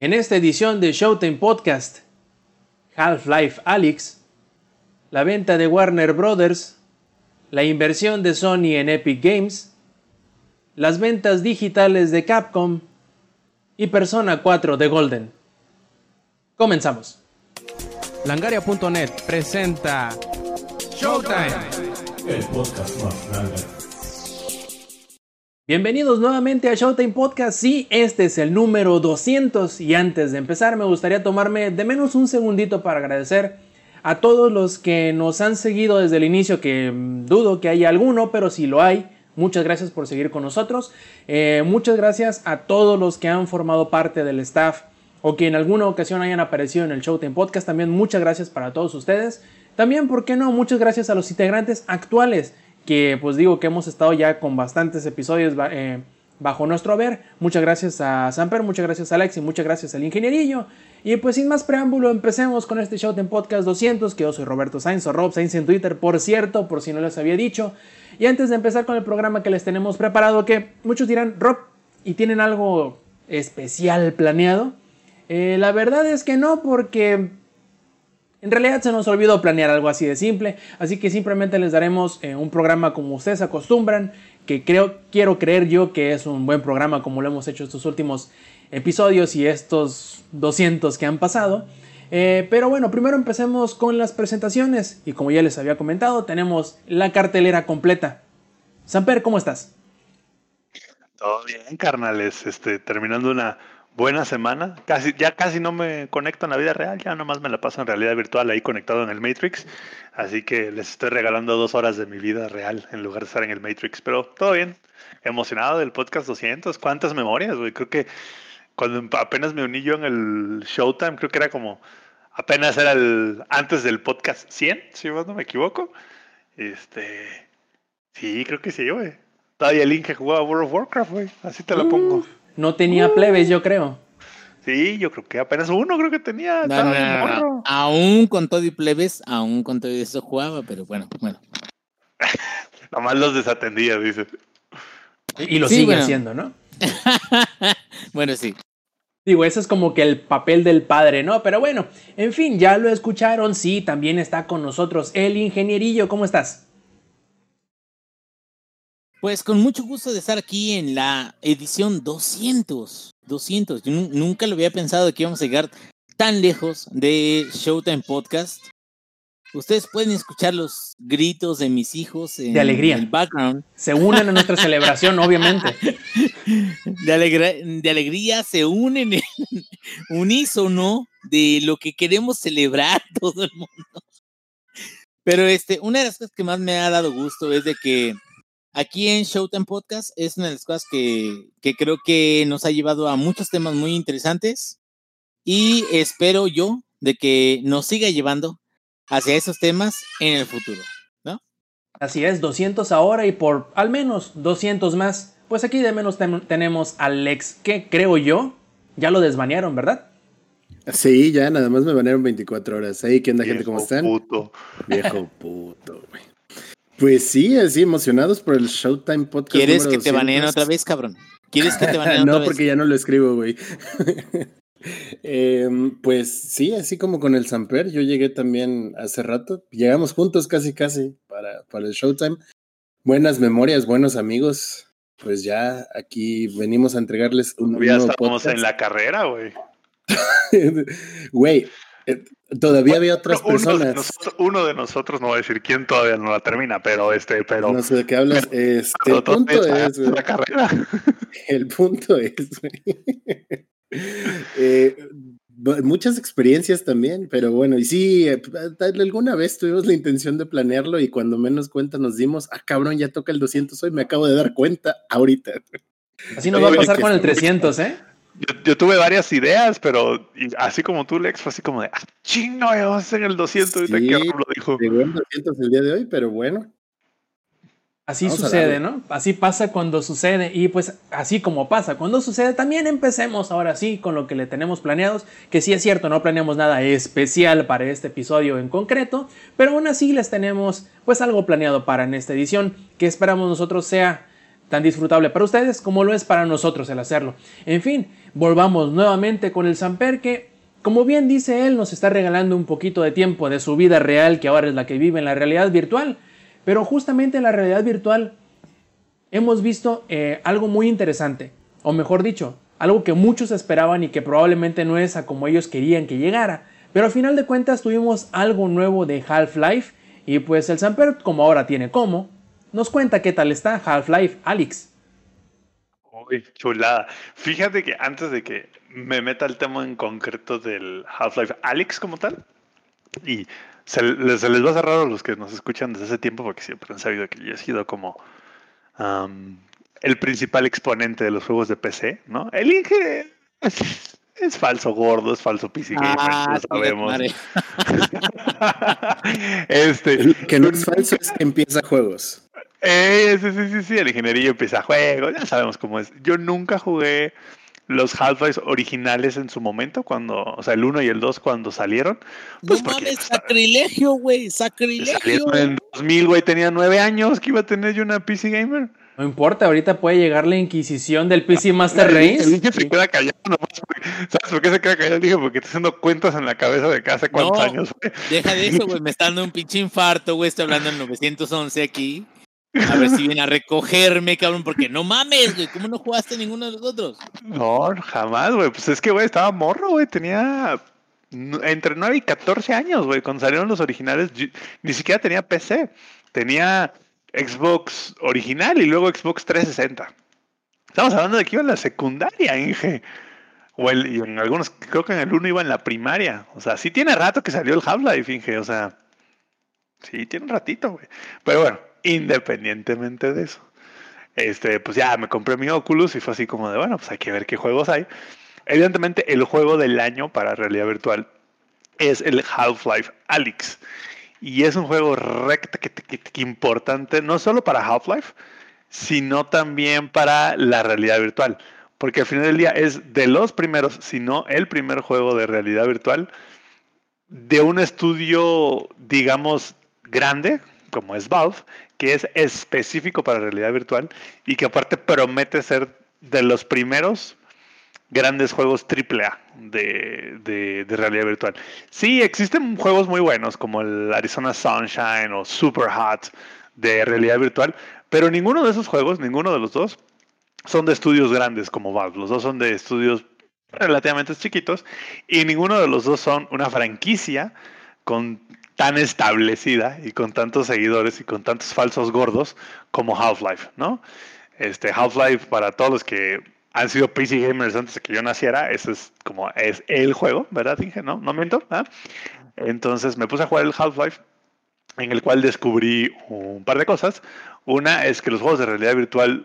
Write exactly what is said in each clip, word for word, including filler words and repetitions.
En esta edición de Showtime Podcast, Half-Life Alyx, la venta de Warner Brothers, la inversión de Sony en Epic Games, las ventas digitales de Capcom y Persona cuatro de Golden. Comenzamos. Langaria punto net presenta Showtime, el podcast más grande. Bienvenidos nuevamente a Showtime Podcast. Sí, este es el número doscientos y antes de empezar me gustaría tomarme de menos un segundito para agradecer a todos los que nos han seguido desde el inicio, que dudo que haya alguno, pero si lo hay, muchas gracias por seguir con nosotros. Eh, muchas gracias a todos los que han formado parte del staff o que en alguna ocasión hayan aparecido en el Showtime Podcast. También muchas gracias para todos ustedes. También, ¿por qué no? Muchas gracias a los integrantes actuales, que pues digo que hemos estado ya con bastantes episodios eh, bajo nuestro haber. Muchas gracias a Samper, muchas gracias a Alex y muchas gracias al Ingenierillo. Y pues sin más preámbulo, empecemos con este Showtime Podcast doscientos, que yo soy Roberto Sainz o Rob Sainz en Twitter, por cierto, por si no les había dicho. Y antes de empezar con el programa que les tenemos preparado, que muchos dirán, Rob, ¿y tienen algo especial planeado? Eh, la verdad es que no, porque en realidad se nos olvidó planear algo así de simple, así que simplemente les daremos eh, un programa como ustedes acostumbran, que creo, quiero creer yo que es un buen programa como lo hemos hecho estos últimos episodios y estos doscientos que han pasado. Eh, pero bueno, primero empecemos con las presentaciones y como ya les había comentado, tenemos la cartelera completa. Samper, ¿cómo estás? Todo bien, carnales, este, terminando una buena semana. Casi, ya casi no me conecto en la vida real, ya nomás me la paso en realidad virtual ahí conectado en el Matrix. Así que les estoy regalando dos horas de mi vida real en lugar de estar en el Matrix. Pero todo bien, emocionado del podcast doscientos. ¿Cuántas memorias, güey? Creo que cuando apenas me uní yo en el Showtime, creo que era como, apenas era el antes del podcast cien, si no me equivoco. Este, sí, creo que sí, güey. Todavía el Inge jugaba World of Warcraft, güey. Así te la pongo. Uh. No tenía uh. plebes, yo creo. Sí, yo creo que apenas uno creo que tenía. No, no, no, no. Aún con todo y plebes, aún con todo y eso jugaba, pero bueno, bueno. Nomás los desatendía, dice. Y lo sí, sigue bueno. haciendo, ¿no? Bueno, sí. Digo, ese es como que el papel del padre, ¿no? Pero bueno, en fin, ya lo escucharon. Sí, también está con nosotros el Ingenierillo. ¿Cómo estás? Pues con mucho gusto de estar aquí en la edición doscientos. doscientos. Yo n- nunca lo había pensado que íbamos a llegar tan lejos de Showtime Podcast. Ustedes pueden escuchar los gritos de mis hijos en de alegría. El background. Se unen a nuestra celebración, obviamente. De, alegra- de alegría se unen en unísono de lo que queremos celebrar todo el mundo. Pero este, una de las cosas que más me ha dado gusto es de que aquí en Showtime Podcast es una de las cosas que, que creo que nos ha llevado a muchos temas muy interesantes y espero yo de que nos siga llevando hacia esos temas en el futuro, ¿no? Así es, doscientos ahora y por al menos doscientos más. Pues aquí de menos ten- tenemos a Alex, que creo yo, ya lo desbanearon, ¿verdad? Sí, ya nada más me banearon veinticuatro horas. Hey, ¿qué onda, gente? ¿Cómo están? Puto. Viejo puto, güey. Pues sí, así emocionados por el Showtime Podcast. ¿Quieres que doscientos? te baneen otra vez, cabrón? ¿Quieres que te baneen otra no, vez? No, porque ya no lo escribo, güey. eh, pues sí, así como con el Samper, yo llegué también hace rato. Llegamos juntos casi, casi para, para el Showtime. Buenas memorias, buenos amigos. Pues ya aquí venimos a entregarles un, un ya nuevo estamos podcast. En la carrera, güey. Güey. Eh, todavía había otras uno personas. De nosotros, uno de nosotros, no voy a decir quién todavía no la termina, pero este, pero. No sé de qué hablas. Este, el punto es, güey. La carrera. El punto es, güey. eh, muchas experiencias también, pero bueno, y sí, alguna vez tuvimos la intención de planearlo y cuando menos cuenta nos dimos, ah, cabrón, ya toca el doscientos hoy, me acabo de dar cuenta ahorita. Así nos va a pasar con el trescientos, ¿eh? Yo, yo tuve varias ideas, pero y así como tú, Lex, fue así como de, ah, chingo, vamos a hacer el doscientos, sí, ahorita que Rob lo dijo. Llegó el doscientos el día de hoy, pero bueno. Así Vamos sucede, ¿no? Así pasa cuando sucede y pues así como pasa cuando sucede, también empecemos ahora sí con lo que le tenemos planeados, que sí es cierto, no planeamos nada especial para este episodio en concreto, pero aún así les tenemos pues algo planeado para en esta edición que esperamos nosotros sea tan disfrutable para ustedes como lo es para nosotros el hacerlo. En fin, volvamos nuevamente con el Samper que, como bien dice él, nos está regalando un poquito de tiempo de su vida real, que ahora es la que vive en la realidad virtual. Pero justamente en la realidad virtual hemos visto eh, algo muy interesante, o mejor dicho, algo que muchos esperaban y que probablemente no es a como ellos querían que llegara. Pero al final de cuentas tuvimos algo nuevo de Half-Life y pues el Samper, como ahora tiene como, nos cuenta qué tal está Half-Life Alyx. Uy, chulada. Fíjate que antes de que me meta el tema en concreto del Half-Life Alyx como tal, y se, les, se les va a hacer raro a los que nos escuchan desde hace tiempo porque siempre han sabido que yo he sido como um, el principal exponente de los juegos de P C, ¿no? El Inge es, es falso gordo, es falso P C gamer, Ah, lo sabemos. sí, este, Lo que no es falso es que empieza juegos. Eh, sí, sí, sí, sí, el ingenierillo empieza juegos, ya sabemos cómo es. Yo nunca jugué los Half-Life originales en su momento, cuando, o sea, el uno y el dos cuando salieron. Pues no porque mames, pues, sacrilegio, güey, sacrilegio. salieron en dos mil, güey, tenía nueve años, que iba a tener yo una P C gamer. No importa, ahorita puede llegar la Inquisición del P C Master El Race. Inge se queda callado nomás porque- ¿sabes por qué se queda callado? Dije, porque está haciendo cuentas en la cabeza de que hace cuántos No, años, güey. deja de eso, güey, me está dando un pinche infarto, güey, estoy hablando del novecientos once aquí. A ver si viene a recogerme, cabrón, porque no mames, güey, ¿cómo no jugaste ninguno de los otros? No, jamás, güey. Pues es que, güey, estaba morro, güey. Tenía n- entre nueve y catorce años, güey. Cuando salieron los originales, yo- ni siquiera tenía P C. Tenía Xbox original y luego Xbox trescientos sesenta. Estamos hablando de que iba en la secundaria, Inge. O el, y en algunos, creo que en el uno iba en la primaria. O sea, sí tiene rato que salió el Half-Life, Inge. O sea, sí tiene un ratito, güey. Pero bueno, independientemente de eso. Este, pues ya me compré mi Oculus y fue así como de, bueno, pues hay que ver qué juegos hay. Evidentemente, el juego del año para realidad virtual es el Half-Life Alyx. Y es un juego recta que, que, que importante, no solo para Half-Life, sino también para la realidad virtual. Porque al final del día es de los primeros, si no el primer juego de realidad virtual de un estudio, digamos, grande, como es Valve, que es específico para realidad virtual y que aparte promete ser de los primeros grandes juegos triple A de, de, de realidad virtual. Sí, existen juegos muy buenos como el Arizona Sunshine o Super Hot de realidad virtual, pero ninguno de esos juegos, ninguno de los dos, son de estudios grandes como Valve. Los dos son de estudios relativamente chiquitos y ninguno de los dos son una franquicia con tan establecida y con tantos seguidores y con tantos falsos gordos como Half-Life, ¿no? Este Half-Life, para todos los que han sido P C gamers antes de que yo naciera, ese es como es el juego, ¿verdad? Dije, no, no miento, ¿eh? Entonces me puse a jugar el Half-Life, en el cual descubrí un par de cosas. Una es que los juegos de realidad virtual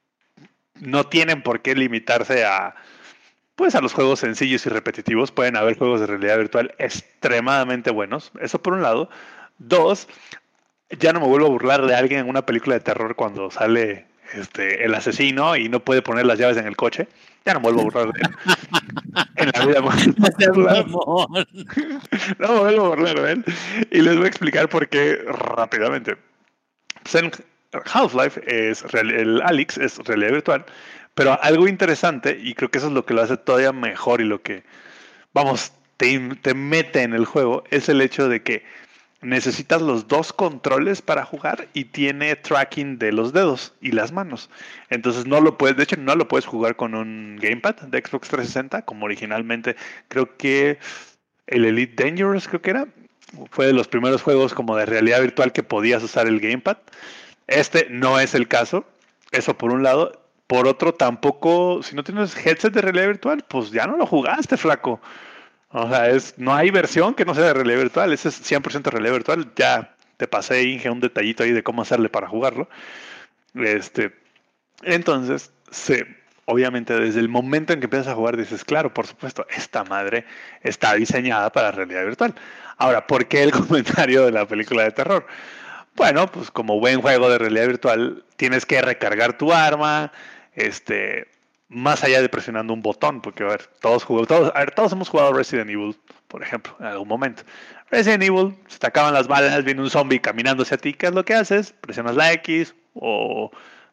no tienen por qué limitarse a pues a los juegos sencillos y repetitivos. Pueden haber juegos de realidad virtual extremadamente buenos. Eso por un lado. Dos, ya no me vuelvo a burlar de alguien en una película de terror cuando sale este, el asesino y no puede poner las llaves en el coche. Ya no me vuelvo a burlar de él. En la vida me vuelvo a burlar. No me vuelvo a burlar de él. Y les voy a explicar por qué rápidamente. Pues en Half-Life es el Alyx es realidad virtual. Pero algo interesante, y creo que eso es lo que lo hace todavía mejor y lo que, vamos, te, te mete en el juego, es el hecho de que necesitas los dos controles para jugar y tiene tracking de los dedos y las manos. Entonces no lo puedes, de hecho no lo puedes jugar con un gamepad de Xbox trescientos sesenta, como originalmente creo que el Elite Dangerous creo que era. Fue de los primeros juegos como de realidad virtual que podías usar el gamepad. Este no es el caso, eso por un lado. Por otro, tampoco, si no tienes headset de realidad virtual, pues ya no lo jugaste, flaco. O sea, es, no hay versión que no sea de realidad virtual. Ese es cien por ciento realidad virtual. Ya te pasé, Inge, un detallito ahí de cómo hacerle para jugarlo. Este, entonces, se, obviamente, desde el momento en que empiezas a jugar, dices, claro, por supuesto, esta madre está diseñada para realidad virtual. Ahora, ¿por qué el comentario de la película de terror? Bueno, pues como buen juego de realidad virtual, tienes que recargar tu arma, este, más allá de presionando un botón, porque a ver, todos jugamos, todos, a ver, todos hemos jugado Resident Evil, por ejemplo, en algún momento. Resident Evil, se te acaban las balas, viene un zombie caminando hacia ti, ¿qué es lo que haces? Presionas la X o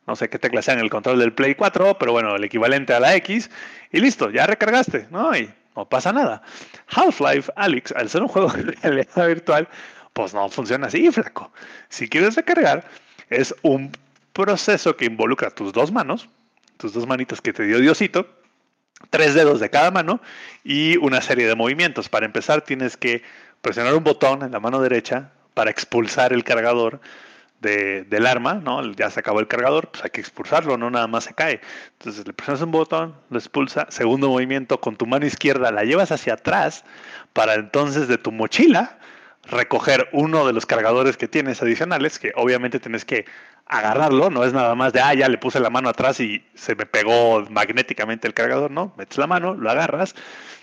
no sé qué tecla sea en el control del Play cuatro, pero bueno, el equivalente a la X, y listo, ya recargaste, ¿no? Y no pasa nada. Half-Life Alyx, al ser un juego de realidad virtual, pues no funciona así, flaco. Si quieres recargar, es un proceso que involucra tus dos manos, tus dos manitas que te dio Diosito, tres dedos de cada mano y una serie de movimientos. Para empezar, tienes que presionar un botón en la mano derecha para expulsar el cargador de, del arma, ¿no? Ya se acabó el cargador, pues hay que expulsarlo, no nada más se cae. Entonces le presionas un botón, lo expulsa. Segundo movimiento, con tu mano izquierda la llevas hacia atrás para entonces de tu mochila recoger uno de los cargadores que tienes adicionales, que obviamente tienes que agarrarlo, no es nada más de, ah, ya le puse la mano atrás y se me pegó magnéticamente el cargador, no, metes la mano, lo agarras,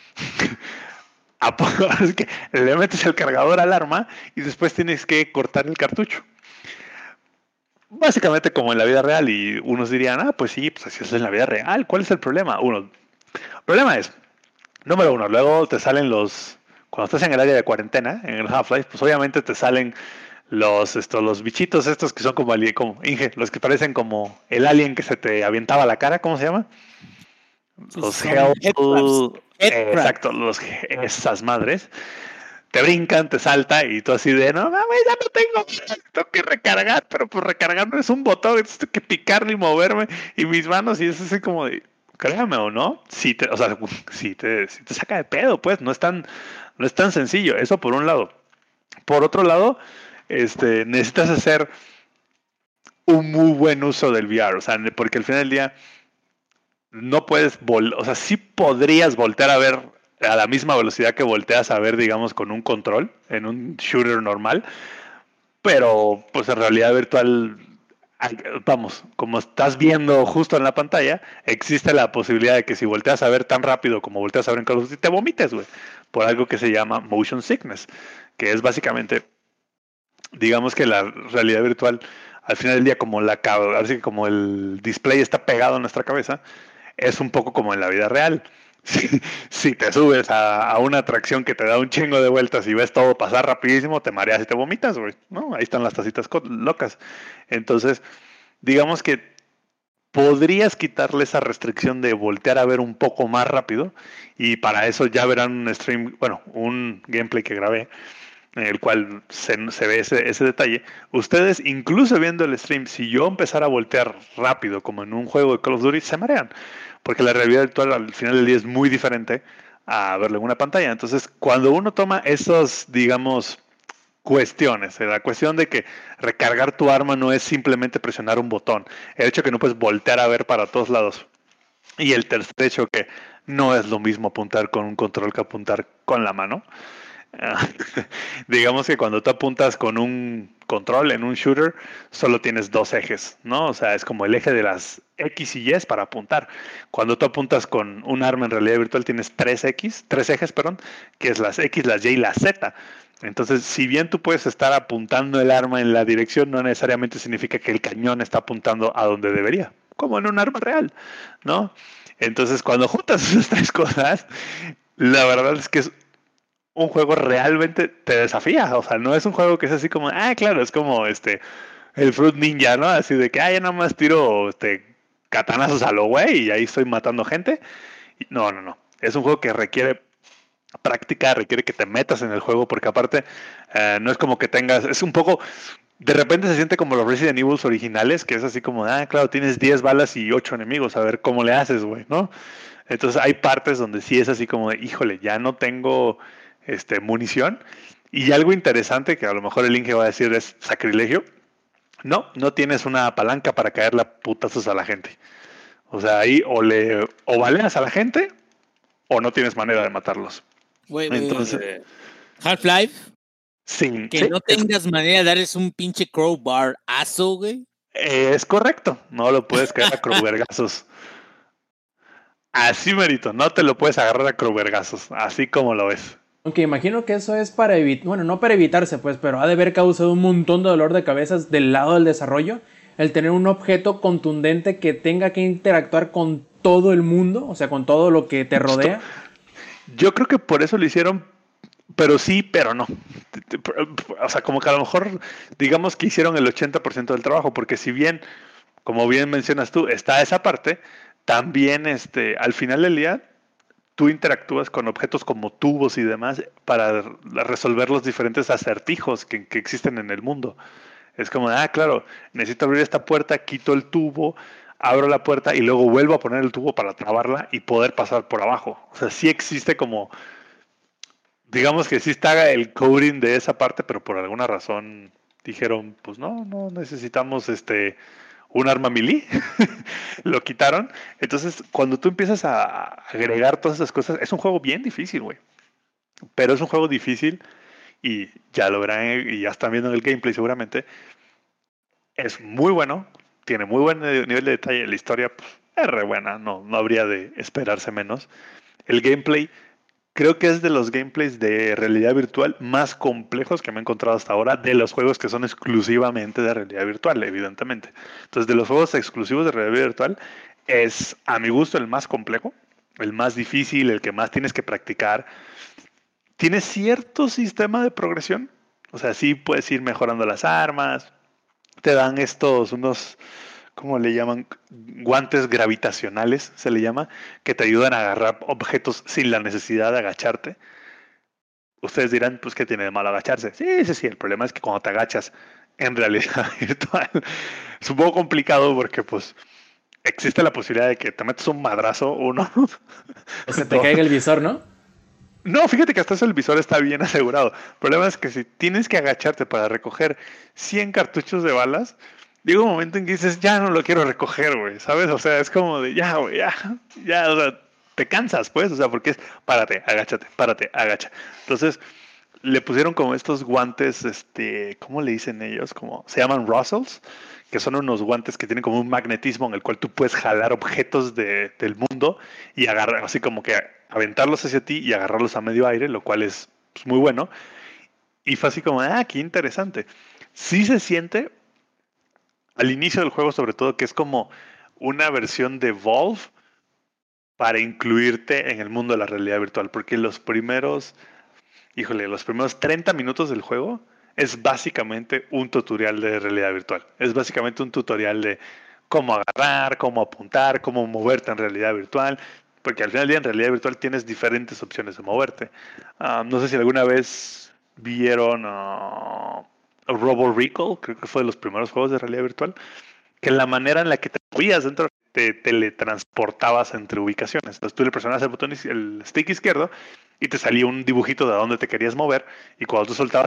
es que le metes el cargador al arma y después tienes que cortar el cartucho. Básicamente como en la vida real, y unos dirían, ah, pues sí, pues así es en la vida real, ¿cuál es el problema? Uno, el problema es, número uno, luego te salen los... Cuando estás en el área de cuarentena, en el Half-Life, pues obviamente te salen los, esto, los bichitos estos que son como, como Inge, los que parecen como el alien que se te avientaba a la cara, ¿cómo se llama? Los Hell... Eh, exacto, los, esas madres. Te brincan, te salta y tú así de, no mames, ya no tengo, tengo que recargar, pero pues recargar no es un botón, tengo que picarle y moverme y mis manos y es así como de... Créame o no, si te, o sea, si te, si te saca de pedo, pues, no es tan, no es tan sencillo. Eso por un lado. Por otro lado, este, necesitas hacer un muy buen uso del V R, o sea, porque al final del día no puedes, vol o sea, sí podrías voltear a ver a la misma velocidad que volteas a ver, digamos, con un control, en un shooter normal, pero pues en realidad virtual... Vamos, como estás viendo justo en la pantalla, existe la posibilidad de que si volteas a ver tan rápido como volteas a ver en Call of Duty, te vomites, güey, por algo que se llama motion sickness, que es básicamente, digamos que la realidad virtual, al final del día, como la así que como el display está pegado a nuestra cabeza, es un poco como en la vida real. Si, si te subes a, a una atracción que te da un chingo de vueltas y ves todo pasar rapidísimo, te mareas y te vomitas, güey, ¿no? Ahí están las tacitas locas. Entonces, digamos que podrías quitarle esa restricción de voltear a ver un poco más rápido y para eso ya verán un stream, bueno, un gameplay que grabé en el cual se, se ve ese, ese detalle. Ustedes, incluso viendo el stream, si yo empezara a voltear rápido como en un juego de Call of Duty, se marean. Porque la realidad virtual al final del día es muy diferente a verlo en una pantalla. Entonces, cuando uno toma esas, digamos, cuestiones, la cuestión de que recargar tu arma no es simplemente presionar un botón, el hecho que no puedes voltear a ver para todos lados, y el tercer hecho que no es lo mismo apuntar con un control que apuntar con la mano. Digamos que cuando tú apuntas con un control en un shooter, solo tienes dos ejes, ¿no? O sea, es como el eje de las X y Y para apuntar. Cuando tú apuntas con un arma en realidad virtual, tienes tres X, tres ejes, perdón, que es las X, las Y y la Z. Entonces, si bien tú puedes estar apuntando el arma en la dirección, no necesariamente significa que el cañón está apuntando a donde debería, como en un arma real, ¿no? Entonces, cuando juntas esas tres cosas, la verdad es que es un juego realmente te desafía, o sea, no es un juego que es así como, ah, claro, es como este el Fruit Ninja, ¿no? Así de que, ah, ya nada más tiro este katanazos a lo güey y ahí estoy matando gente. No, no, no. Es un juego que requiere práctica, requiere que te metas en el juego, porque aparte eh, no es como que tengas, es un poco, de repente se siente como los Resident Evil originales, que es así como, ah, claro, tienes diez balas y ocho enemigos, a ver cómo le haces, güey, ¿no? Entonces hay partes donde sí es así como de, híjole, ya no tengo este, munición. Y algo interesante que a lo mejor el Inge va a decir es sacrilegio. No, no tienes una palanca para caerle a putazos a la gente. O sea, ahí o le o baleas a la gente o no tienes manera de matarlos. Wey, Entonces, wey, Half-Life. Sí, que sí, no tengas es, manera de darles un pinche crowbar aso, güey. Es correcto. No lo puedes caer a crowvergazos. Así, merito. No te lo puedes agarrar a crowvergazos. Así como lo ves. Aunque imagino que eso es para evitar, bueno, no para evitarse, pues, pero ha de haber causado un montón de dolor de cabeza del lado del desarrollo, el tener un objeto contundente que tenga que interactuar con todo el mundo, o sea, con todo lo que te rodea. Yo creo que por eso lo hicieron, pero sí, pero no. O sea, como que a lo mejor, digamos que hicieron el ochenta por ciento del trabajo, porque si bien como bien mencionas tú, está esa parte. También este, al final del día, tú interactúas con objetos como tubos y demás para resolver los diferentes acertijos que, que existen en el mundo. Es como, ah, claro, necesito abrir esta puerta, quito el tubo, abro la puerta y luego vuelvo a poner el tubo para trabarla y poder pasar por abajo. O sea, sí existe como, digamos que sí está el coding de esa parte, pero por alguna razón dijeron, pues no, no necesitamos este un arma melee, lo quitaron. Entonces, cuando tú empiezas a agregar todas esas cosas, es un juego bien difícil, güey. Pero es un juego difícil y ya lo verán y ya están viendo en el gameplay seguramente. Es muy bueno, tiene muy buen nivel de detalle. La historia pues, es re buena, no, no habría de esperarse menos. El gameplay, creo que es de los gameplays de realidad virtual más complejos que me he encontrado hasta ahora, de los juegos que son exclusivamente de realidad virtual, evidentemente. Entonces, de los juegos exclusivos de realidad virtual, es a mi gusto el más complejo, el más difícil, el que más tienes que practicar. Tiene cierto sistema de progresión, o sea, sí puedes ir mejorando las armas, te dan estos, unos, ¿cómo le llaman? Guantes gravitacionales, se le llama, que te ayudan a agarrar objetos sin la necesidad de agacharte. Ustedes dirán, pues, ¿qué tiene de malo agacharse? Sí, sí, sí, el problema es que cuando te agachas en realidad virtual es un poco complicado porque, pues, existe la posibilidad de que te metas un madrazo, uno. O sea, te caiga el visor, ¿no? No, fíjate que hasta eso el visor está bien asegurado. El problema es que si tienes que agacharte para recoger cien cartuchos de balas, llega un momento en que dices, ya no lo quiero recoger, güey, ¿sabes? O sea, es como de, ya, güey, ya, ya, o sea, te cansas, pues, o sea, porque es, párate, agáchate, párate, agacha. Entonces, le pusieron como estos guantes, este, ¿cómo le dicen ellos? Como, se llaman Russells, que son unos guantes que tienen como un magnetismo en el cual tú puedes jalar objetos de, del mundo y agarrar, así como que aventarlos hacia ti y agarrarlos a medio aire, lo cual es pues, muy bueno. Y fue así como, ah, qué interesante. Sí se siente, al inicio del juego sobre todo, que es como una versión de Valve para incluirte en el mundo de la realidad virtual, porque los primeros, híjole, los primeros treinta minutos del juego es básicamente un tutorial de realidad virtual. Es básicamente un tutorial de cómo agarrar, cómo apuntar, cómo moverte en realidad virtual. Porque al final del día en realidad virtual tienes diferentes opciones de moverte. Uh, no sé si alguna vez vieron uh, Robo Recall, creo que fue de los primeros juegos de realidad virtual, que la manera en la que te movías dentro te teletransportabas entre ubicaciones. Entonces tú le presionabas el botón, el stick izquierdo y te salía un dibujito de a dónde te querías mover y cuando tú soltabas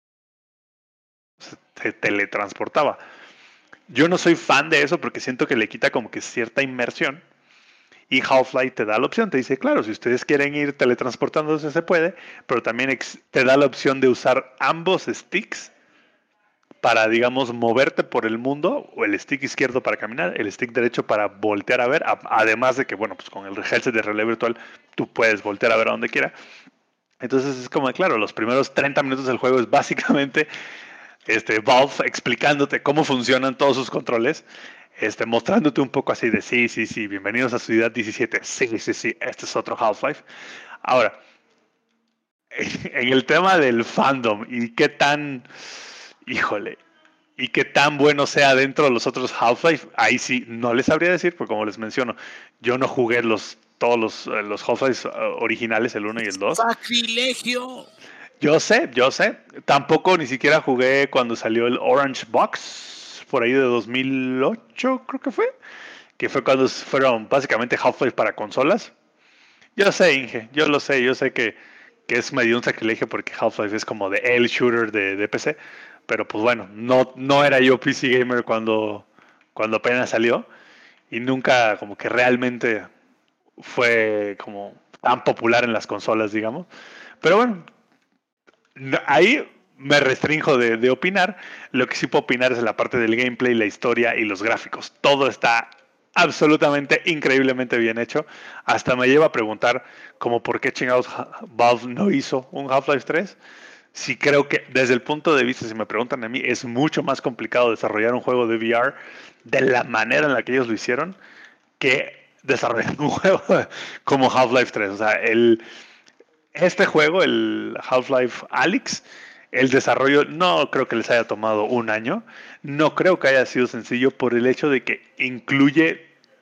se teletransportaba. Yo no soy fan de eso porque siento que le quita como que cierta inmersión. Y Half-Life te da la opción, te dice, claro, si ustedes quieren ir teletransportándose se puede, pero también te da la opción de usar ambos sticks para, digamos, moverte por el mundo, o el stick izquierdo para caminar, el stick derecho para voltear a ver, además de que, bueno, pues con el headset de realidad virtual tú puedes voltear a ver a donde quiera. Entonces es como, claro, los primeros treinta minutos del juego es básicamente este, Valve explicándote cómo funcionan todos sus controles. Este, mostrándote un poco así de sí, sí, sí, bienvenidos a Ciudad diecisiete. Sí, sí, sí, este es otro Half-Life. Ahora, en el tema del fandom y qué tan, híjole, y qué tan bueno sea dentro de los otros Half-Life, ahí sí no les sabría decir, porque como les menciono, yo no jugué los, todos los, los Half-Life originales, el uno y el dos. ¡Sacrilegio! Yo sé, yo sé. Tampoco ni siquiera jugué cuando salió el Orange Box, por ahí de dos mil ocho, creo que fue. Que fue cuando fueron básicamente Half-Life para consolas. Yo sé, Inge, yo lo sé. Yo sé que, que es medio un sacrilegio porque Half-Life es como de el shooter de, de P C. Pero pues bueno, no, no era yo P C gamer cuando, cuando apenas salió. Y nunca como que realmente fue como tan popular en las consolas, digamos. Pero bueno, ahí me restrinjo de, de opinar. Lo que sí puedo opinar es la parte del gameplay, la historia y los gráficos. Todo está absolutamente increíblemente bien hecho. Hasta me lleva a preguntar como por qué chingados Valve no hizo un Half-Life tres. Sí creo que desde el punto de vista, si me preguntan a mí, es mucho más complicado desarrollar un juego de V R de la manera en la que ellos lo hicieron que desarrollar un juego como Half-Life tres. O sea, el... Este juego, el Half-Life Alyx, El desarrollo no creo que les haya tomado un año. No creo que haya sido sencillo por el hecho de que incluye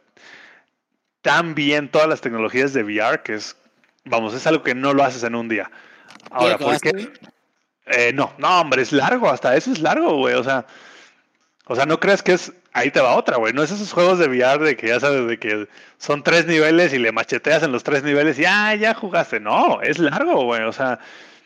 tan bien todas las tecnologías de V R que es, vamos, es algo que no lo haces en un día. Ahora, ¿por qué? Eh, no, no, hombre, es largo, hasta eso es largo, güey. O sea, o sea, no creas que es, ahí te va otra, güey. No es esos juegos de V R de que ya sabes, de que son tres niveles y le macheteas en los tres niveles y ah, ya jugaste. No, es largo, güey. O sea,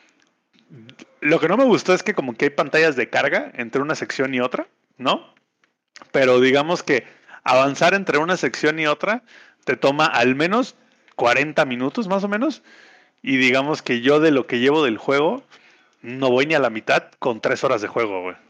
lo que no me gustó es que como que hay pantallas de carga entre una sección y otra, ¿no? Pero digamos que avanzar entre una sección y otra te toma al menos cuarenta minutos más o menos. Y digamos que yo de lo que llevo del juego no voy ni a la mitad con tres horas de juego, güey.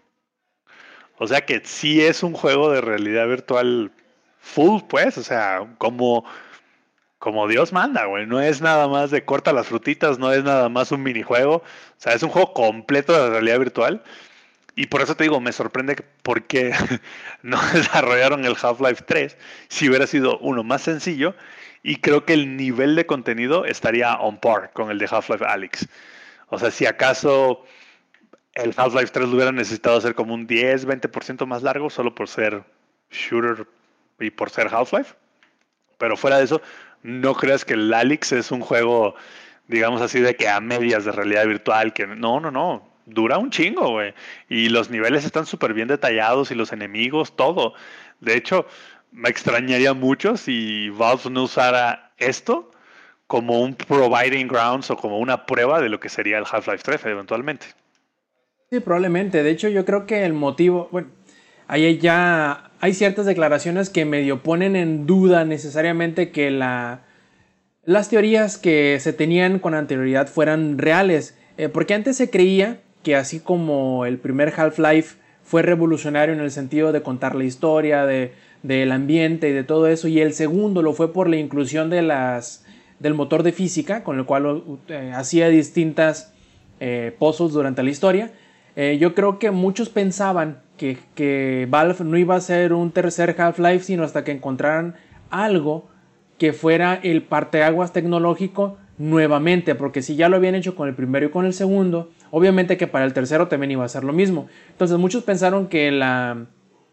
O sea que sí es un juego de realidad virtual full, pues. O sea, como, como Dios manda, güey. No es nada más de corta las frutitas, no es nada más un minijuego. O sea, es un juego completo de realidad virtual. Y por eso te digo, me sorprende que por qué no desarrollaron el Half-Life tres si hubiera sido uno más sencillo. Y creo que el nivel de contenido estaría on par con el de Half-Life Alyx. O sea, si acaso el Half-Life tres lo hubiera necesitado hacer como un diez, veinte por ciento más largo solo por ser shooter y por ser Half-Life. Pero fuera de eso, no creas que el Alyx es un juego, digamos así, de que a medias de realidad virtual. Que no, no, no. Dura un chingo, güey. Y los niveles están súper bien detallados y los enemigos, todo. De hecho, me extrañaría mucho si Valve no usara esto como un providing grounds o como una prueba de lo que sería el Half-Life tres eventualmente. Sí, probablemente. De hecho, yo creo que el motivo, bueno, ahí ya hay ciertas declaraciones que medio ponen en duda necesariamente que la, las teorías que se tenían con anterioridad fueran reales. Eh, porque antes se creía que así como el primer Half-Life fue revolucionario en el sentido de contar la historia, de, del ambiente y de todo eso, y el segundo lo fue por la inclusión de las, del motor de física, con el cual eh, hacía distintas eh, puzzles durante la historia. Eh, yo creo que muchos pensaban que, que Valve no iba a hacer un tercer Half-Life sino hasta que encontraran algo que fuera el parteaguas tecnológico nuevamente, porque si ya lo habían hecho con el primero y con el segundo, obviamente que para el tercero también iba a ser lo mismo. Entonces muchos pensaron que la,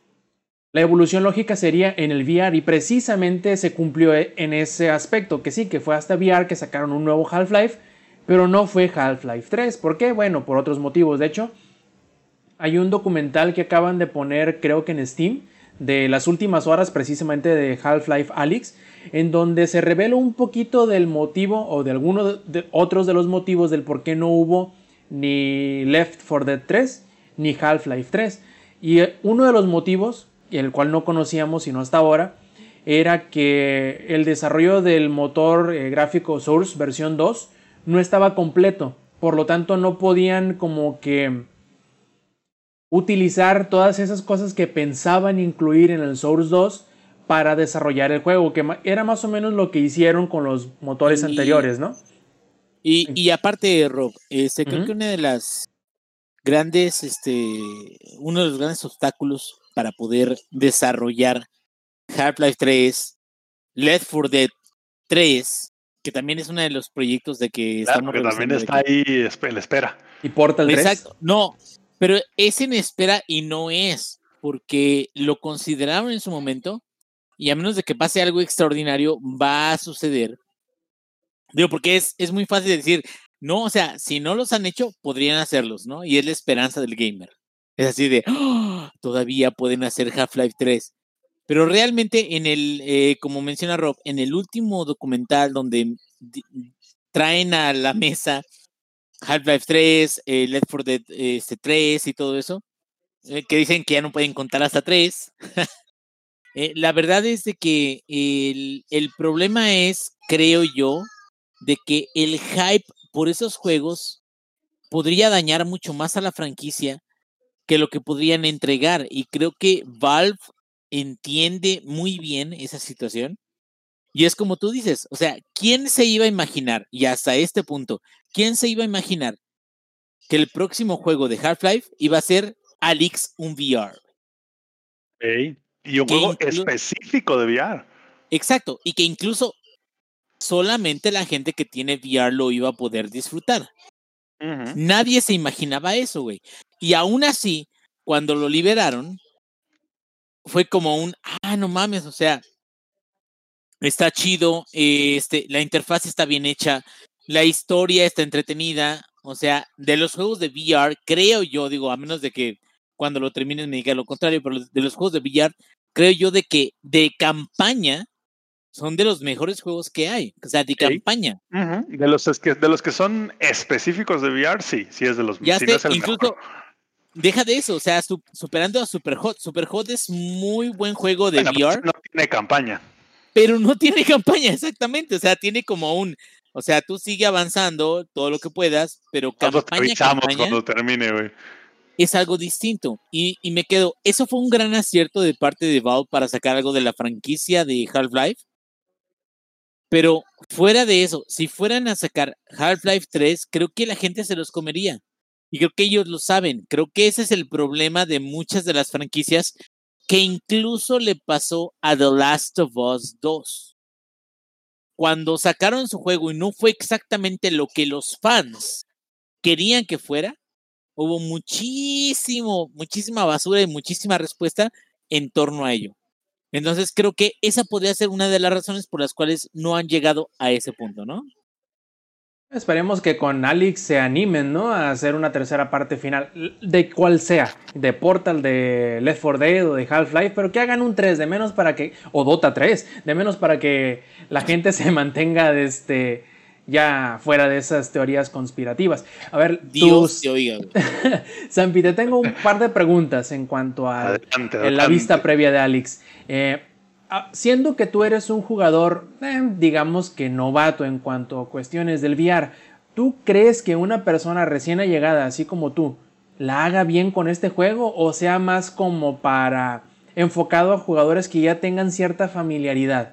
la evolución lógica sería en el V R y precisamente se cumplió en ese aspecto, que sí, que fue hasta V R que sacaron un nuevo Half-Life, pero no fue Half-Life tres. ¿Por qué? Bueno, por otros motivos. De hecho, hay un documental que acaban de poner, creo que en Steam, de las últimas horas precisamente de Half-Life Alyx, en donde se revela un poquito del motivo o de algunos de otros de los motivos del por qué no hubo ni Left four Dead tres ni Half-Life tres. Y uno de los motivos, el cual no conocíamos sino hasta ahora, era que el desarrollo del motor eh, gráfico Source versión dos no estaba completo, por lo tanto no podían como que utilizar todas esas cosas que pensaban incluir en el Source dos para desarrollar el juego, que era más o menos lo que hicieron con los motores y, anteriores, ¿no? Y, y aparte, Rob, este, creo uh-huh. que una de las grandes, este, uno de los grandes obstáculos para poder desarrollar Half-Life tres, Left four Dead tres, que también es uno de los proyectos de que claro, estamos que también está que... ahí en la espera. ¿Y Portal tres? Exacto, no, pero es en espera y no es, porque lo consideraron en su momento y a menos de que pase algo extraordinario va a suceder. Digo, porque es, es muy fácil decir, no, o sea, si no los han hecho, podrían hacerlos, ¿no? Y es la esperanza del gamer. Es así de, oh, todavía pueden hacer Half-Life tres. Pero realmente en el, eh, como menciona Rob, en el último documental donde d- traen a la mesa Half-Life tres, eh, Left four Dead este, tres y todo eso, eh, que dicen que ya no pueden contar hasta tres. eh, la verdad es de que el, el problema es, creo yo, de que el hype por esos juegos podría dañar mucho más a la franquicia que lo que podrían entregar. Y creo que Valve entiende muy bien esa situación. Y es como tú dices, o sea, ¿quién se iba a imaginar? Y hasta este punto, ¿quién se iba a imaginar que el próximo juego de Half-Life iba a ser Alyx un V R? Hey, y un que juego inclu- específico de V R. Exacto, y que incluso solamente la gente que tiene V R lo iba a poder disfrutar. Uh-huh. Nadie se imaginaba eso, güey. Y aún así, cuando lo liberaron, fue como un, ah, no mames, o sea, está chido, eh, este, la interfaz está bien hecha, la historia está entretenida, o sea, de los juegos de V R, creo yo, digo, a menos de que cuando lo terminen me diga lo contrario, pero de los juegos de V R, creo yo de que de campaña son de los mejores juegos que hay, o sea, de okay. campaña. Uh-huh. De los que de los que son específicos de V R, sí, sí es de los ya si sé, no es el incluso mejor. Deja de eso, o sea, su, superando a Superhot. Superhot es muy buen juego de bueno, V R. Pues no tiene campaña. Pero no tiene campaña, exactamente. O sea, tiene como un. O sea, tú sigue avanzando todo lo que puedas, pero Nosotros campaña, te avisamos campaña cuando termine, güey. Es algo distinto. Y, y me quedo. Eso fue un gran acierto de parte de Valve para sacar algo de la franquicia de Half-Life. Pero fuera de eso, si fueran a sacar Half-Life tres, creo que la gente se los comería. Y creo que ellos lo saben. Creo que ese es el problema de muchas de las franquicias que incluso le pasó a The Last of Us dos. Cuando sacaron su juego y no fue exactamente lo que los fans querían que fuera, hubo muchísimo, muchísima basura y muchísima respuesta en torno a ello. Entonces creo que esa podría ser una de las razones por las cuales no han llegado a ese punto, ¿no? Esperemos que con Alyx se animen, ¿no? A hacer una tercera parte final, de cual sea, de Portal, de Left four Dead o de Half-Life, pero que hagan un tres de menos para que, o Dota tres, de menos para que la gente se mantenga este, ya fuera de esas teorías conspirativas. A ver, Dios tus... te oiga. Zampi, te tengo un par de preguntas en cuanto a adelante, la adelante. vista previa de Alyx. Eh, Siendo que tú eres un jugador, eh, digamos que novato en cuanto a cuestiones del V R, ¿tú crees que una persona recién allegada, así como tú, la haga bien con este juego o sea más como para enfocado a jugadores que ya tengan cierta familiaridad?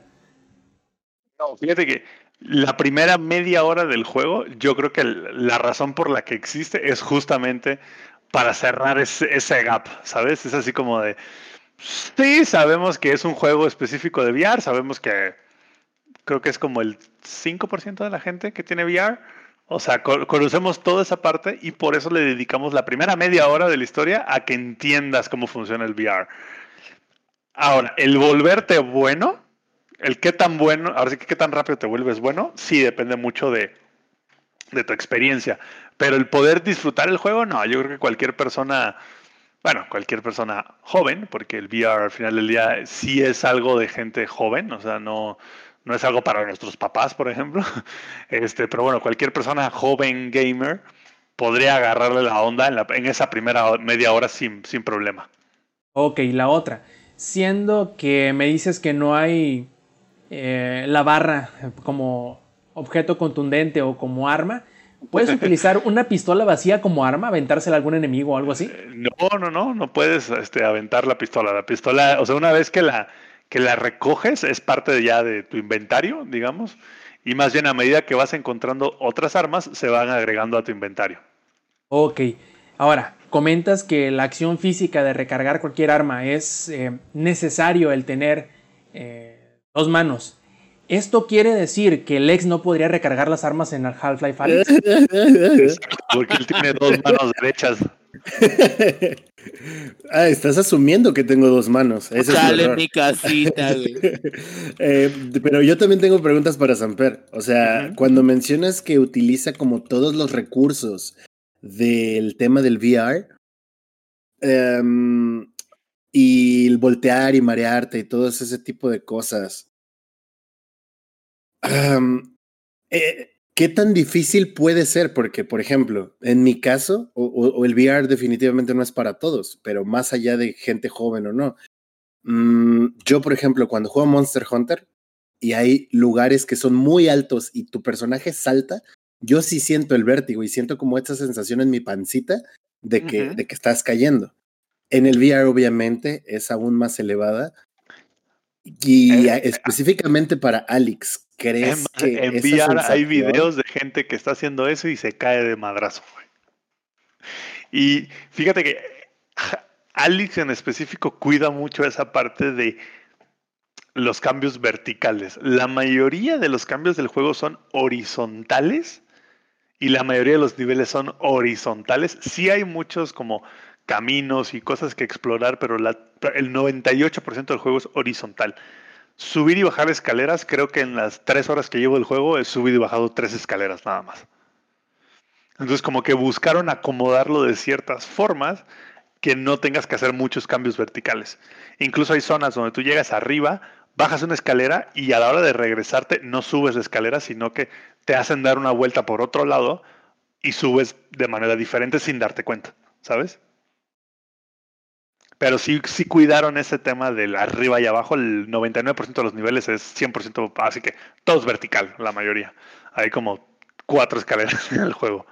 No, fíjate que la primera media hora del juego, yo creo que la razón por la que existe es justamente para cerrar ese, ese gap, ¿sabes? Es así como de... Sí, sabemos que es un juego específico de V R, sabemos que creo que es como el cinco por ciento de la gente que tiene V R, o sea, co- conocemos toda esa parte y por eso le dedicamos la primera media hora de la historia a que entiendas cómo funciona el V R. Ahora, el volverte bueno, el qué tan bueno, ahora sí que qué tan rápido te vuelves bueno, sí depende mucho de, de tu experiencia, pero el poder disfrutar el juego, no, yo creo que cualquier persona... Bueno, cualquier persona joven, porque el V R al final del día sí es algo de gente joven, o sea, no, no es algo para nuestros papás, por ejemplo. Este, pero bueno, cualquier persona joven gamer podría agarrarle la onda en, la, en esa primera media hora sin, sin problema. Ok, la otra. Siendo que me dices que no hay eh, la barra como objeto contundente o como arma, ¿puedes utilizar una pistola vacía como arma, aventársela a algún enemigo o algo así? No, no, no, no puedes este, aventar la pistola. La pistola, o sea, una vez que la, que la recoges, es parte de ya de tu inventario, digamos, y más bien a medida que vas encontrando otras armas, se van agregando a tu inventario. Ok, ahora, comentas que la acción física de recargar cualquier arma es eh, necesario el tener eh, dos manos. ¿Esto quiere decir que Lex no podría recargar las armas en el Half-Life Alyx? Porque él tiene dos manos derechas. Ah, estás asumiendo que tengo dos manos. Ese Chale, es el mi casita, güey. eh, pero yo también tengo preguntas para Samper. O sea, Uh-huh. cuando mencionas que utiliza como todos los recursos del tema del V R um, y el voltear y marearte y todo ese tipo de cosas. Um, eh, ¿Qué tan difícil puede ser? Porque, por ejemplo, en mi caso, o, o el V R definitivamente no es para todos, pero más allá de gente joven o no. Mm, yo, por ejemplo, cuando juego Monster Hunter y hay lugares que son muy altos y tu personaje salta, yo sí siento el vértigo y siento como esa sensación en mi pancita de que, Uh-huh. de que estás cayendo. En el V R, obviamente, es aún más elevada. Y Eh, específicamente para Alyx, ¿crees en, que en esa V R hay sensación? videos de gente que está haciendo eso y se cae de madrazo, güey. Y fíjate que Alyx en específico cuida mucho esa parte de los cambios verticales. La mayoría de los cambios del juego son horizontales y la mayoría de los niveles son horizontales. Sí hay muchos como caminos y cosas que explorar, pero la, el noventa y ocho por ciento del juego es horizontal. Subir y bajar escaleras, creo que en las tres horas que llevo del juego he subido y bajado tres escaleras nada más. Entonces como que buscaron acomodarlo de ciertas formas que no tengas que hacer muchos cambios verticales. Incluso hay zonas donde tú llegas arriba, bajas una escalera y a la hora de regresarte no subes la escalera, sino que te hacen dar una vuelta por otro lado y subes de manera diferente sin darte cuenta, ¿sabes? Pero sí, sí cuidaron ese tema del arriba y abajo. El noventa y nueve por ciento de los niveles es cien por ciento, así que todo es vertical, la mayoría. Hay como cuatro escaleras en el juego.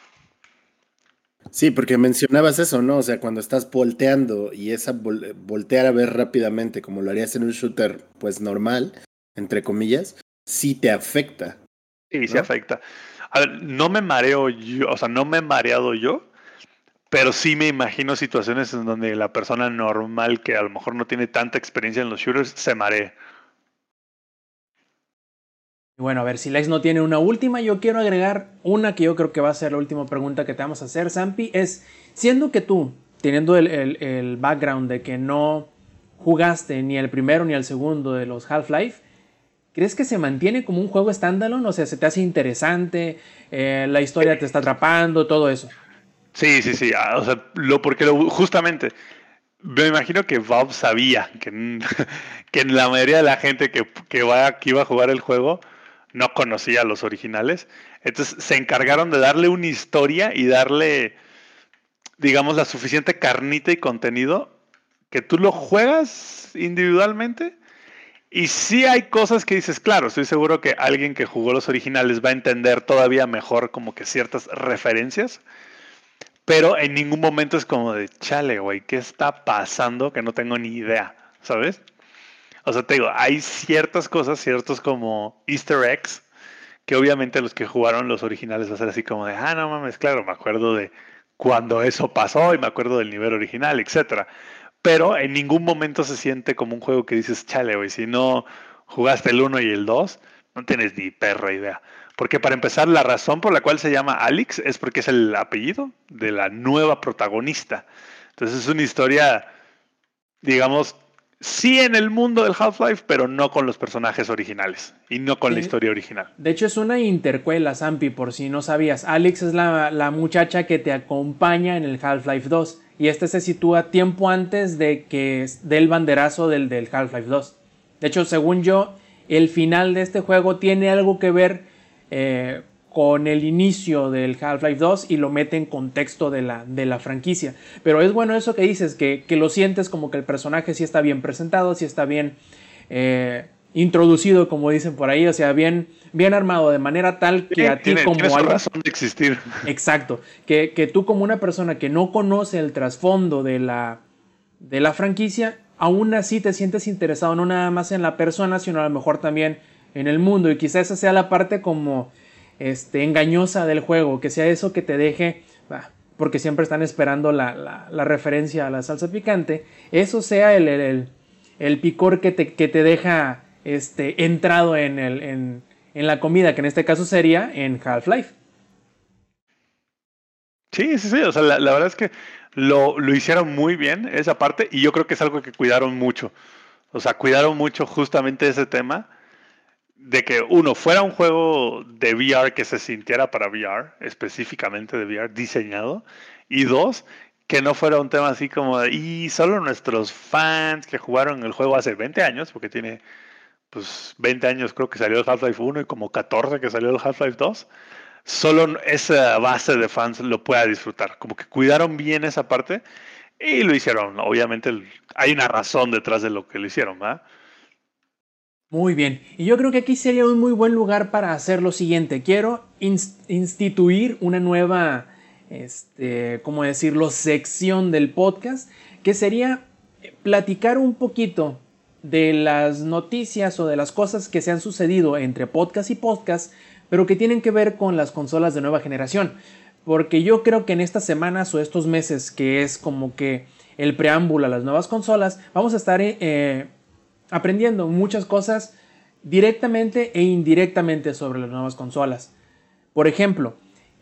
Sí, porque mencionabas eso, ¿no? O sea, cuando estás volteando y esa vol- voltear a ver rápidamente, como lo harías en un shooter, pues normal, entre comillas, sí te afecta. Sí, ¿no? sí afecta. A ver, no me mareo yo, o sea, no me he mareado yo, pero sí me imagino situaciones en donde la persona normal que a lo mejor no tiene tanta experiencia en los shooters se maree. Bueno, a ver, si Lex no tiene una última, yo quiero agregar una que yo creo que va a ser la última pregunta que te vamos a hacer, Zampi, es, siendo que tú, teniendo el, el, el background de que no jugaste ni el primero ni el segundo de los Half-Life, ¿crees que se mantiene como un juego standalone? O sea, ¿se te hace interesante? Eh, ¿La historia te está atrapando? Todo eso. Sí, sí, sí. Ah, o sea, lo, porque lo, justamente, me imagino que Valve sabía que, que la mayoría de la gente que, que, va, que iba a jugar el juego no conocía a los originales. Entonces se encargaron de darle una historia y darle, digamos, la suficiente carnita y contenido que tú lo juegas individualmente. Y sí hay cosas que dices, claro, estoy seguro que alguien que jugó los originales va a entender todavía mejor como que ciertas referencias. Pero en ningún momento es como de, chale, güey, ¿qué está pasando? Que no tengo ni idea, ¿sabes? O sea, te digo, hay ciertas cosas, ciertos como easter eggs, que obviamente los que jugaron los originales va a ser así como de, ah, no mames, claro, me acuerdo de cuando eso pasó y me acuerdo del nivel original, etcétera. Pero en ningún momento se siente como un juego que dices, chale, güey, si no jugaste el uno y el dos, no tienes ni perra idea. Porque para empezar, la razón por la cual se llama Alyx es porque es el apellido de la nueva protagonista. Entonces es una historia, digamos, sí en el mundo del Half-Life, pero no con los personajes originales y no con Sí. la historia original. De hecho, es una intercuela, Zampi, por si no sabías. Alyx es la, la muchacha que te acompaña en el Half-Life dos. Y este se sitúa tiempo antes de que del banderazo del, del Half-Life dos. De hecho, según yo, el final de este juego tiene algo que ver eh, con el inicio del Half-Life dos y lo mete en contexto de la, de la franquicia. Pero es bueno eso que dices, que, que lo sientes como que el personaje sí está bien presentado, sí está bien eh, introducido, como dicen por ahí, o sea, bien, bien armado, de manera tal que Sí, a ti tiene, como tiene su alguien... razón de existir. Exacto, que, que tú como una persona que no conoce el trasfondo de la, de la franquicia, aún así te sientes interesado no nada más en la persona, sino a lo mejor también en el mundo, y quizás esa sea la parte como este, engañosa del juego, que sea eso que te deje, bah, porque siempre están esperando la, la, la referencia a la salsa picante, eso sea el, el, el, el picor que te, que te deja este, entrado en, el, en, en la comida, que en este caso sería en Half-Life. Sí, sí, sí, o sea, la, la verdad es que lo, lo hicieron muy bien esa parte y yo creo que es algo que cuidaron mucho. O sea, cuidaron mucho justamente ese tema de que uno fuera un juego de V R que se sintiera para V R, específicamente de V R diseñado, y dos, que no fuera un tema así como de, y solo nuestros fans que jugaron el juego hace veinte años, porque tiene pues veinte años creo que salió el Half-Life uno y como catorce que salió el Half-Life dos, solo esa base de fans lo pueda disfrutar. Como que cuidaron bien esa parte y lo hicieron. Obviamente hay una razón detrás de lo que lo hicieron, ¿verdad? Muy bien, y yo creo que aquí sería un muy buen lugar para hacer lo siguiente. Quiero inst- instituir una nueva, este, ¿cómo decirlo?, sección del podcast, que sería platicar un poquito de las noticias o de las cosas que se han sucedido entre podcast y podcast, pero que tienen que ver con las consolas de nueva generación. Porque yo creo que en estas semanas o estos meses, que es como que el preámbulo a las nuevas consolas, vamos a estar... Eh, aprendiendo muchas cosas directamente e indirectamente sobre las nuevas consolas. Por ejemplo,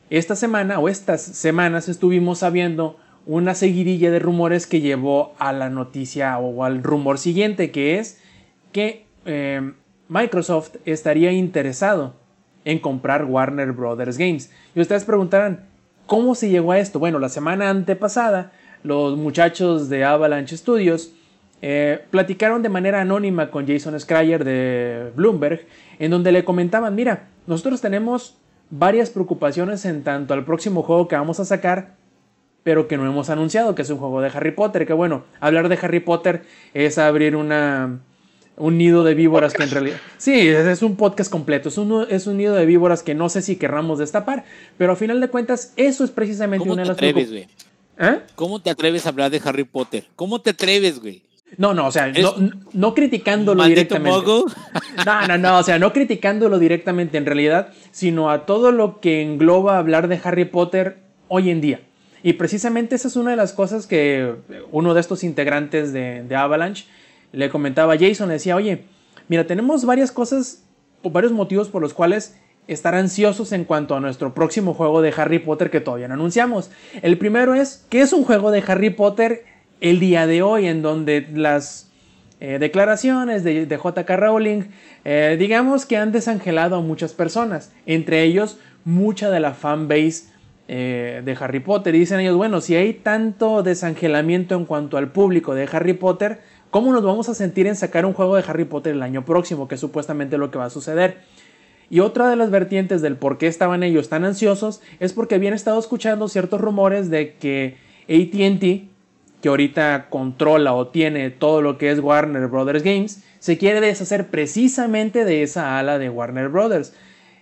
esta semana o estas semanas estuvimos sabiendo una seguidilla de rumores que llevó a la noticia o al rumor siguiente, que es que eh, Microsoft estaría interesado en comprar Warner Brothers Games. Y ustedes preguntarán, ¿cómo se llegó a esto? Bueno, la semana antepasada, los muchachos de Avalanche Studios eh, platicaron de manera anónima con Jason Schreier de Bloomberg, en donde le comentaban, mira, nosotros tenemos varias preocupaciones en tanto al próximo juego que vamos a sacar, pero que no hemos anunciado, que es un juego de Harry Potter, que bueno, hablar de Harry Potter es abrir una, un nido de víboras que en realidad... Sí, es un podcast completo, es un, es un nido de víboras que no sé si querramos destapar, pero a final de cuentas eso es precisamente una de las preocupaciones. ¿Eh? ¿Cómo te atreves a hablar de Harry Potter? ¿Cómo te atreves, güey? No, no, o sea, no, no criticándolo directamente. Mogo? No, no, no, o sea, no criticándolo directamente en realidad, sino a todo lo que engloba hablar de Harry Potter hoy en día. Y precisamente esa es una de las cosas que uno de estos integrantes de, de Avalanche le comentaba a Jason, le decía, oye, mira, tenemos varias cosas, varios motivos por los cuales estar ansiosos en cuanto a nuestro próximo juego de Harry Potter que todavía no anunciamos. El primero es, ¿qué es un juego de Harry Potter el día de hoy? En donde las eh, declaraciones de, de J K Rowling, eh, digamos que han desangelado a muchas personas, entre ellos mucha de la fanbase eh, de Harry Potter. Y dicen ellos, bueno, si hay tanto desangelamiento en cuanto al público de Harry Potter, ¿cómo nos vamos a sentir en sacar un juego de Harry Potter el año próximo? Que es supuestamente lo que va a suceder. Y otra de las vertientes del por qué estaban ellos tan ansiosos es porque habían estado escuchando ciertos rumores de que A T and T, que ahorita controla o tiene todo lo que es Warner Brothers Games, se quiere deshacer precisamente de esa ala de Warner Brothers.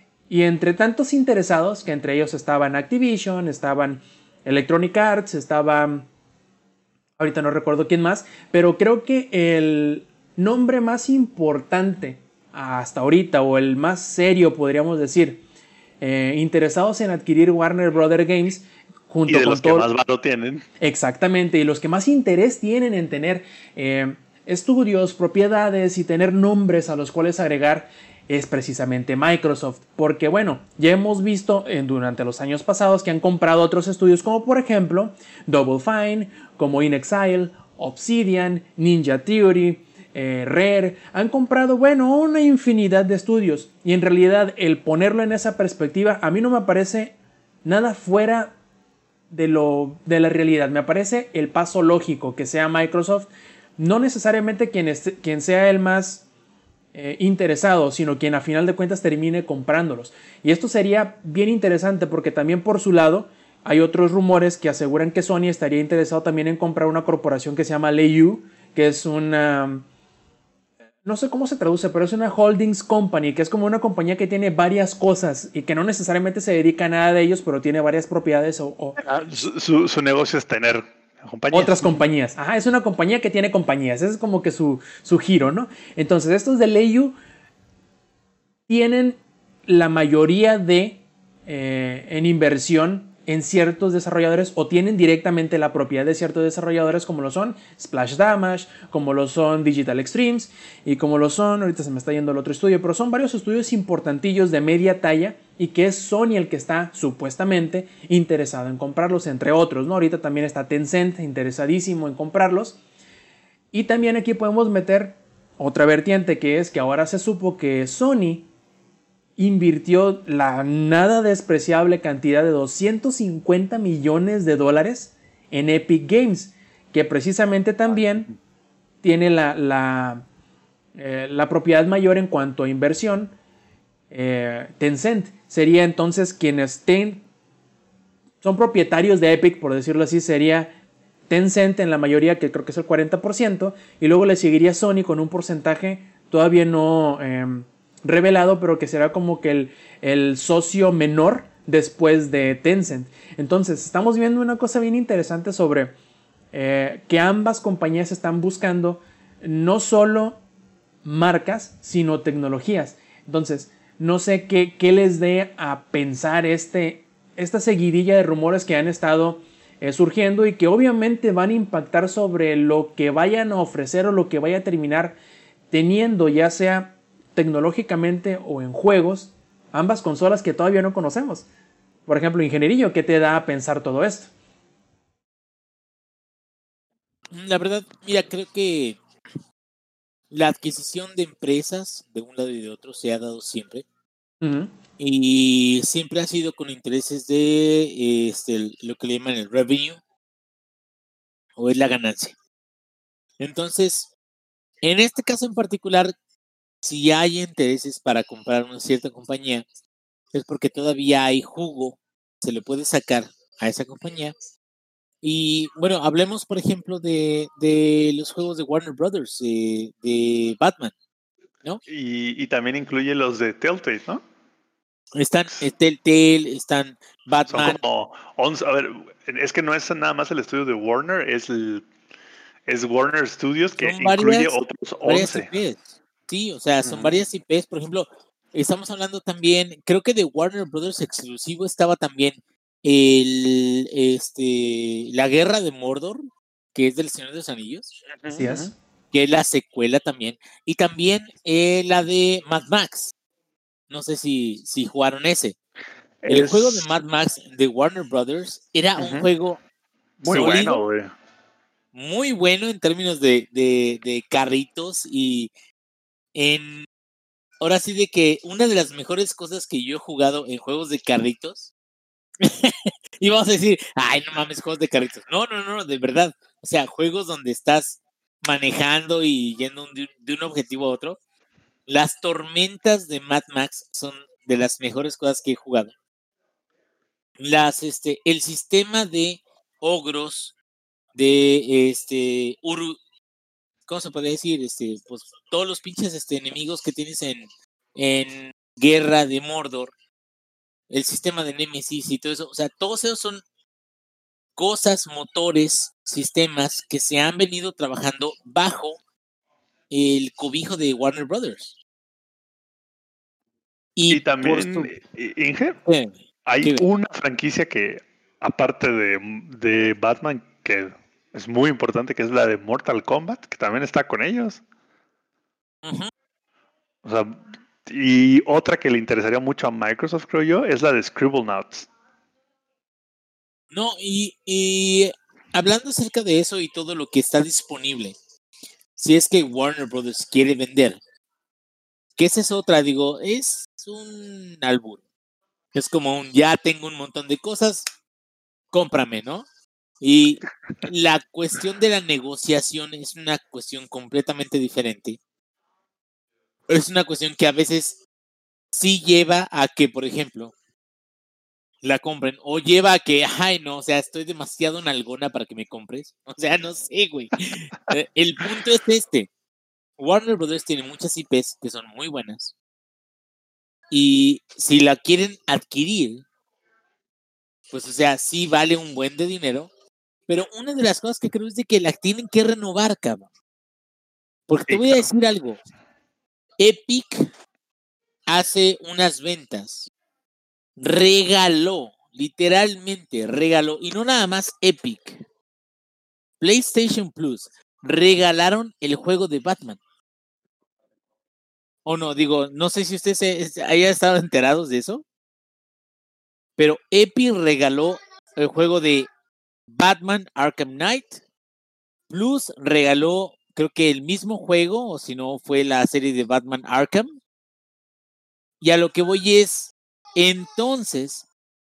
Y entre tantos interesados, que entre ellos estaban Activision, estaban Electronic Arts, estaban... ahorita no recuerdo quién más, pero creo que el nombre más importante hasta ahorita, o el más serio podríamos decir, eh, interesados en adquirir Warner Brothers Games, junto y de con los todo... que más valor tienen. Exactamente, y los que más interés tienen en tener eh, estudios, propiedades y tener nombres a los cuales agregar es precisamente Microsoft. Porque bueno, ya hemos visto en, durante los años pasados que han comprado otros estudios como por ejemplo Double Fine, como inXile, Obsidian, Ninja Theory, eh, Rare. Han comprado, bueno, una infinidad de estudios. Y en realidad el ponerlo en esa perspectiva a mí no me parece nada fuera de, lo, de la realidad. Me parece el paso lógico que sea Microsoft. No necesariamente quien, esté, quien sea el más... Eh, interesado, sino quien a final de cuentas termine comprándolos. Y esto sería bien interesante porque también por su lado hay otros rumores que aseguran que Sony estaría interesado también en comprar una corporación que se llama Leiyu, que es una... no sé cómo se traduce, pero es una holdings company, que es como una compañía que tiene varias cosas y que no necesariamente se dedica a nada de ellos, pero tiene varias propiedades o... o... Ah, su, su, su negocio es tener... compañías. Otras compañías. Ajá, es una compañía que tiene compañías. Ese es como que su, su giro, ¿no? Entonces, estos de Leiyu tienen la mayoría de eh, en inversión en ciertos desarrolladores o tienen directamente la propiedad de ciertos desarrolladores como lo son Splash Damage, como lo son Digital Extremes y como lo son, ahorita se me está yendo el otro estudio, pero son varios estudios importantillos de media talla y que es Sony el que está supuestamente interesado en comprarlos, entre otros, ¿no? Ahorita también está Tencent interesadísimo en comprarlos. Y también aquí podemos meter otra vertiente, que es que ahora se supo que Sony invirtió la nada despreciable cantidad de doscientos cincuenta millones de dólares en Epic Games, que precisamente también tiene la, la, eh, la propiedad mayor en cuanto a inversión. eh, Tencent sería entonces quienes ten, son propietarios de Epic, por decirlo así, sería Tencent en la mayoría, que creo que es el cuarenta por ciento, y luego le seguiría Sony con un porcentaje todavía no... Eh, revelado, pero que será como que el, el socio menor después de Tencent. Entonces estamos viendo una cosa bien interesante sobre eh, que ambas compañías están buscando no solo marcas, sino tecnologías. Entonces no sé qué, qué les dé a pensar este, esta seguidilla de rumores que han estado eh, surgiendo y que obviamente van a impactar sobre lo que vayan a ofrecer o lo que vaya a terminar teniendo, ya sea tecnológicamente o en juegos, ambas consolas que todavía no conocemos. por ejemplo, ingenierillo, ¿qué te da a pensar todo esto? La verdad, mira, creo que la adquisición de empresas de un lado y de otro se ha dado siempre. Uh-huh. Y siempre ha sido con intereses de este, lo que le llaman el revenue, o es la ganancia. Entonces, en este caso en particular, si hay intereses para comprar una cierta compañía, es porque todavía hay jugo, se le puede sacar a esa compañía. Y bueno, hablemos por ejemplo de, de los juegos de Warner Brothers, eh, de Batman, ¿no? Y, y también incluye los de Telltale, ¿no? Están eh, Telltale, están Batman. Son como once, a ver, es que no es nada más el estudio de Warner, es el es Warner Studios que Son incluye varias, otros varias once. I Ps. Sí, o sea, son Ujú. varias I Ps. Por ejemplo, estamos hablando también, creo que de Warner Brothers exclusivo estaba también el este la Guerra de Mordor, que es del Señor de los Anillos, Así es. que es la secuela también, y también eh, la de Mad Max. No sé si, si jugaron ese. El Es juego de Mad Max de Warner Brothers era un Ujú. juego muy sólido, bueno, güey. muy bueno en términos de, de, de carritos y en ahora sí de que una de las mejores cosas que yo he jugado en juegos de carritos y vamos a decir, ay, no mames, juegos de carritos. No, no, no, de verdad. O sea, juegos donde estás manejando y yendo de un, de un objetivo a otro. Las tormentas de Mad Max son de las mejores cosas que he jugado. Las, este, el sistema de ogros, de este, Uru, ¿cómo se puede decir? Este, pues todos los pinches este, enemigos que tienes en, en Guerra de Mordor, el sistema de Nemesis y todo eso, o sea, todos esos son cosas, motores, sistemas que se han venido trabajando bajo el cobijo de Warner Brothers. Y, Y también, por su... Inge, ¿Qué? hay ¿Qué? una franquicia que, aparte de, de Batman, que es muy importante, que es la de Mortal Kombat, que también está con ellos. Uh-huh. O sea, y otra que le interesaría mucho a Microsoft, creo yo, es la de Scribblenauts. No, y, y hablando acerca de eso y todo lo que está disponible, si es que Warner Brothers quiere vender, que esa es otra, digo, es un albur. Es como un, ya tengo un montón de cosas, cómprame, ¿no? Y la cuestión de la negociación es una cuestión completamente diferente. Es una cuestión que a veces sí lleva a que, por ejemplo, la compren, o lleva a que, ay, no, o sea, estoy demasiado nalgona para que me compres. O sea, no sé, güey. Eh, El punto es este. Warner Brothers tiene muchas I Ps que son muy buenas. Y si la quieren adquirir, pues, o sea, sí vale un buen de dinero. Pero una de las cosas que creo es de que la tienen que renovar, cabrón. Porque te Sí, voy a claro. decir algo. Epic hace unas ventas. Regaló, literalmente regaló. Y no nada más Epic. PlayStation Plus regalaron el juego de Batman. O no, digo, no sé si ustedes se, hayan estado enterados de eso. Pero Epic regaló el juego de Batman Arkham Knight. Plus regaló, creo que el mismo juego, o si no, fue la serie de Batman Arkham. Y a lo que voy es, entonces,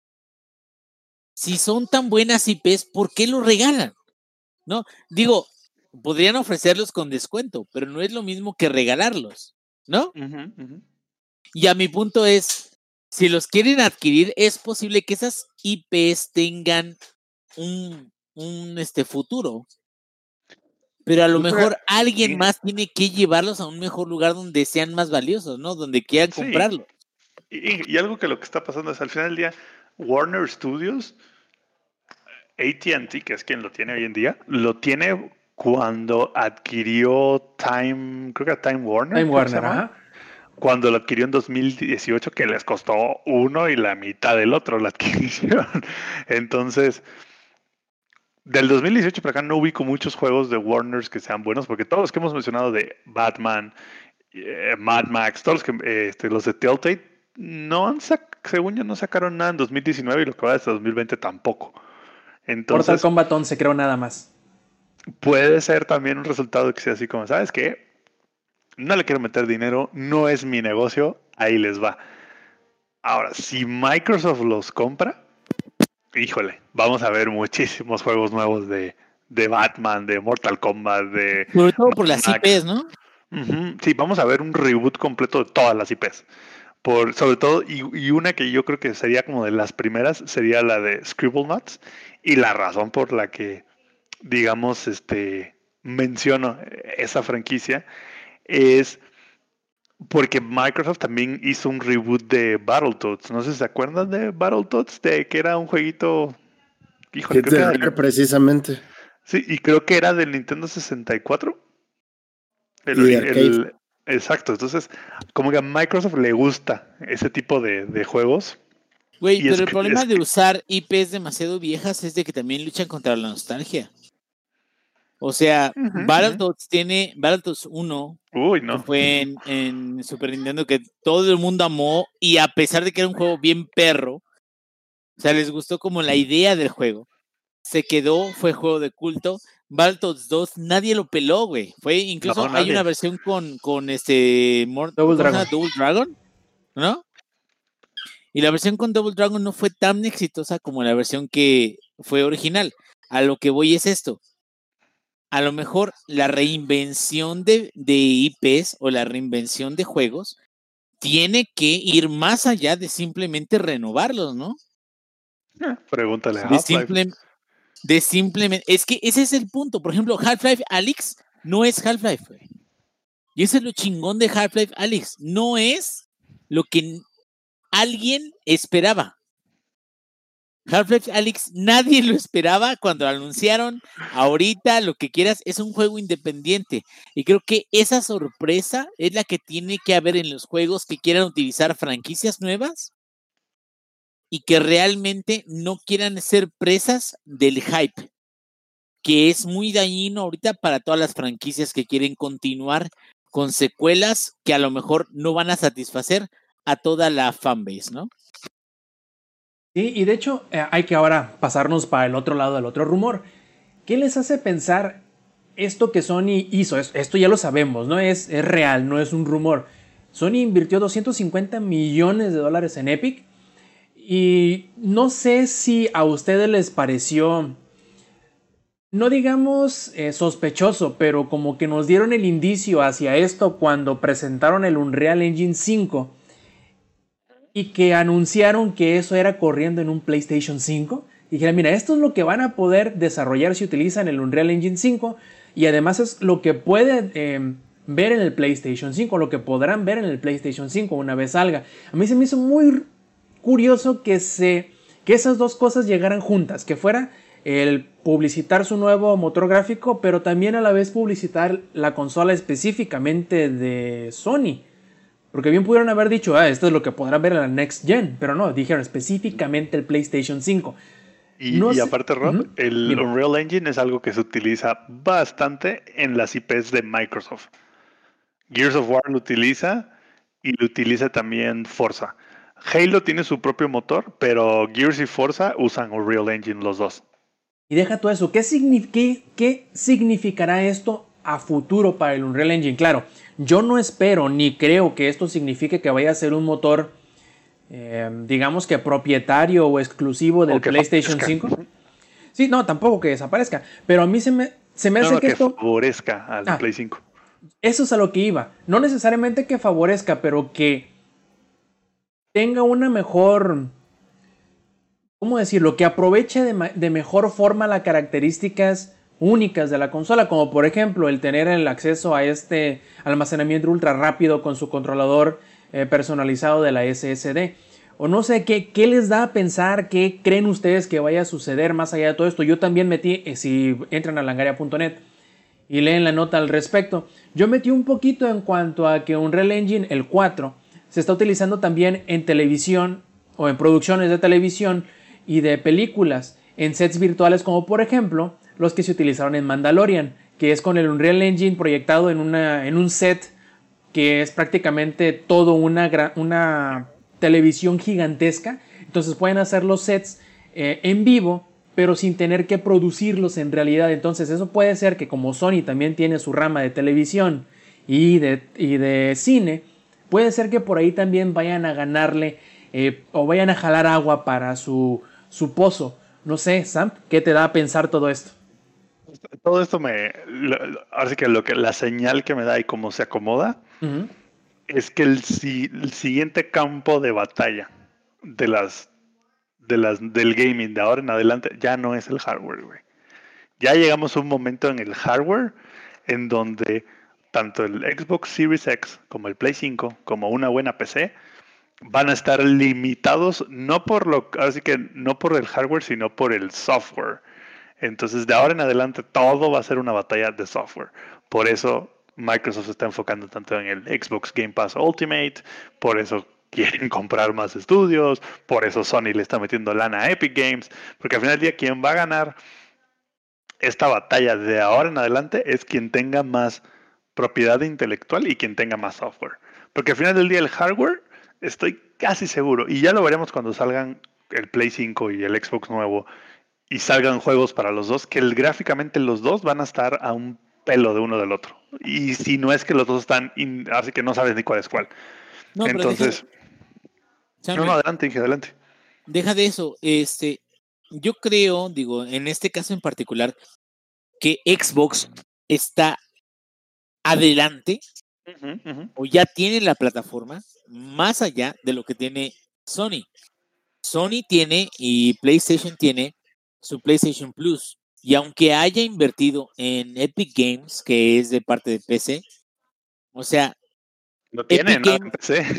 si son tan buenas I Ps, ¿por qué lo regalan? ¿No? Digo, podrían ofrecerlos con descuento, pero no es lo mismo que regalarlos, ¿no? Uh-huh, uh-huh. Y a mi punto es, si los quieren adquirir, es posible que esas I Ps tengan un, un este, futuro. Pero a lo Pues mejor mira, alguien Inge, más tiene que llevarlos a un mejor lugar donde sean más valiosos, ¿no? Donde quieran sí, comprarlos. y, y algo que lo que está pasando es al final del día, Warner Studios, A T and T, que es quien lo tiene hoy en día, lo tiene cuando adquirió Time, creo que era Time Warner, Time creo que se Warner, llamaba. ajá. Cuando lo adquirió en dos mil dieciocho, que les costó uno y la mitad del otro la adquisición. Entonces, del dos mil dieciocho para acá no ubico muchos juegos de Warner que sean buenos, porque todos los que hemos mencionado de Batman, eh, Mad Max, todos los, que, eh, este, los de Telltale, no han sac- según yo no sacaron nada en dos mil diecinueve y lo que va hasta dos mil veinte tampoco. Entonces, Mortal Kombat once creo nada más. Puede ser también un resultado que sea así como, ¿sabes qué? No le quiero meter dinero, no es mi negocio, ahí les va. Ahora, si Microsoft los compra, híjole, vamos a ver muchísimos juegos nuevos de, de Batman, de Mortal Kombat, de... Sobre todo por las I Pes, ¿no? Uh-huh. Sí, vamos a ver un reboot completo de todas las I Pes. Por, sobre todo, y, y una que yo creo que sería como de las primeras, sería la de Scribblenauts. Y la razón por la que, digamos, este menciono esa franquicia es porque Microsoft también hizo un reboot de Battletoads. No sé si se acuerdan de Battletoads, de que era un jueguito... Híjole, Es creo que de era Rare, del, precisamente. sí, y creo que era del Nintendo sesenta y cuatro. El, Y de ori- arcade. el- exacto, entonces, como que a Microsoft le gusta ese tipo de, de juegos. Güey, Y pero es el que- problema es de que- usar I Pes demasiado viejas es de que también luchan contra la nostalgia. O sea, Ujú, ujú. Battletoads tiene Battletoads uno, Uy, que no. fue en, en Super Nintendo, que todo el mundo amó, y a pesar de que era un juego bien perro, o sea, les gustó como la idea del juego. Se quedó, fue juego de culto. Battletoads dos, nadie lo peló, güey. Fue, incluso No, hay nadie. una versión con, con este Mor- Double ¿cómo se llama? Dragon. Double Dragon, ¿no? Y la versión con Double Dragon no fue tan exitosa como la versión que fue original. A lo que voy es esto. A lo mejor la reinvención de, de I Pes o la reinvención de juegos tiene que ir más allá de simplemente renovarlos, ¿no? Eh, Pregúntale a De, Half-Life. simple, de simplemente... Es que ese es el punto. Por ejemplo, Half-Life Alyx no es Half-Life, güey. Y ese es lo chingón de Half-Life Alyx. No es lo que alguien esperaba. Half-Life Alyx nadie lo esperaba cuando lo anunciaron. Ahorita lo que quieras es un juego independiente. Y creo que esa sorpresa es la que tiene que haber en los juegos que quieran utilizar franquicias nuevas y que realmente no quieran ser presas del hype, que es muy dañino ahorita para todas las franquicias que quieren continuar con secuelas que a lo mejor no van a satisfacer a toda la fanbase, ¿no? Sí, y de hecho eh, hay que ahora pasarnos para el otro lado del otro rumor. ¿Qué les hace pensar esto que Sony hizo? Es- Esto ya lo sabemos, ¿no? Es, es real, no es un rumor. Sony invirtió doscientos cincuenta millones de dólares en Epic. Y no sé si a ustedes les pareció, no digamos eh, sospechoso, pero como que nos dieron el indicio hacia esto cuando presentaron el Unreal Engine cinco. Y que anunciaron que eso era corriendo en un PlayStation cinco. Y dijeron, mira, esto es lo que van a poder desarrollar si utilizan el Unreal Engine cinco. Y además es lo que pueden eh, ver en el PlayStation cinco, lo que podrán ver en el PlayStation cinco una vez salga. A mí se me hizo muy curioso que, se, que esas dos cosas llegaran juntas. Que fuera el publicitar su nuevo motor gráfico, pero también a la vez publicitar la consola específicamente de Sony. Porque bien pudieron haber dicho, ah, esto es lo que podrán ver en la Next Gen, pero no, dijeron específicamente el PlayStation cinco. Y, No y sé- aparte, Rob, Ujú. el Dime. Unreal Engine es algo que se utiliza bastante en las I Pes de Microsoft. Gears of War lo utiliza y lo utiliza también Forza. Halo tiene su propio motor, pero Gears y Forza usan Unreal Engine los dos. Y deja todo eso, ¿qué, signi- qué- qué significará esto a futuro para el Unreal Engine? Claro, yo no espero ni creo que esto signifique que vaya a ser un motor, eh, digamos que propietario o exclusivo del O que PlayStation favorezca. cinco. Sí, no, tampoco que desaparezca, pero a mí se me, se me No, hace no, que que esto... favorezca al Ah. Play cinco. Eso es a lo que iba. No necesariamente que favorezca, pero que tenga una mejor... ¿Cómo decirlo? Que aproveche de, ma- de mejor forma las características únicas de la consola, como por ejemplo el tener el acceso a este almacenamiento ultra rápido con su controlador eh, personalizado de la S S D. O no sé, ¿qué, ¿qué les da a pensar? ¿Qué creen ustedes que vaya a suceder más allá de todo esto? Yo también metí, eh, si entran a langaria punto net y leen la nota al respecto, yo metí un poquito en cuanto a que Unreal Engine, el cuatro, se está utilizando también en televisión o en producciones de televisión y de películas, en sets virtuales como por ejemplo los que se utilizaron en Mandalorian, que es con el Unreal Engine proyectado en, una, en un set que es prácticamente todo una, gra- una televisión gigantesca. Entonces pueden hacer los sets eh, en vivo, pero sin tener que producirlos en realidad. Entonces eso puede ser que, como Sony también tiene su rama de televisión y de, y de cine, puede ser que por ahí también vayan a ganarle eh, o vayan a jalar agua para su, su pozo. No sé, Sam, ¿qué te da a pensar todo esto? Todo esto me... Ahora sí que, lo que la señal que me da y cómo se acomoda uh-huh. es que el, el siguiente campo de batalla de las, de las, del gaming de ahora en adelante ya no es el hardware, güey. Ya llegamos a un momento en el hardware en donde tanto el Xbox Series X como el Play cinco, como una buena P C, van a estar limitados no por lo, así que no por el hardware, sino por el software. Entonces, de ahora en adelante, todo va a ser una batalla de software. Por eso Microsoft se está enfocando tanto en el Xbox Game Pass Ultimate, por eso quieren comprar más estudios, por eso Sony le está metiendo lana a Epic Games, porque al final del día, quien va a ganar esta batalla de ahora en adelante es quien tenga más propiedad intelectual y quien tenga más software. Porque al final del día, el hardware, estoy casi seguro, y ya lo veremos cuando salgan el Play cinco y el Xbox nuevo, y salgan juegos para los dos, que el, gráficamente los dos van a estar a un pelo de uno del otro. Y si no es que los dos están, in, así que no sabes ni cuál es cuál. No, entonces... Deja, no, no, adelante, Inge, adelante. Deja de eso. Este, yo creo, digo, en este caso en particular, que Xbox está adelante, uh-huh, uh-huh. o ya tiene la plataforma, más allá de lo que tiene Sony. Sony tiene y PlayStation tiene su PlayStation Plus, y aunque haya invertido en Epic Games, que es de parte de P C, o sea, no tiene Epic nada Games de P C.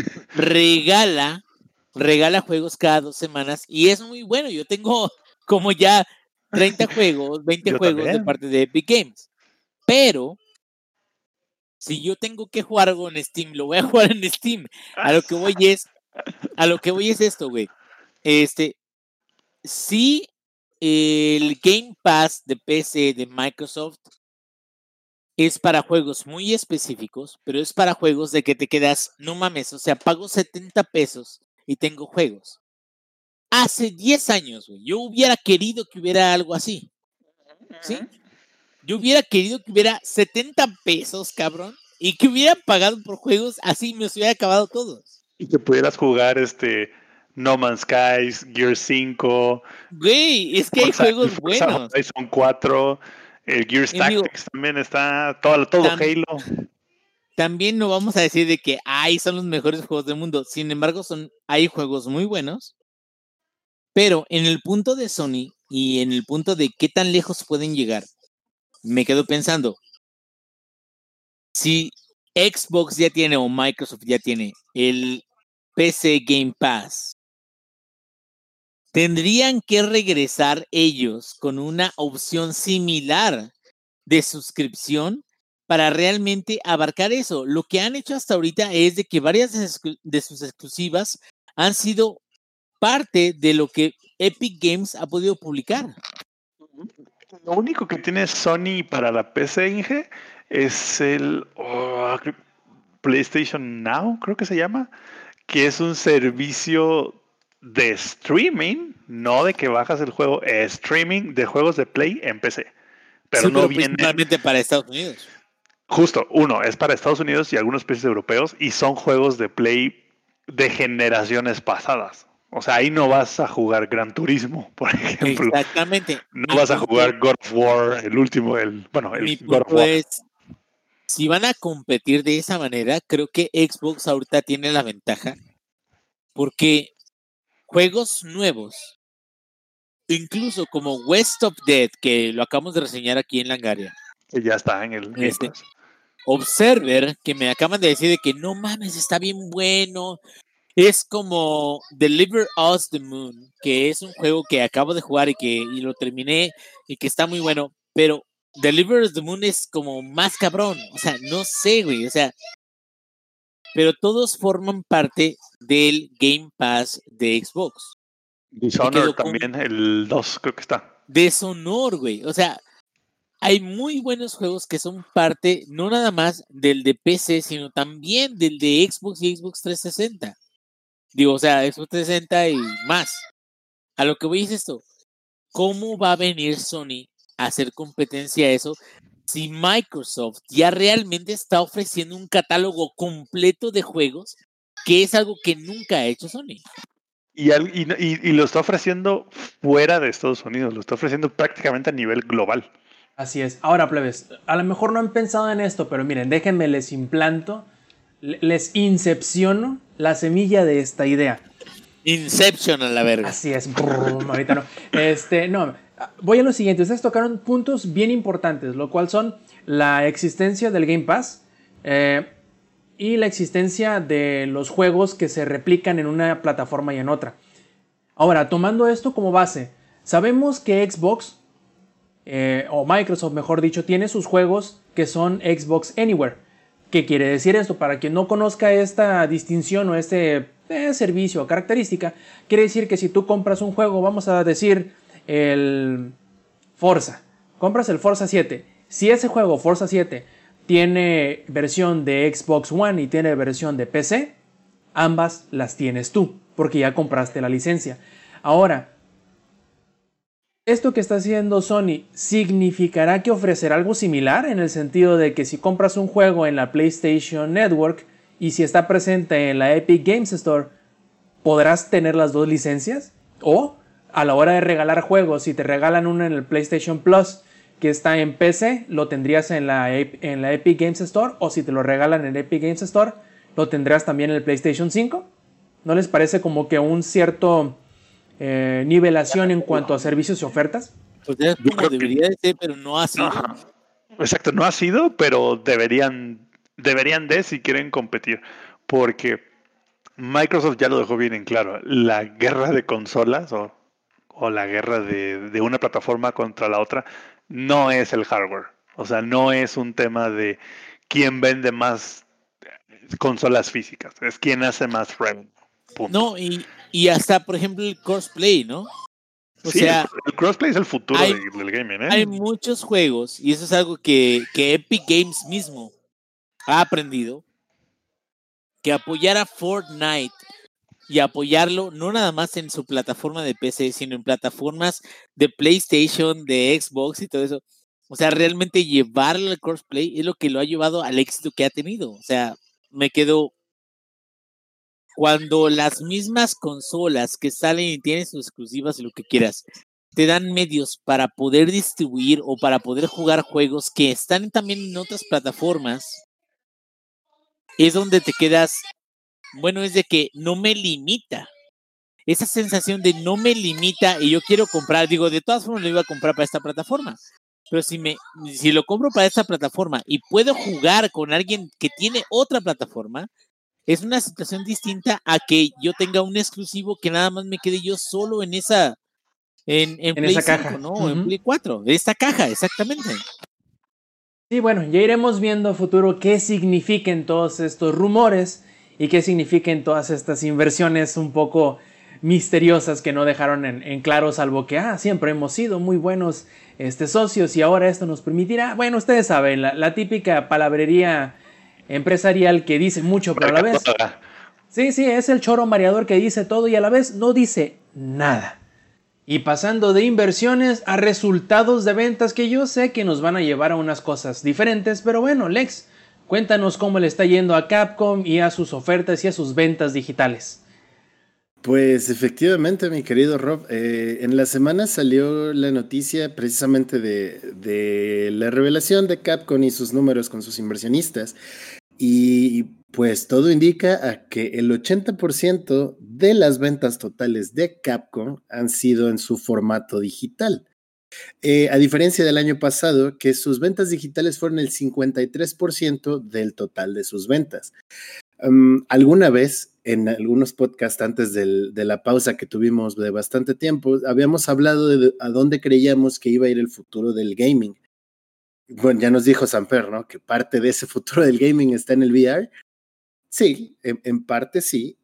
regala regala juegos cada dos semanas y es muy bueno. Yo tengo como ya treinta juegos, veinte yo juegos también. De parte de Epic Games, pero si yo tengo que jugar algo en Steam, lo voy a jugar en Steam. A lo que voy es a lo que voy es esto, güey. Este, sí, el Game Pass de P C de Microsoft es para juegos muy específicos, pero es para juegos de que te quedas, no mames, o sea, pago setenta pesos y tengo juegos. Hace diez años, güey, yo hubiera querido que hubiera algo así, ¿sí? Yo hubiera querido que hubiera setenta pesos, cabrón, y que hubiera pagado por juegos así, me los hubiera acabado todos. Y que pudieras jugar este No Man's Skies, Gear cinco. Güey, es que Forza, hay juegos Forza buenos. Horizon cuatro, el Gears Tactics también está, todo, todo tam, Halo. También no vamos a decir de que ay, son los mejores juegos del mundo. Sin embargo, son, hay juegos muy buenos. Pero en el punto de Sony y en el punto de qué tan lejos pueden llegar, me quedo pensando, si Xbox ya tiene o Microsoft ya tiene el P C Game Pass, tendrían que regresar ellos con una opción similar de suscripción para realmente abarcar eso. Lo que han hecho hasta ahorita es de que varias de sus exclusivas han sido parte de lo que Epic Games ha podido publicar. Lo único que tiene Sony para la P C, Inge, es el oh, PlayStation Now, creo que se llama, que es un servicio de streaming, no de que bajas el juego, es streaming de juegos de Play en P C. Pero sí, no pero viene principalmente para Estados Unidos. Justo, uno, es para Estados Unidos y algunos países europeos y son juegos de Play de generaciones pasadas. O sea, ahí no vas a jugar Gran Turismo, por ejemplo. Exactamente. No mi vas punto, a jugar God of War, el último, el bueno, el mi God punto of War. Es, si van a competir de esa manera, creo que Xbox ahorita tiene la ventaja porque juegos nuevos, incluso como West of Dead, que lo acabamos de reseñar aquí en Langaria. Que ya está en el Game este, Pass. Observer, que me acaban de decir de que no mames, está bien bueno. Es como Deliver Us the Moon, que es un juego que acabo de jugar y que y lo terminé y que está muy bueno, pero Deliver Us the Moon es como más cabrón, o sea, no sé, güey, o sea, pero todos forman parte del Game Pass de Xbox. Dishonored también, el dos creo que está. Dishonor, güey, o sea, hay muy buenos juegos que son parte no nada más del de P C, sino también del de Xbox y Xbox trescientos sesenta. Digo, o sea, Xbox trescientos sesenta y más. A lo que voy es esto. ¿Cómo va a venir Sony a hacer competencia a eso si Microsoft ya realmente está ofreciendo un catálogo completo de juegos, que es algo que nunca ha hecho Sony? Y, al, y, y, y lo está ofreciendo fuera de Estados Unidos, lo está ofreciendo prácticamente a nivel global. Así es. Ahora, plebes, a lo mejor no han pensado en esto, pero miren, déjenme les implanto, les incepciono la semilla de esta idea. Inception a la verga. Así es. Brum, ahorita no. Este, no. Voy a lo siguiente. Ustedes tocaron puntos bien importantes, lo cual son la existencia del Game Pass eh, y la existencia de los juegos que se replican en una plataforma y en otra. Ahora, tomando esto como base, sabemos que Xbox, eh, o Microsoft mejor dicho, tiene sus juegos que son Xbox Anywhere. ¿Qué quiere decir esto? Para quien no conozca esta distinción o este eh, servicio o característica, quiere decir que si tú compras un juego, vamos a decir el Forza, compras el Forza siete. Si ese juego, Forza siete, tiene versión de Xbox One y tiene versión de P C, ambas las tienes tú, porque ya compraste la licencia. Ahora, esto que está haciendo Sony significará que ofrecerá algo similar, en el sentido de que si compras un juego en la PlayStation Network y si está presente en la Epic Games Store, ¿podrás tener las dos licencias? O a la hora de regalar juegos, si te regalan uno en el PlayStation Plus que está en P C, lo tendrías en la, en la Epic Games Store, o si te lo regalan en Epic Games Store, lo tendrás también en el PlayStation cinco. ¿No les parece como que un cierto eh, nivelación en cuanto a servicios y ofertas? Pues ya Yo como creo que- debería de ser, pero no ha sido. Ajá. Exacto, no ha sido, pero deberían, deberían de si quieren competir, porque Microsoft ya lo dejó bien en claro, la guerra de consolas o, o la guerra de, de una plataforma contra la otra no es el hardware, o sea, no es un tema de quién vende más consolas físicas, es quién hace más revenue. Punto. No, y, y hasta, por ejemplo, el crossplay, ¿no? O Sí, sea, el, el crossplay es el futuro hay- de- del gaming, ¿eh? hay muchos juegos, y eso es algo que, que Epic Games mismo ha aprendido, que apoyar a Fortnite y apoyarlo no nada más en su plataforma de P C, sino en plataformas de PlayStation, de Xbox y todo eso. O sea, realmente llevarlo al crossplay es lo que lo ha llevado al éxito que ha tenido. O sea, me quedo cuando las mismas consolas que salen y tienen sus exclusivas y lo que quieras, te dan medios para poder distribuir o para poder jugar juegos que están también en otras plataformas, es donde te quedas, bueno, es de que no me limita. Esa sensación de no me limita y yo quiero comprar, digo, de todas formas lo iba a comprar para esta plataforma, pero si me si lo compro para esta plataforma y puedo jugar con alguien que tiene otra plataforma, es una situación distinta a que yo tenga un exclusivo que nada más me quede yo solo en esa en, en, En Play esa cinco, caja. ¿no? Uh-huh. En Play cuatro, de esta caja, exactamente. Sí, bueno, ya iremos viendo a futuro qué significan todos estos rumores y qué significan todas estas inversiones un poco misteriosas que no dejaron en, en claro, salvo que ah, siempre hemos sido muy buenos este, socios y ahora esto nos permitirá. Bueno, ustedes saben, la, la típica palabrería empresarial que dice mucho, pero a la vez... Sí, sí, es el choro mareador que dice todo y a la vez no dice nada. Y pasando de inversiones a resultados de ventas que yo sé que nos van a llevar a unas cosas diferentes, pero bueno, Lex, cuéntanos cómo le está yendo a Capcom y a sus ofertas y a sus ventas digitales. Pues efectivamente, mi querido Rob, eh, en la semana salió la noticia precisamente de, de la revelación de Capcom y sus números con sus inversionistas. Y pues todo indica a que el ochenta por ciento de las ventas totales de Capcom han sido en su formato digital. Eh, a diferencia del año pasado, que sus ventas digitales fueron el cincuenta y tres por ciento del total de sus ventas. Um, alguna vez, en algunos podcasts antes del, de la pausa que tuvimos de bastante tiempo, habíamos hablado de a dónde creíamos que iba a ir el futuro del gaming. Bueno, ya nos dijo Samper, ¿no? Que parte de ese futuro del gaming está en el V R. Sí, en, en parte sí,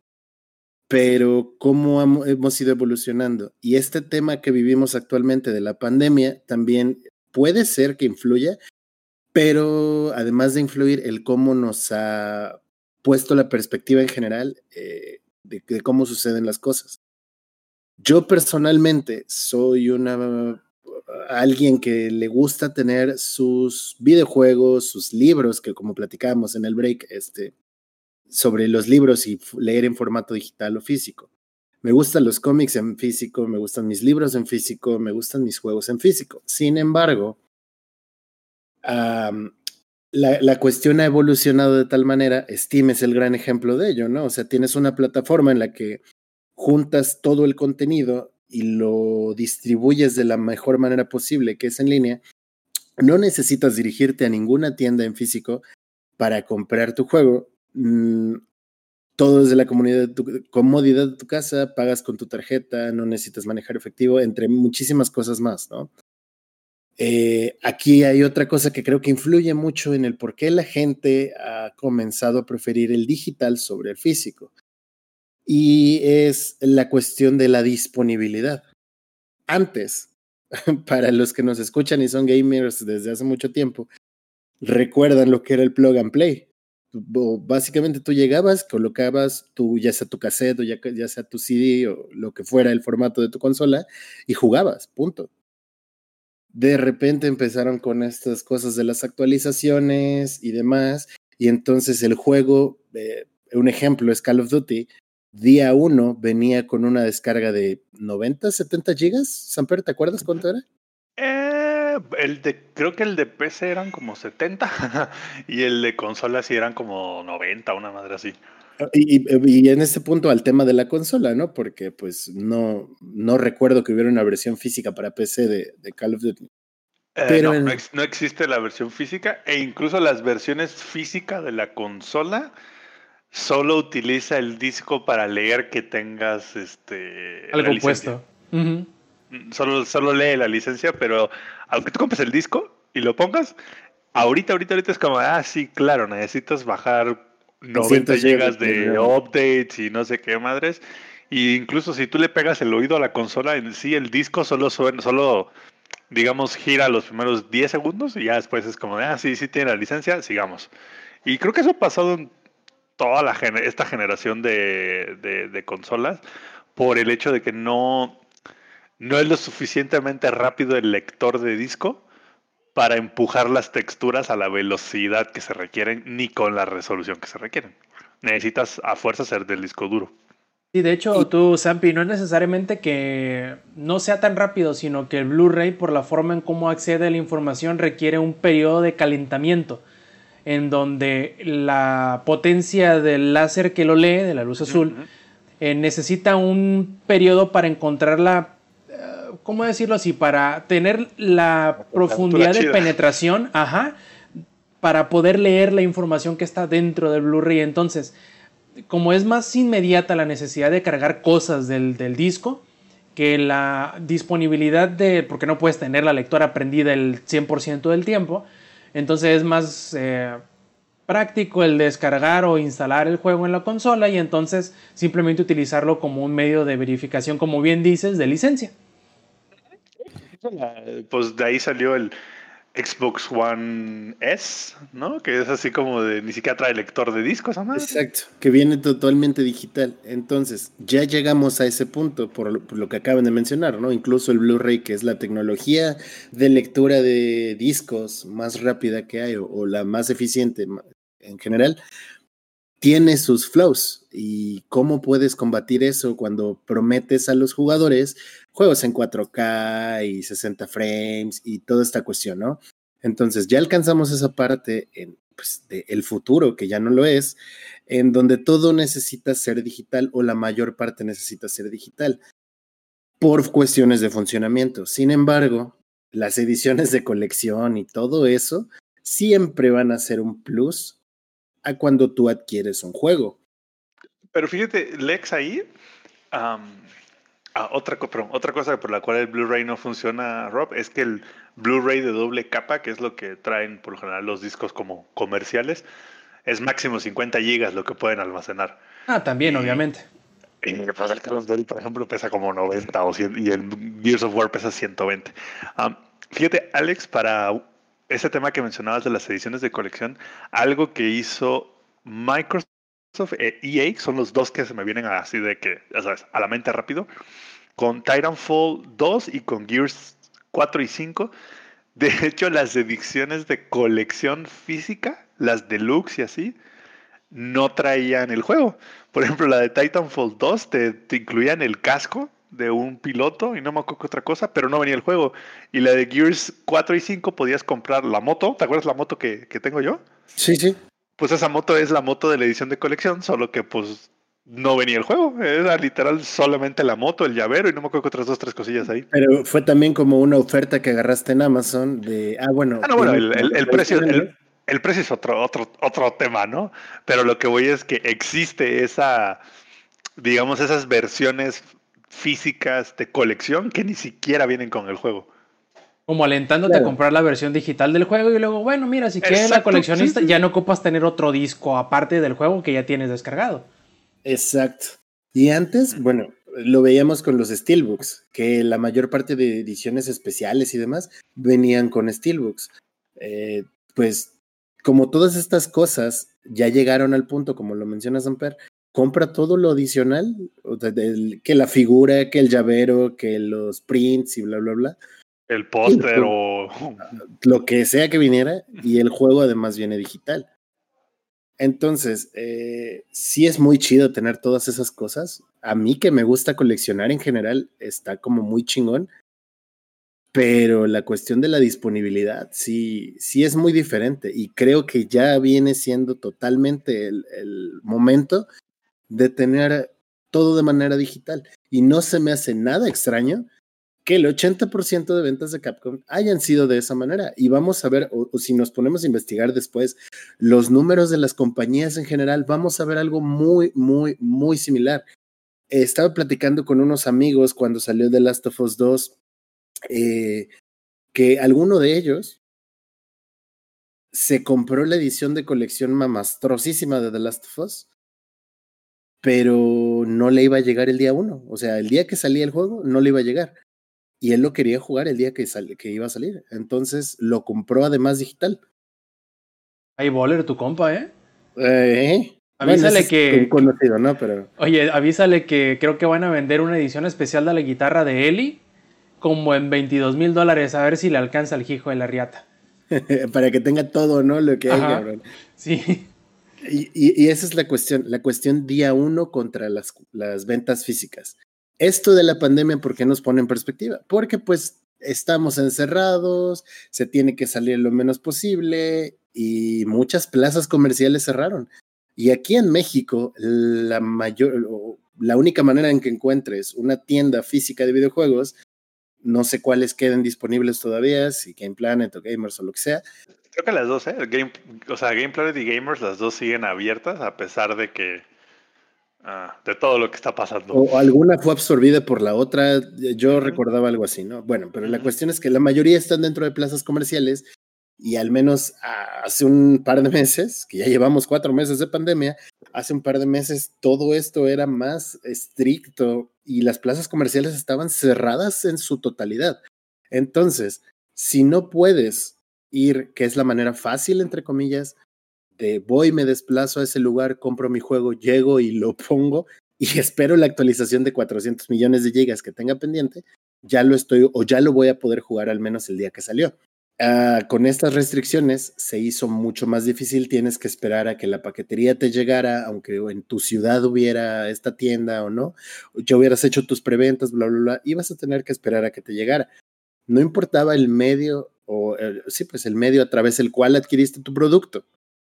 pero cómo hemos ido evolucionando. Y este tema que vivimos actualmente de la pandemia también puede ser que influya, pero además de influir el cómo nos ha puesto la perspectiva en general, eh, de, de cómo suceden las cosas. Yo personalmente soy una alguien que le gusta tener sus videojuegos, sus libros, que como platicábamos en el break, este, sobre los libros y leer en formato digital o físico. Me gustan los cómics en físico, me gustan mis libros en físico, me gustan mis juegos en físico. Sin embargo, um, la, la cuestión ha evolucionado de tal manera, Steam es el gran ejemplo de ello, ¿no? O sea, tienes una plataforma en la que juntas todo el contenido y lo distribuyes de la mejor manera posible, que es en línea. No necesitas dirigirte a ninguna tienda en físico para comprar tu juego. Mm, todo desde la comunidad de tu, comodidad de tu casa, pagas con tu tarjeta, no necesitas manejar efectivo, entre muchísimas cosas más, ¿no? Eh, aquí hay otra cosa que creo que influye mucho en el por qué la gente ha comenzado a preferir el digital sobre el físico. Y es la cuestión de la disponibilidad. Antes, para los que nos escuchan y son gamers desde hace mucho tiempo, recuerdan lo que era el plug and play. Básicamente tú llegabas, colocabas tu, ya sea tu cassette o ya, ya sea tu C D o lo que fuera el formato de tu consola y jugabas, punto. De repente empezaron con estas cosas de las actualizaciones y demás, y entonces el juego, eh, un ejemplo es Call of Duty, día uno venía con una descarga de noventa, setenta gigas. Samper, ¿te acuerdas cuánto era? Eh, el de, creo que el de P C eran como setenta y el de consola sí eran como noventa, una madre así. Y, y, y en este punto al tema de la consola, ¿no? Porque pues no, no recuerdo que hubiera una versión física para P C de, de Call of Duty. Eh, Pero no, en... no, ex, no existe la versión física e incluso las versiones físicas de la consola solo utiliza el disco para leer que tengas este, algo la licencia. puesto. Uh-huh. Solo, solo lee la licencia, pero aunque tú compres el disco y lo pongas, ahorita, ahorita, ahorita es como, ah, sí, claro, necesitas bajar noventa gigas de updates y no sé qué madres. Y incluso si tú le pegas el oído a la consola, en sí el disco solo suena, solo, digamos, gira los primeros diez segundos y ya después es como, ah, sí, sí tiene la licencia, sigamos. Y creo que eso ha pasado en toda la gener- esta generación de, de, de consolas por el hecho de que no... No es lo suficientemente rápido el lector de disco para empujar las texturas a la velocidad que se requieren ni con la resolución que se requieren. Necesitas a fuerza ser del disco duro. Sí, de hecho, tú, Sampi, no es necesariamente que no sea tan rápido, sino que el Blu-ray, por la forma en cómo accede a la información, requiere un periodo de calentamiento, en donde la potencia del láser que lo lee, de la luz azul, uh-huh. eh, necesita un periodo para encontrar la... ¿Cómo decirlo así? Para tener la, la profundidad de penetración, ajá, para poder leer la información que está dentro del Blu-ray. Entonces, como es más inmediata la necesidad de cargar cosas del, del disco, que la disponibilidad de... porque no puedes tener la lectora prendida el cien por ciento del tiempo, entonces es más eh, práctico el descargar o instalar el juego en la consola y entonces simplemente utilizarlo como un medio de verificación, como bien dices, de licencia. Pues de ahí salió el Xbox One S, ¿no? Que es así como de ni siquiera trae lector de discos, ¿no? Exacto, que viene totalmente digital. Entonces, ya llegamos a ese punto por lo, por lo que acaban de mencionar, ¿no? Incluso el Blu-ray, que es la tecnología de lectura de discos más rápida que hay o, o la más eficiente en general, tiene sus flaws. ¿Y cómo puedes combatir eso cuando prometes a los jugadores juegos en cuatro K y sesenta frames y toda esta cuestión, ¿no? Entonces ya alcanzamos esa parte en pues, de el futuro, que ya no lo es, en donde todo necesita ser digital o la mayor parte necesita ser digital por cuestiones de funcionamiento. Sin embargo, las ediciones de colección y todo eso siempre van a ser un plus a cuando tú adquieres un juego. Pero fíjate, Lex, ahí, um, ah, otra, perdón, otra cosa por la cual el Blu-ray no funciona, Rob, es que el Blu-ray de doble capa, que es lo que traen por lo general los discos como comerciales, es máximo cincuenta gigas lo que pueden almacenar. Ah, también, y, obviamente. Y pues el Call of Duty, por ejemplo, pesa como noventa o cien, y el Gears of War pesa ciento veinte. Um, fíjate, Alex, para ese tema que mencionabas de las ediciones de colección, algo que hizo Microsoft Microsoft e E A son los dos que se me vienen así de que, ya sabes, a la mente rápido. Con Titanfall dos y con Gears cuatro y cinco. De hecho, las ediciones de colección física, las deluxe y así, no traían el juego. Por ejemplo, la de Titanfall dos te, te incluían el casco de un piloto y no me acuerdo qué otra cosa, pero no venía el juego. Y la de Gears cuatro y cinco podías comprar la moto. ¿Te acuerdas la moto que, que tengo yo? Sí, sí. Pues esa moto es la moto de la edición de colección, solo que pues no venía el juego. Era literal solamente la moto, el llavero y no me acuerdo qué otras dos, tres cosillas ahí. Pero fue también como una oferta que agarraste en Amazon de, ah, bueno. Ah, no, bueno, el, el, el precio... El, El precio es otro, otro, otro tema, ¿no? Pero lo que voy es que existe esa, digamos, esas versiones físicas de colección que ni siquiera vienen con el juego. Como alentándote claro. a comprar la versión digital del juego y luego, bueno, mira, si quieres la coleccionista, sí, sí. ya no ocupas tener otro disco aparte del juego que ya tienes descargado. Exacto. Y antes, bueno, lo veíamos con los Steelbooks, que la mayor parte de ediciones especiales y demás venían con Steelbooks. Eh, pues... Como todas estas cosas ya llegaron al punto, como lo menciona Samper, compra todo lo adicional, o sea, del, que la figura, que el llavero, que los prints y bla, bla, bla. El póster o... Lo que sea que viniera, y el juego además viene digital. Entonces, eh, sí es muy chido tener todas esas cosas. A mí que me gusta coleccionar en general, está como muy chingón. Pero la cuestión de la disponibilidad sí, sí es muy diferente y creo que ya viene siendo totalmente el, el momento de tener todo de manera digital. Y no se me hace nada extraño que el ochenta por ciento de ventas de Capcom hayan sido de esa manera. Y vamos a ver, o, o si nos ponemos a investigar después los números de las compañías en general, vamos a ver algo muy, muy, muy similar. Eh, estaba platicando con unos amigos cuando salió The Last of Us dos, Eh, que alguno de ellos se compró la edición de colección mamastrosísima de The Last of Us, pero no le iba a llegar el día uno, o sea, el día que salía el juego no le iba a llegar, y él lo quería jugar el día que, sal- que iba a salir, entonces lo compró además digital. Ay, Boller, tu compa, ¿eh? Eh, Avísale bueno, que... es conocido, ¿no? Pero... Oye, avísale que creo que van a vender una edición especial de la guitarra de Eli como en veintidós mil dólares, a ver si le alcanza el hijo de la riata. Para que tenga todo, ¿no? Lo que hay, cabrón. Sí. Y, y, y esa es la cuestión, la cuestión día uno contra las, las ventas físicas. Esto de la pandemia, ¿por qué nos pone en perspectiva? Porque pues estamos encerrados, se tiene que salir lo menos posible y muchas plazas comerciales cerraron. Y aquí en México, la mayor, la única manera en que encuentres una tienda física de videojuegos, no sé cuáles queden disponibles todavía, si Game Planet o Gamers o lo que sea. Creo que las dos, ¿eh? Game, o sea, Game Planet y Gamers, las dos siguen abiertas a pesar de que uh, de todo lo que está pasando. O, o alguna fue absorbida por la otra, yo uh-huh. recordaba algo así, ¿no? Bueno, pero uh-huh. la cuestión es que la mayoría están dentro de plazas comerciales y al menos uh, hace un par de meses, que ya llevamos cuatro meses de pandemia, hace un par de meses todo esto era más estricto y las plazas comerciales estaban cerradas en su totalidad. Entonces, si no puedes ir, que es la manera fácil, entre comillas, de voy, me desplazo a ese lugar, compro mi juego, llego y lo pongo y espero la actualización de cuatrocientos millones de gigas que tenga pendiente, ya lo estoy o ya lo voy a poder jugar al menos el día que salió. Uh, con estas restricciones se hizo mucho más difícil, tienes que esperar a que la paquetería te llegara, aunque en tu ciudad hubiera esta tienda o no, ya hubieras hecho tus preventas, bla, bla, bla, ibas a tener que esperar a que te llegara. No importaba el medio, o eh, sí, pues el medio a través del cual adquiriste tu producto,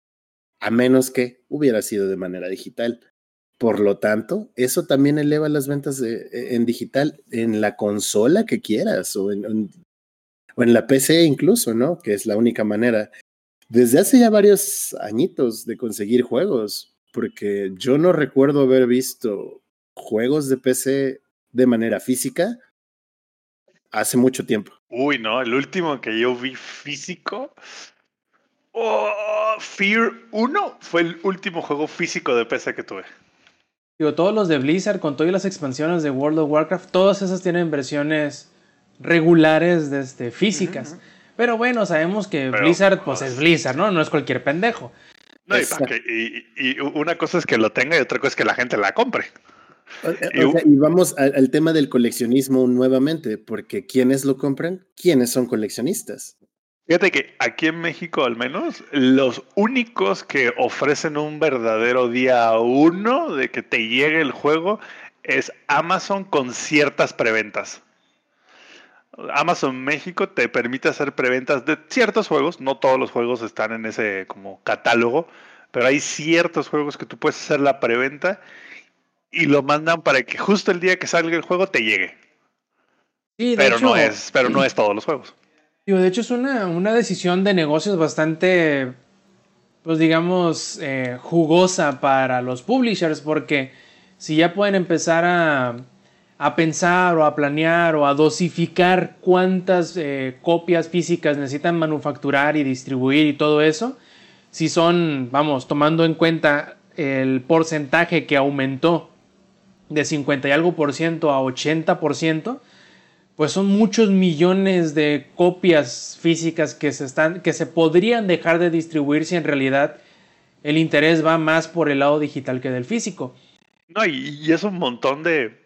a menos que hubiera sido de manera digital. Por lo tanto, eso también eleva las ventas de, en digital en la consola que quieras o en, en o en la P C incluso, ¿no? Que es la única manera. Desde hace ya varios añitos de conseguir juegos, porque yo no recuerdo haber visto juegos de P C de manera física hace mucho tiempo. Uy, no, el último que yo vi físico, oh, Fear uno fue el último juego físico de P C que tuve. Digo, todos los de Blizzard, con todas las expansiones de World of Warcraft, todas esas tienen versiones regulares desde físicas, uh-huh. pero bueno, sabemos que Pero, Blizzard pues es Blizzard, ¿no? No es cualquier pendejo. No, y, para que, y, y una cosa es que lo tenga y otra cosa es que la gente la compre. O, o sea, y vamos al, al tema del coleccionismo nuevamente, porque ¿quiénes lo compran? ¿Quiénes son coleccionistas? Fíjate que aquí en México al menos, los únicos que ofrecen un verdadero día uno de que te llegue el juego es Amazon con ciertas preventas. Amazon México te permite hacer preventas de ciertos juegos, no todos los juegos están en ese como catálogo, pero hay ciertos juegos que tú puedes hacer la preventa y lo mandan para que justo el día que salga el juego te llegue. Sí, de pero hecho, no es, pero no es todos los juegos. Digo, de hecho es una, una decisión de negocios bastante, pues digamos, eh, jugosa para los publishers, porque si ya pueden empezar a, a pensar o a planear o a dosificar cuántas eh, copias físicas necesitan manufacturar y distribuir y todo eso, si son, vamos, tomando en cuenta el porcentaje que aumentó de cincuenta y algo por ciento a ochenta por ciento, pues son muchos millones de copias físicas que se, están, que se podrían dejar de distribuir si en realidad el interés va más por el lado digital que del físico. No, y, y es un montón de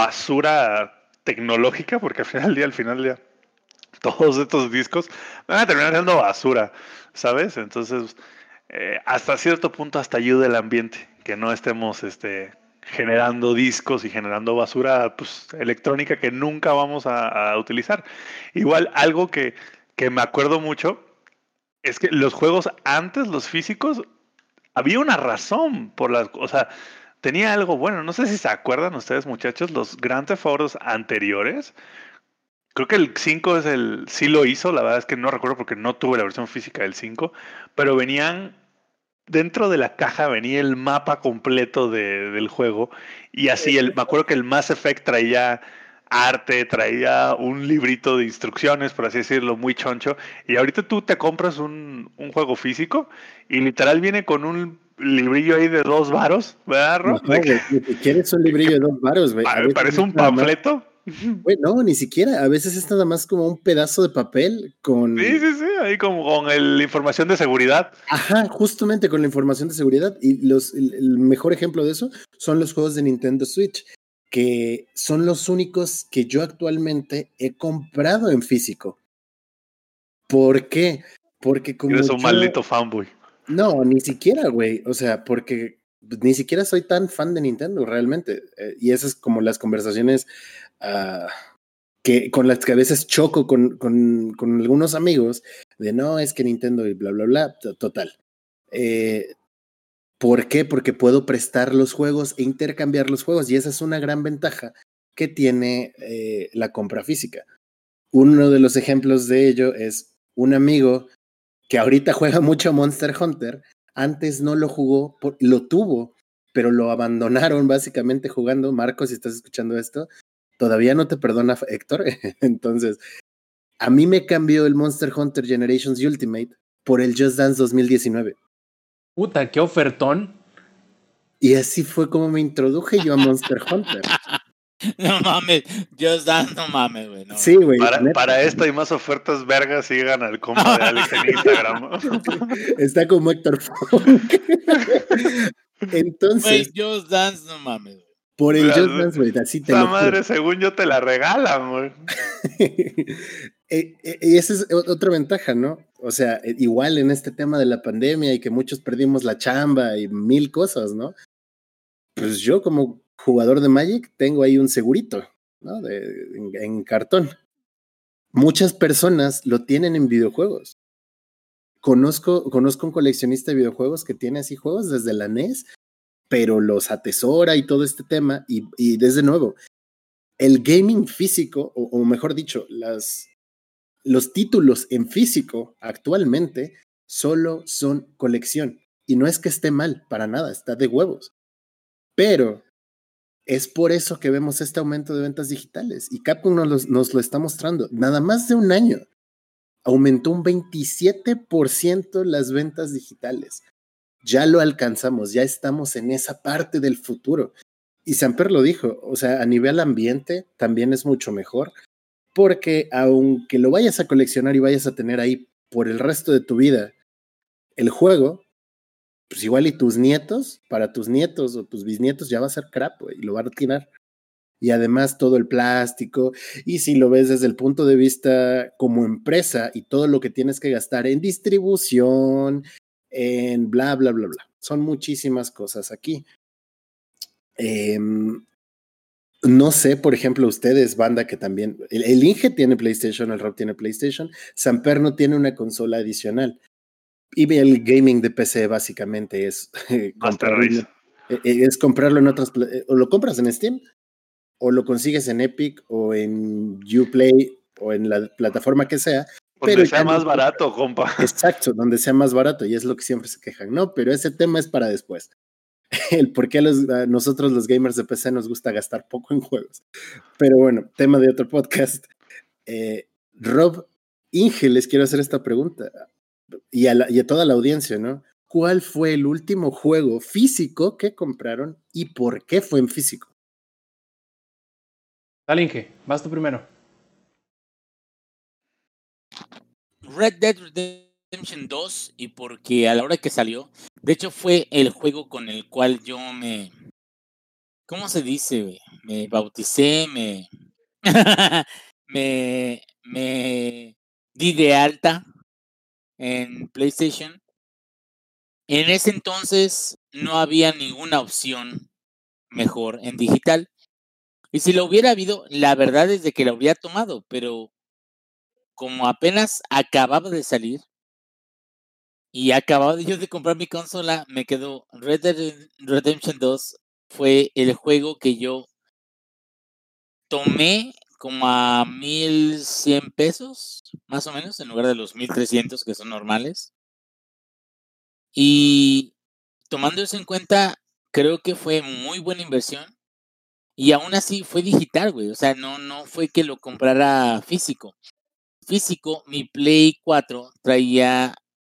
basura tecnológica, porque al final del día, al final del día, todos estos discos van a terminar siendo basura, ¿sabes? Entonces, eh, hasta cierto punto hasta ayuda el ambiente, que no estemos este, generando discos y generando basura pues, electrónica que nunca vamos a, a utilizar. Igual, algo que, que me acuerdo mucho es que los juegos antes, los físicos, había una razón por las... O sea, tenía algo bueno. No sé si se acuerdan ustedes, muchachos, los Grand Theft Autos anteriores. Creo que el cinco es el, sí lo hizo, la verdad es que no recuerdo porque no tuve la versión física del cinco, pero venían, dentro de la caja venía el mapa completo de, del juego y así, el, me acuerdo que el Mass Effect traía arte, traía un librito de instrucciones, por así decirlo, muy choncho, y ahorita tú te compras un, un juego físico y literal viene con un librillo ahí de dos varos, ¿verdad, Rob? No, güey, ni siquiera es un librillo de dos varos, güey. Parece un panfleto. Güey, no, ni siquiera. A veces es nada más como un pedazo de papel con... Sí, sí, sí, ahí como con el, la información de seguridad. Ajá, justamente con la información de seguridad. Y los, el, el mejor ejemplo de eso son los juegos de Nintendo Switch, que son los únicos que yo actualmente he comprado en físico. ¿Por qué? Porque como Eres un yo... maldito fanboy. No, ni siquiera, güey. O sea, porque ni siquiera soy tan fan de Nintendo realmente. Eh, y esas es como las conversaciones uh, que, con las que a veces choco con, con, con algunos amigos de no, es que Nintendo y bla, bla, bla. Total. Eh, ¿Por qué? Porque puedo prestar los juegos e intercambiar los juegos. Y esa es una gran ventaja que tiene eh, la compra física. Uno de los ejemplos de ello es un amigo que ahorita juega mucho Monster Hunter, antes no lo jugó, lo tuvo, pero lo abandonaron básicamente jugando. Marcos, si estás escuchando esto, todavía no te perdona Héctor. Entonces, a mí me cambió el Monster Hunter Generations Ultimate por el Just Dance dos mil diecinueve. Puta, qué ofertón. Y así fue como me introduje yo a Monster Hunter. No mames, Just Dance, no mames, güey. No, sí, güey. Para, para esta y más ofertas vergas, sigan al compa de Alex en Instagram. Está como Héctor Funk. Entonces. Güey, Just Dance, no mames, güey. Por el Just Dance, güey, así te lo lo madre, según yo, te la regalan, güey. Y esa es otra ventaja, ¿no? O sea, igual en este tema de la pandemia y que muchos perdimos la chamba y mil cosas, ¿no? Pues yo como jugador de Magic tengo ahí un segurito, ¿no? De, en, en cartón. Muchas personas lo tienen en videojuegos. Conozco, conozco un coleccionista de videojuegos que tiene así juegos desde la N E S, pero los atesora y todo este tema. Y, y desde nuevo, el gaming físico, o, o mejor dicho, las, los títulos en físico actualmente solo son colección. Y no es que esté mal, para nada, está de huevos. Pero es por eso que vemos este aumento de ventas digitales. Y Capcom nos, los, nos lo está mostrando. Nada más de un año aumentó un veintisiete por ciento las ventas digitales. Ya lo alcanzamos, ya estamos en esa parte del futuro. Y Samper lo dijo, o sea, a nivel ambiente también es mucho mejor, porque aunque lo vayas a coleccionar y vayas a tener ahí por el resto de tu vida el juego, pues igual y tus nietos, para tus nietos o tus bisnietos ya va a ser crap, güey, y lo van a tirar. Y además todo el plástico, y si lo ves desde el punto de vista como empresa y todo lo que tienes que gastar en distribución, en bla, bla, bla, bla. Son muchísimas cosas aquí. Eh, no sé, por ejemplo, ustedes, banda que también, el, el Inge tiene PlayStation, el Rob tiene PlayStation, Samper no tiene una consola adicional. Y el gaming de P C básicamente es, eh, comprarlo, eh, es comprarlo en otras, eh, o lo compras en Steam, o lo consigues en Epic, o en Uplay, o en la plataforma que sea. Donde pero sea más barato, compa. Exacto, donde sea más barato, y es lo que siempre se quejan, ¿no? Pero ese tema es para después. El por qué a, los, a nosotros los gamers de P C nos gusta gastar poco en juegos. Pero bueno, tema de otro podcast. Eh, Rob, Inge, les quiero hacer esta pregunta, y a, la, y a toda la audiencia, ¿no? ¿Cuál fue el último juego físico que compraron y por qué fue en físico? Dale, Inge, vas tú primero. Red Dead Redemption dos, y porque a la hora que salió, de hecho fue el juego con el cual yo me, ¿cómo se dice, güey? Me bauticé, me, me, me di de alta en PlayStation. En ese entonces no había ninguna opción mejor en digital. Y si lo hubiera habido, la verdad es de que lo habría tomado, pero como apenas acababa de salir y acababa yo de comprar mi consola, me quedó Red Dead Redemption dos. Fue el juego que yo tomé como a mil cien pesos, más o menos, en lugar de los mil trescientos que son normales. Y tomando eso en cuenta, creo que fue muy buena inversión. Y aún así fue digital, güey. O sea, no, no fue que lo comprara físico. Físico, mi Play cuatro traía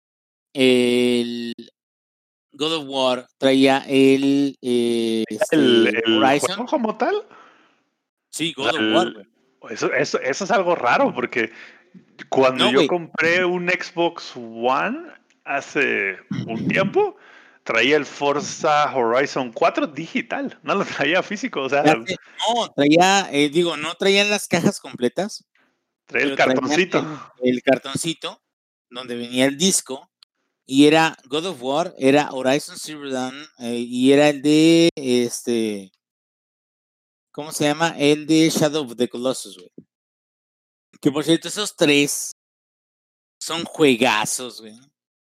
el God of War, traía el, eh, este, ¿El, el Horizon. juego como tal? Sí, God el, of War, güey. Eso, eso, eso es algo raro, porque cuando No, yo güey. compré un Xbox One hace un tiempo, traía el Forza Horizon cuatro digital, no lo traía físico, o sea, Sé, no, traía, eh, digo, no traían las cajas completas. traía el cartoncito. El, el cartoncito donde venía el disco, y era God of War, era Horizon Zero Dawn, eh, y era el de este, ¿cómo se llama? El de Shadow of the Colossus, güey. Que por cierto, esos tres son juegazos, güey.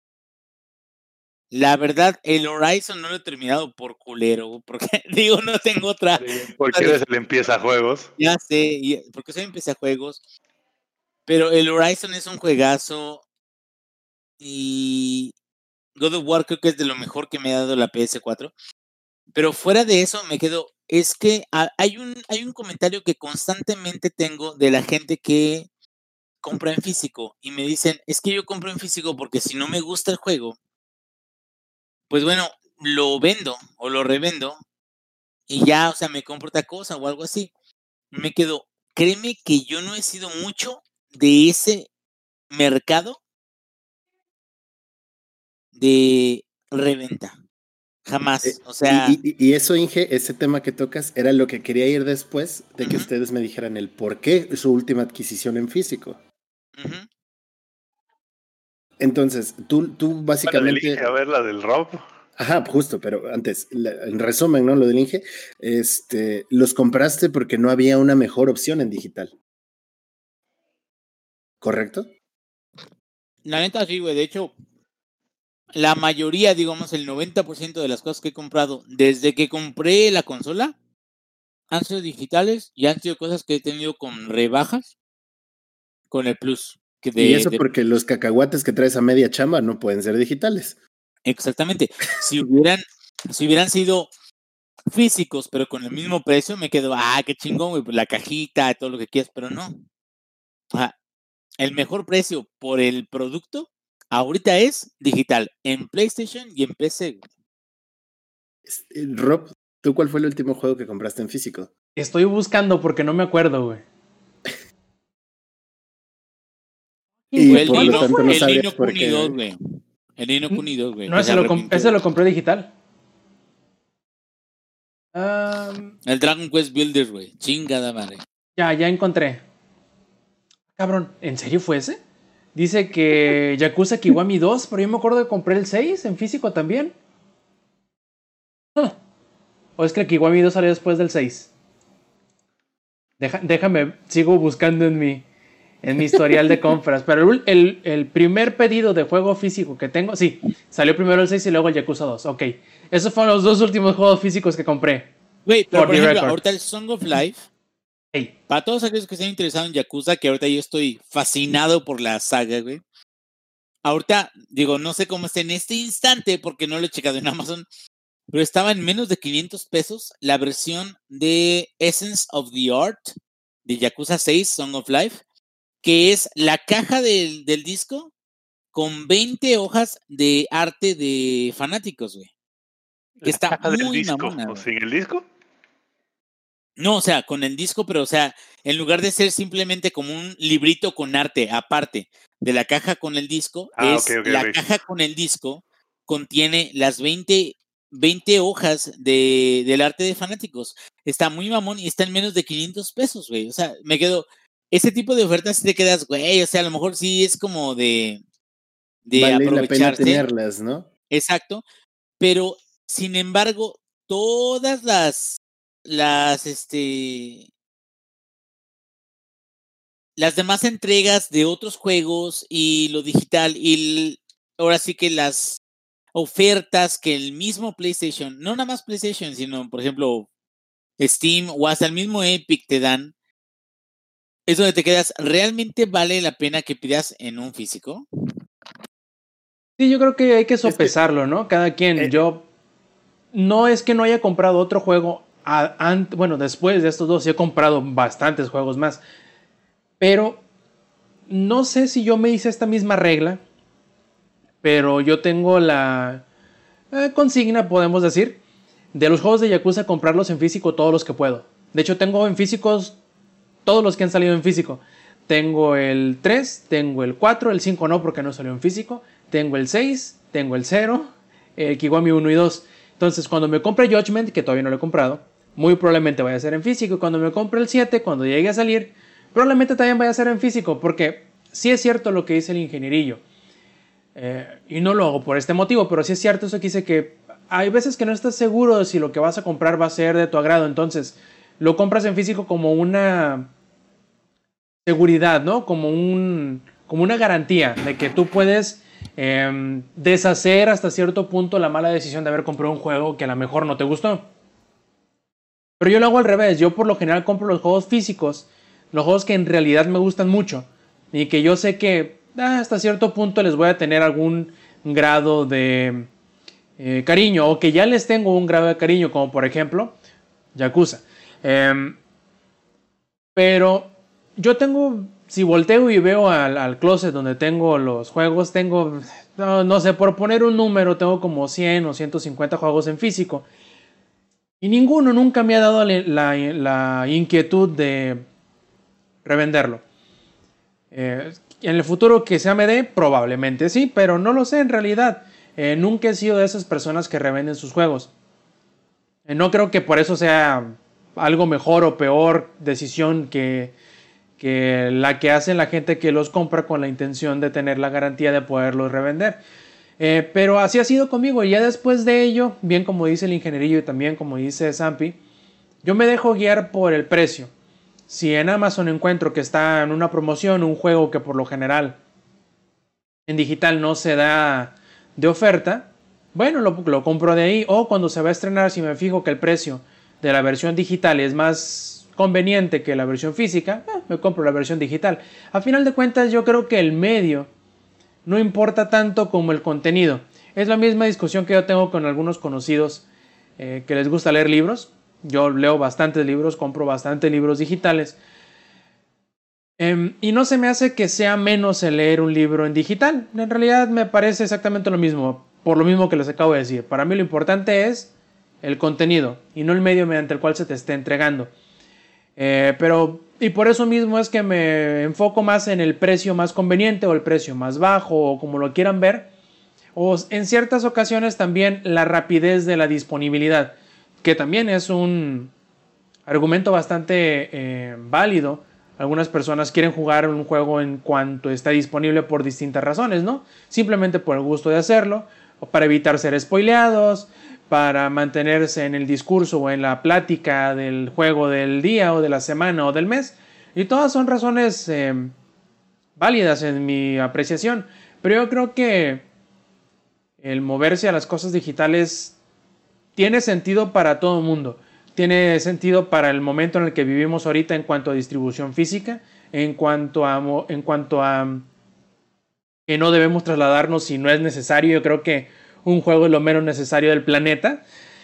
La verdad, el Horizon no lo he terminado por culero, porque digo, no tengo otra. Porque eres el empieza juegos. Ya sé, porque soy empieza juegos. Pero el Horizon es un juegazo. Y God of War creo que es de lo mejor que me ha dado la P S cuatro. Pero fuera de eso me quedo, es que hay un, hay un comentario que constantemente tengo de la gente que compra en físico y me dicen, es que yo compro en físico porque si no me gusta el juego, pues bueno, lo vendo o lo revendo y ya, o sea, me compro otra cosa o algo así. Me quedo, créeme que yo no he sido mucho de ese mercado de reventa. Jamás, o sea... Y, y, y eso, Inge, ese tema que tocas, era lo que quería ir después de que uh-huh. ustedes me dijeran el por qué su última adquisición en físico. Uh-huh. Entonces, tú, tú básicamente... Bueno, a ver la del Rob. Ajá, justo, pero antes, la, en resumen, ¿no? Lo del Inge, este, los compraste porque no había una mejor opción en digital. ¿Correcto? La neta sí, güey, de hecho... La mayoría, digamos, el noventa por ciento de las cosas que he comprado desde que compré la consola han sido digitales y han sido cosas que he tenido con rebajas con el Plus. Que de, y eso de... porque los cacahuates que traes a media chamba no pueden ser digitales. Exactamente. Si hubieran, si hubieran sido físicos, pero con el mismo precio, me quedo, ah, qué chingón, güey, pues la cajita, todo lo que quieras, pero no. Ah, el mejor precio por el producto ahorita es digital, en PlayStation y en P C. Rob, ¿tú cuál fue el último juego que compraste en físico? Estoy buscando porque no me acuerdo, güey. Y, y por lo tanto no sabías por qué. güey. El Ni no Kuni dos, güey. No, ese lo, comp- ese lo compré digital. Um, el Dragon Quest Builders, güey. Chingada madre. Ya, ya encontré. Cabrón, ¿en serio fue ese? Dice que Yakuza Kiwami dos, pero yo me acuerdo que compré el seis en físico también. Huh. ¿O es que el Kiwami dos salió después del seis? Deja, déjame, sigo buscando en mi, en mi historial de compras. Pero el, el, el primer pedido de juego físico que tengo, sí, salió primero el seis y luego el Yakuza dos. Ok, esos fueron los dos últimos juegos físicos que compré. Güey, pero por, por ejemplo, record. Ahorita el Song of Life, hey. Para todos aquellos que estén interesados en Yakuza, que ahorita yo estoy fascinado por la saga, güey. Ahorita, digo, no sé cómo está en este instante porque no lo he checado en Amazon, pero estaba en menos de quinientos pesos la versión de Essence of the Art de Yakuza seis, Song of Life, que es la caja del, del disco con veinte hojas de arte de fanáticos, güey. Que está caja muy del disco, mamona, ¿o sin el disco? No, o sea, con el disco, pero o sea, en lugar de ser simplemente como un librito con arte aparte de la caja con el disco, ah, es okay, okay, la okay. caja con el disco contiene las veinte, veinte hojas de, del arte de fanáticos. Está muy mamón y está en menos de quinientos pesos, güey. O sea, me quedo, ese tipo de ofertas te quedas, güey, o sea, a lo mejor sí es como de, de vale aprovecharse. La pena tenerlas, ¿no? Exacto, pero sin embargo, todas las las este las demás entregas de otros juegos y lo digital y el, ahora sí que las ofertas que el mismo PlayStation, no nada más PlayStation, sino por ejemplo Steam o hasta el mismo Epic te dan, es donde te quedas, ¿realmente vale la pena que pidas en un físico? Sí, yo creo que hay que sopesarlo, es que, ¿no? Cada quien, eh, yo no es que no haya comprado otro juego. Bueno, después de estos dos sí he comprado bastantes juegos más, pero no sé si yo me hice esta misma regla, pero yo tengo la eh, consigna, podemos decir, de los juegos de Yakuza comprarlos en físico todos los que puedo. De hecho tengo en físicos todos los que han salido en físico. Tengo el tres, tengo el cuatro, el cinco no porque no salió en físico, tengo el seis, tengo el cero, el Kiwami uno y dos. Entonces cuando me compre Judgment, que todavía no lo he comprado, muy probablemente vaya a ser en físico. Y cuando me compre el siete, cuando llegue a salir, probablemente también vaya a ser en físico. Porque sí es cierto lo que dice el ingenierillo. Eh, y no lo hago por este motivo, pero sí es cierto eso que dice que hay veces que no estás seguro de si lo que vas a comprar va a ser de tu agrado. Entonces lo compras en físico como una seguridad, ¿no? Como, un, como una garantía de que tú puedes eh, deshacer hasta cierto punto la mala decisión de haber comprado un juego que a lo mejor no te gustó. Pero yo lo hago al revés. Yo por lo general compro los juegos físicos, los juegos que en realidad me gustan mucho y que yo sé que ah, hasta cierto punto les voy a tener algún grado de eh, cariño, o que ya les tengo un grado de cariño, como por ejemplo Yakuza. Eh, pero yo tengo, si volteo y veo al, al closet donde tengo los juegos, tengo, no, no sé, por poner un número, tengo como cien o ciento cincuenta juegos en físico. Y ninguno nunca me ha dado la, la, la inquietud de revenderlo. Eh, en el futuro que sea me dé, probablemente sí, pero no lo sé en realidad. Eh, nunca he sido de esas personas que revenden sus juegos. Eh, no creo que por eso sea algo mejor o peor decisión que, que la que hace la gente que los compra con la intención de tener la garantía de poderlos revender. Eh, pero así ha sido conmigo, y ya después de ello, bien como dice el ingenierillo y también como dice Zampi, yo me dejo guiar por el precio. Si en Amazon encuentro que está en una promoción un juego que por lo general en digital no se da de oferta, bueno, lo, lo compro de ahí. O cuando se va a estrenar, si me fijo que el precio de la versión digital es más conveniente que la versión física, eh, me compro la versión digital. A final de cuentas, yo creo que el medio no importa tanto como el contenido. Es la misma discusión que yo tengo con algunos conocidos eh, que les gusta leer libros. Yo leo bastantes libros, compro bastantes libros digitales. Eh, y no se me hace que sea menos el leer un libro en digital. En realidad me parece exactamente lo mismo, por lo mismo que les acabo de decir. Para mí lo importante es el contenido y no el medio mediante el cual se te esté entregando. Eh, pero, y por eso mismo es que me enfoco más en el precio más conveniente o el precio más bajo o como lo quieran ver, o en ciertas ocasiones también la rapidez de la disponibilidad, que también es un argumento bastante eh, válido. Algunas personas quieren jugar un juego en cuanto está disponible por distintas razones, ¿no? Simplemente por el gusto de hacerlo, o para evitar ser spoileados, para mantenerse en el discurso o en la plática del juego del día o de la semana o del mes. Y todas son razones eh, válidas en mi apreciación. Pero yo creo que el moverse a las cosas digitales tiene sentido para todo el mundo. Tiene sentido para el momento en el que vivimos ahorita en cuanto a distribución física, en cuanto a, en cuanto a que no debemos trasladarnos si no es necesario. Yo creo que un juego es lo menos necesario del planeta,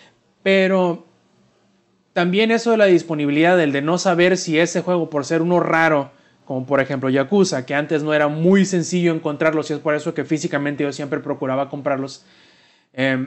pero también eso de la disponibilidad, del de no saber si ese juego, por ser uno raro, como por ejemplo Yakuza, que antes no era muy sencillo encontrarlos, y es por eso que físicamente yo siempre procuraba comprarlos, eh,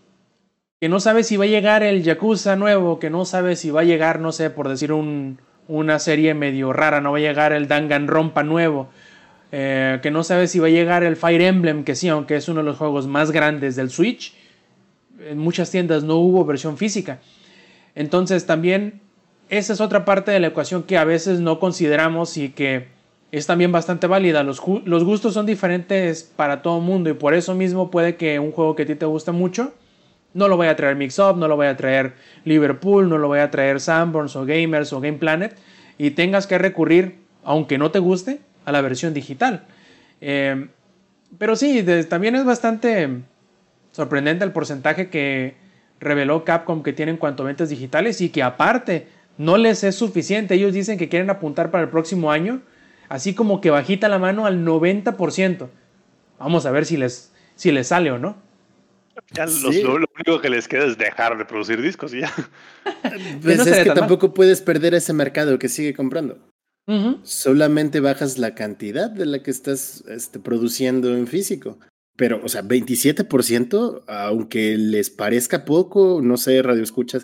que no sabe si va a llegar el Yakuza nuevo, que no sabe si va a llegar, no sé, por decir un, una serie medio rara, no va a llegar el Danganronpa nuevo, eh, que no sabe si va a llegar el Fire Emblem, que sí, aunque es uno de los juegos más grandes del Switch, en muchas tiendas no hubo versión física. Entonces también esa es otra parte de la ecuación que a veces no consideramos y que es también bastante válida. Los, los gustos son diferentes para todo el mundo y por eso mismo puede que un juego que a ti te gusta mucho no lo vaya a traer Mixup, no lo vaya a traer Liverpool, no lo vaya a traer Sanborns o Gamers o Game Planet y tengas que recurrir, aunque no te guste, a la versión digital. Eh, pero sí, de, también es bastante sorprendente el porcentaje que reveló Capcom que tiene en cuanto a ventas digitales y que aparte no les es suficiente. Ellos dicen que quieren apuntar para el próximo año, así como que bajita la mano al noventa por ciento. Vamos a ver si les, si les sale o no. Ya los, sí. lo, lo único que les queda es dejar de producir discos y ya. Pues no es que tampoco mal. Puedes perder ese mercado que sigue comprando. Uh-huh. Solamente bajas la cantidad de la que estás este, produciendo en físico. Pero, o sea, veintisiete por ciento, aunque les parezca poco, no sé, radio escuchas,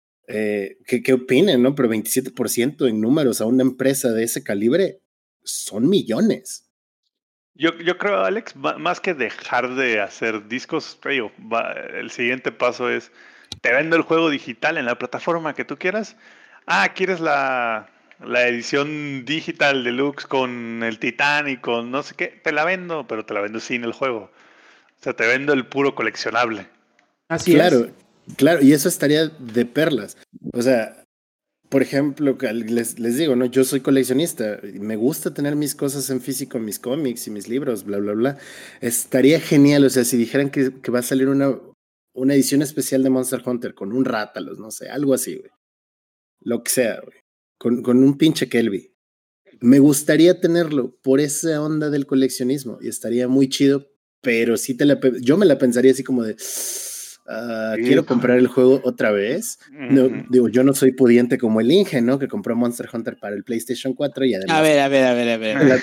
eh, ¿qué, qué opinen, no? Pero veintisiete por ciento en números a una empresa de ese calibre son millones. Yo, yo creo, Alex, más que dejar de hacer discos, creo, va, el siguiente paso es, te vendo el juego digital en la plataforma que tú quieras. Ah, ¿quieres la, la edición digital deluxe con el Titán y con no sé qué? Te la vendo, pero te la vendo sin el juego. O sea, te vendo el puro coleccionable. Así claro, es. Claro, y eso estaría de perlas. O sea, por ejemplo, les, les digo, ¿no? Yo soy coleccionista, me gusta tener mis cosas en físico, mis cómics y mis libros, bla, bla, bla. Estaría genial, o sea, si dijeran que, que va a salir una, una edición especial de Monster Hunter con un Rátalos, no sé, algo así, güey. Lo que sea, güey. Con, con un pinche Kelby. Me gustaría tenerlo por esa onda del coleccionismo y estaría muy chido, pero sí te la... Yo me la pensaría así como de... Uh, sí, quiero comprar el juego otra vez. No, digo, yo no soy pudiente como el Inge, ¿no? Que compró Monster Hunter para el PlayStation cuatro y además... A ver, a ver, a ver, a ver.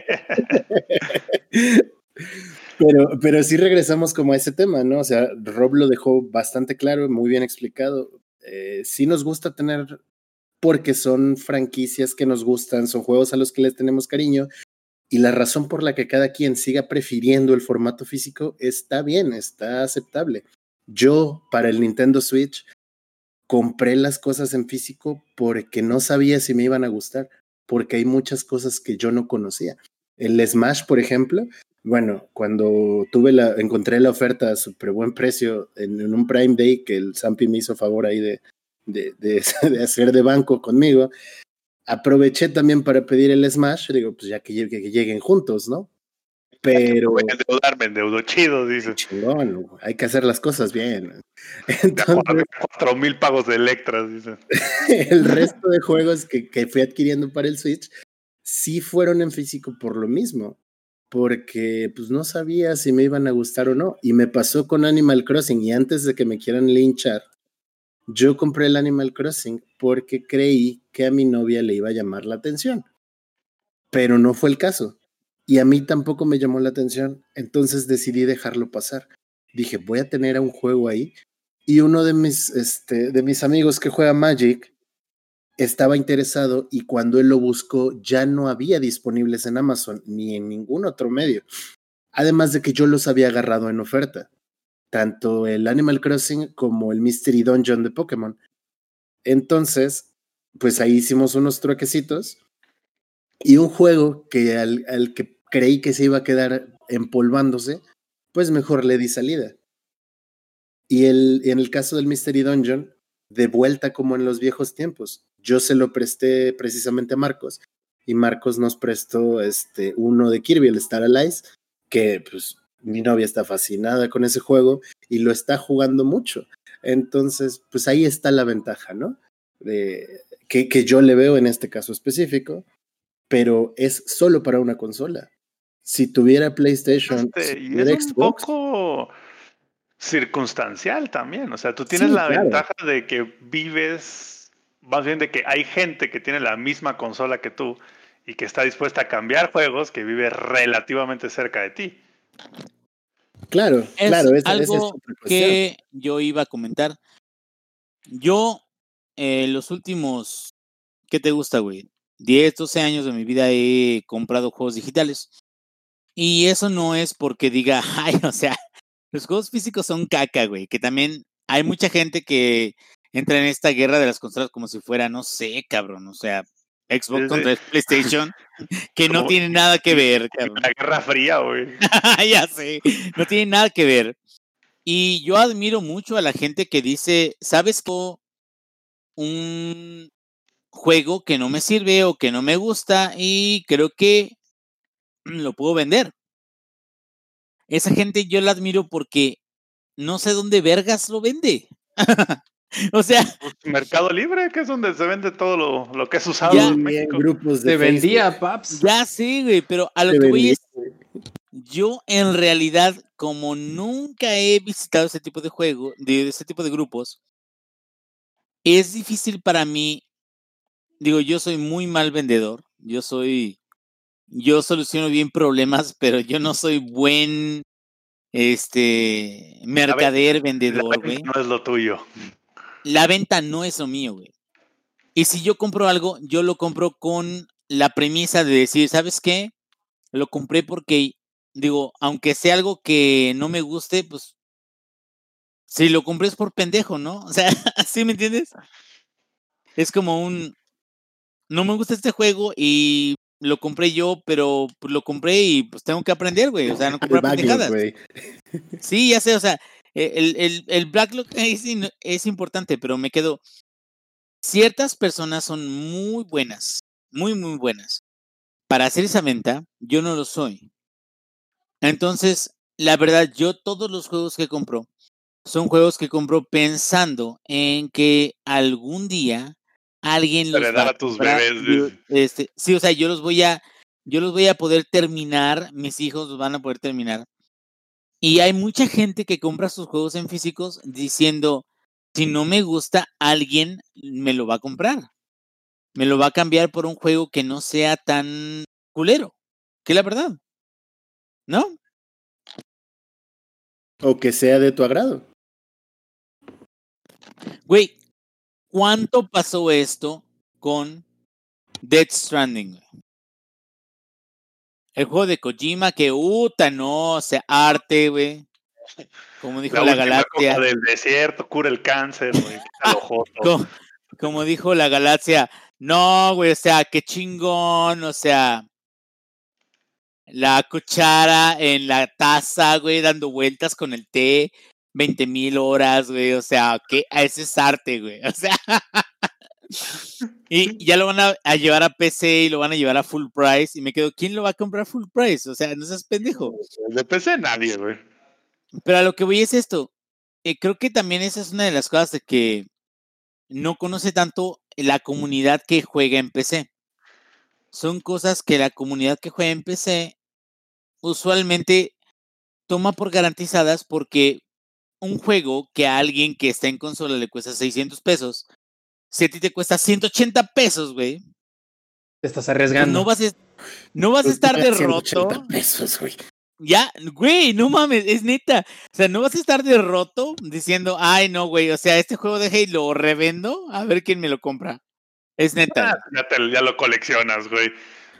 pero, pero sí regresamos como a ese tema, ¿no? O sea, Rob lo dejó bastante claro, muy bien explicado. Eh, sí nos gusta tener, porque son franquicias que nos gustan, son juegos a los que les tenemos cariño, y la razón por la que cada quien siga prefiriendo el formato físico está bien, está aceptable. Yo, para el Nintendo Switch, compré las cosas en físico porque no sabía si me iban a gustar, porque hay muchas cosas que yo no conocía. El Smash, por ejemplo, bueno, cuando tuve la, encontré la oferta a súper buen precio en, en un Prime Day, que el Zampi me hizo favor ahí de, de, de, de hacer de banco conmigo, aproveché también para pedir el Smash, digo, pues ya que, que, que lleguen juntos, ¿no? Pero... Voy a endeudar, me endeudo chido, dice. Chingón, hay que hacer las cosas bien. Entonces, cuatro mil pagos de Electra, dice. El resto de juegos que, que fui adquiriendo para el Switch sí fueron en físico por lo mismo, porque pues no sabía si me iban a gustar o no, y me pasó con Animal Crossing, y antes de que me quieran linchar, yo compré el Animal Crossing porque creí que a mi novia le iba a llamar la atención, pero no fue el caso. Y a mí tampoco me llamó la atención, entonces decidí dejarlo pasar. Dije, voy a tener a un juego ahí. Y uno de mis, este, de mis amigos que juega Magic estaba interesado y cuando él lo buscó ya no había disponibles en Amazon ni en ningún otro medio. Además de que yo los había agarrado en oferta, tanto el Animal Crossing como el Mystery Dungeon de Pokémon. Entonces, pues ahí hicimos unos truequecitos y un juego que al, al que creí que se iba a quedar empolvándose, pues mejor le di salida. Y el, en el caso del Mystery Dungeon, de vuelta como en los viejos tiempos, yo se lo presté precisamente a Marcos y Marcos nos prestó este, uno de Kirby, el Star Allies, que pues mi novia está fascinada con ese juego y lo está jugando mucho. Entonces, pues ahí está la ventaja, ¿no? De, que, que yo le veo en este caso específico, pero es solo para una consola. Si tuviera PlayStation, Este, si y tuviera es un Xbox, poco circunstancial también. O sea, tú tienes sí, la claro. ventaja de que vives, más bien de que hay gente que tiene la misma consola que tú y que está dispuesta a cambiar juegos que vive relativamente cerca de ti. Claro, Es claro, esa, esa es algo otra cuestión. que yo iba a comentar. Yo, eh, los últimos, ¿qué te gusta, güey? diez, doce años de mi vida he comprado juegos digitales. Y eso no es porque diga, ay, o sea, los juegos físicos son caca, güey. Que también hay mucha gente que entra en esta guerra de las consolas como si fuera, no sé, cabrón. O sea, Xbox Sí, contra sí. PlayStation, que no Como tiene nada que ver, la cabrón. Guerra Fría, güey. Ya sé, no tiene nada que ver. Y yo admiro mucho a la gente que dice, ¿sabes qué? Un juego que no me sirve o que no me gusta y creo que lo puedo vender. Esa gente yo la admiro porque no sé dónde vergas lo vende. O sea, Pues, Mercado Libre, que es donde se vende todo lo, lo que es usado Ya. en Y en México. grupos de Se Facebook. vendía, paps. ya sí, güey, pero a lo Se que voy vendía. es, yo en realidad, como nunca he visitado ese tipo de juego, de ese tipo de grupos, es difícil para mí. Digo, yo soy muy mal vendedor. Yo soy, yo soluciono bien problemas, pero yo no soy buen, este, mercader, La vendedor, venta güey. no es lo tuyo. La venta no es lo mío, güey. Y si yo compro algo, yo lo compro con la premisa de decir, ¿sabes qué? Lo compré porque, digo, aunque sea algo que no me guste, pues, si lo compré es por pendejo, ¿no? O sea, ¿sí me entiendes? Es como un, no me gusta este juego y lo compré yo, pero pues, lo compré y pues tengo que aprender, güey. O sea, no El comprar backlog, pendejadas. güey. Sí, ya sé, o sea, el, el, el backlog es, in- es importante, pero me quedo. Ciertas personas son muy buenas, muy, muy buenas. Para hacer esa venta, yo no lo soy. Entonces, la verdad, yo todos los juegos que compro son juegos que compro pensando en que algún día alguien los va Heredar a a tus comprar. bebés. Digo, dices. Este, sí, o sea, yo los voy a, yo los voy a poder terminar, mis hijos los van a poder terminar. Y hay mucha gente que compra sus juegos en físicos diciendo, si no me gusta, alguien me lo va a comprar. Me lo va a cambiar por un juego que no sea tan culero. Que la verdad, ¿no? O que sea de tu agrado. Güey, ¿cuánto pasó esto con Death Stranding? güey? El juego de Kojima que, uta, no, o sea, arte, güey. Como dijo La la, última Galaxia. copa del desierto cura el cáncer, güey. Quita lo joto. Como, como dijo la Galaxia, no, güey, o sea, qué chingón, o sea, la cuchara en la taza, güey, dando vueltas con el té, veinte mil horas, güey, o sea, que ese es arte, güey, o sea, y ya lo van a, a llevar a P C y lo van a llevar a full price, y me quedo, ¿quién lo va a comprar full price? O sea, no seas pendejo. De P C nadie, güey. Pero a lo que voy es esto, eh, creo que también esa es una de las cosas de que no conoce tanto la comunidad que juega en P C. Son cosas que la comunidad que juega en P C usualmente toma por garantizadas porque un juego que a alguien que está en consola le cuesta seiscientos pesos, si a ti te cuesta ciento ochenta pesos, güey, Te estás pues arriesgando. no vas a, no vas a Pues estar paga de ciento roto. ochenta pesos, güey. Ya, güey, no mames, es neta. O sea, no vas a estar de roto diciendo, ay, no, güey, o sea, este juego de Halo lo revendo, a ver quién me lo compra. Es neta. Ah, güey. ya, te- ya lo coleccionas, güey.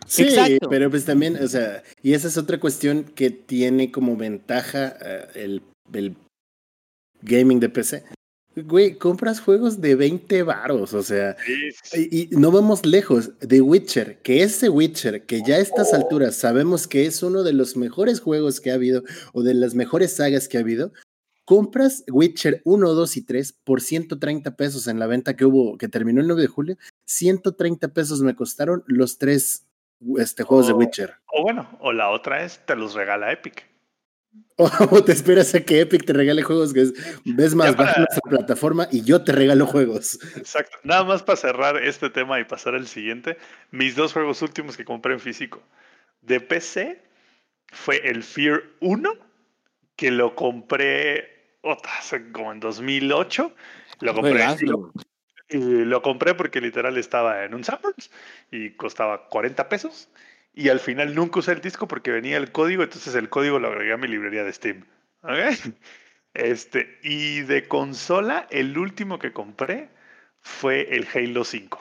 Sí, Exacto. pero pues también, o sea, y esa es otra cuestión que tiene como ventaja uh, el, el gaming de P C. Güey, compras juegos de veinte varos, o sea, Sí, sí. y, y no vamos lejos. The Witcher, que ese Witcher, que ya a estas Oh. alturas sabemos que es uno de los mejores juegos que ha habido, o de las mejores sagas que ha habido, compras Witcher uno, dos y tres por ciento treinta pesos en la venta que hubo, que terminó el nueve de julio, ciento treinta pesos me costaron los tres este, juegos de O, Witcher. o bueno, o la otra es, te los regala Epic. O te esperas a que Epic te regale juegos que es, ves Ya más, para, baja nuestra plataforma y yo te regalo juegos. exacto, nada más para cerrar este tema y pasar al siguiente, mis dos juegos últimos que compré en físico. De P C fue el Fear uno, que lo compré ota, hace como en dos mil ocho. Lo compré, y lo, Juegazo. y lo compré porque literal estaba en un Sanborns y costaba cuarenta pesos. Y al final nunca usé el disco porque venía el código, entonces el código lo agregué a mi librería de Steam. ¿Ok? Este, y de consola, el último que compré fue el Halo cinco.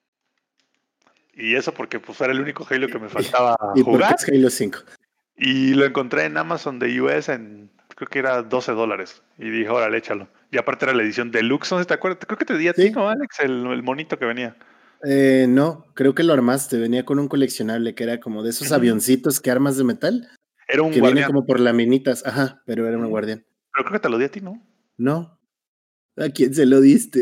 Y eso porque pues era el único Halo que me faltaba ¿Y por qué jugar. es Halo cinco? Y lo encontré en Amazon de U S en, creo que era doce dólares. Y dije, órale, échalo. Y aparte era la edición deluxe, ¿no te acuerdas? Creo que te di a ti, Sí. ¿no, Alex? El, el monito que venía. Eh, no, creo que lo armaste. Venía con un coleccionable que era como de esos Ujú. avioncitos que armas de metal, Era un que vienen guardián. como por laminitas. Ajá, pero era un Ujú. guardián. Pero creo que te lo di a ti, ¿no? No. ¿A quién se lo diste?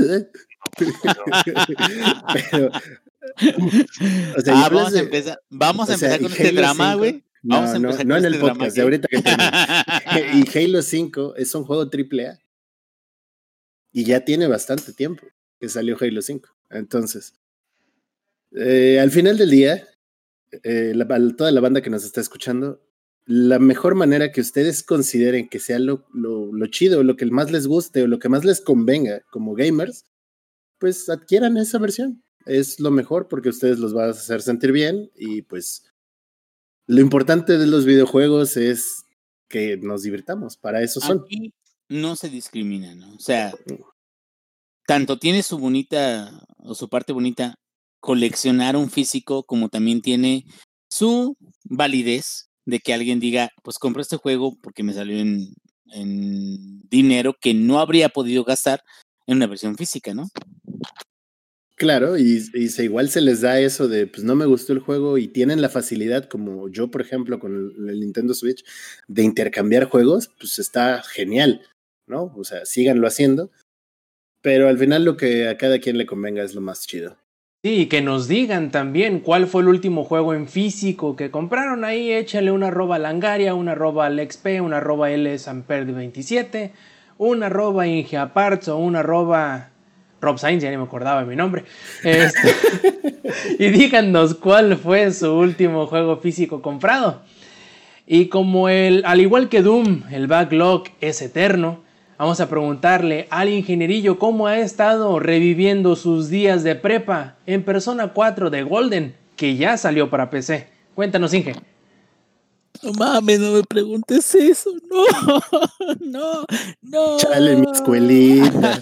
Pero, o sea, ya Ah, hablas vamos a de. empezar, vamos O a sea, empezar y con este Halo drama, cinco. güey. Vamos No, a no, empezar no con en este el drama podcast, de que. ahorita que termine. Y Halo cinco es un juego triple A. Y ya tiene bastante tiempo que salió Halo cinco. Entonces, eh, al final del día, eh, la, toda la banda que nos está escuchando, la mejor manera que ustedes consideren que sea lo, lo, lo chido, lo que más les guste o lo que más les convenga como gamers, pues adquieran esa versión. Es lo mejor porque ustedes los va a hacer sentir bien y pues lo importante de los videojuegos es que nos divirtamos, para eso son. Aquí no se discrimina, ¿no? O sea, tanto tiene su bonita o su parte bonita coleccionar un físico, como también tiene su validez de que alguien diga, pues compro este juego porque me salió en, en dinero que no habría podido gastar en una versión física, ¿no? Claro, y, y se, igual se les da eso de, pues no me gustó el juego y tienen la facilidad, como yo, por ejemplo, con el, el Nintendo Switch, de intercambiar juegos, pues está genial, ¿no? O sea, síganlo haciendo, pero al final lo que a cada quien le convenga es lo más chido. Sí, y que nos digan también cuál fue el último juego en físico que compraron ahí. Échale una arroba Langaria, una arroba AlexP, una arroba L Samper veintisiete, una arroba Ingeaparts o una arroba Rob Sainz, ya ni me acordaba de mi nombre. Este, y díganos cuál fue su último juego físico comprado. Y como el, al igual que Doom, el backlog es eterno, vamos a preguntarle al ingenierillo cómo ha estado reviviendo sus días de prepa en Persona cuatro de Golden, que ya salió para P C. Cuéntanos, Inge. No mames, no me preguntes eso, no, no, no. Chale, mi escuelita.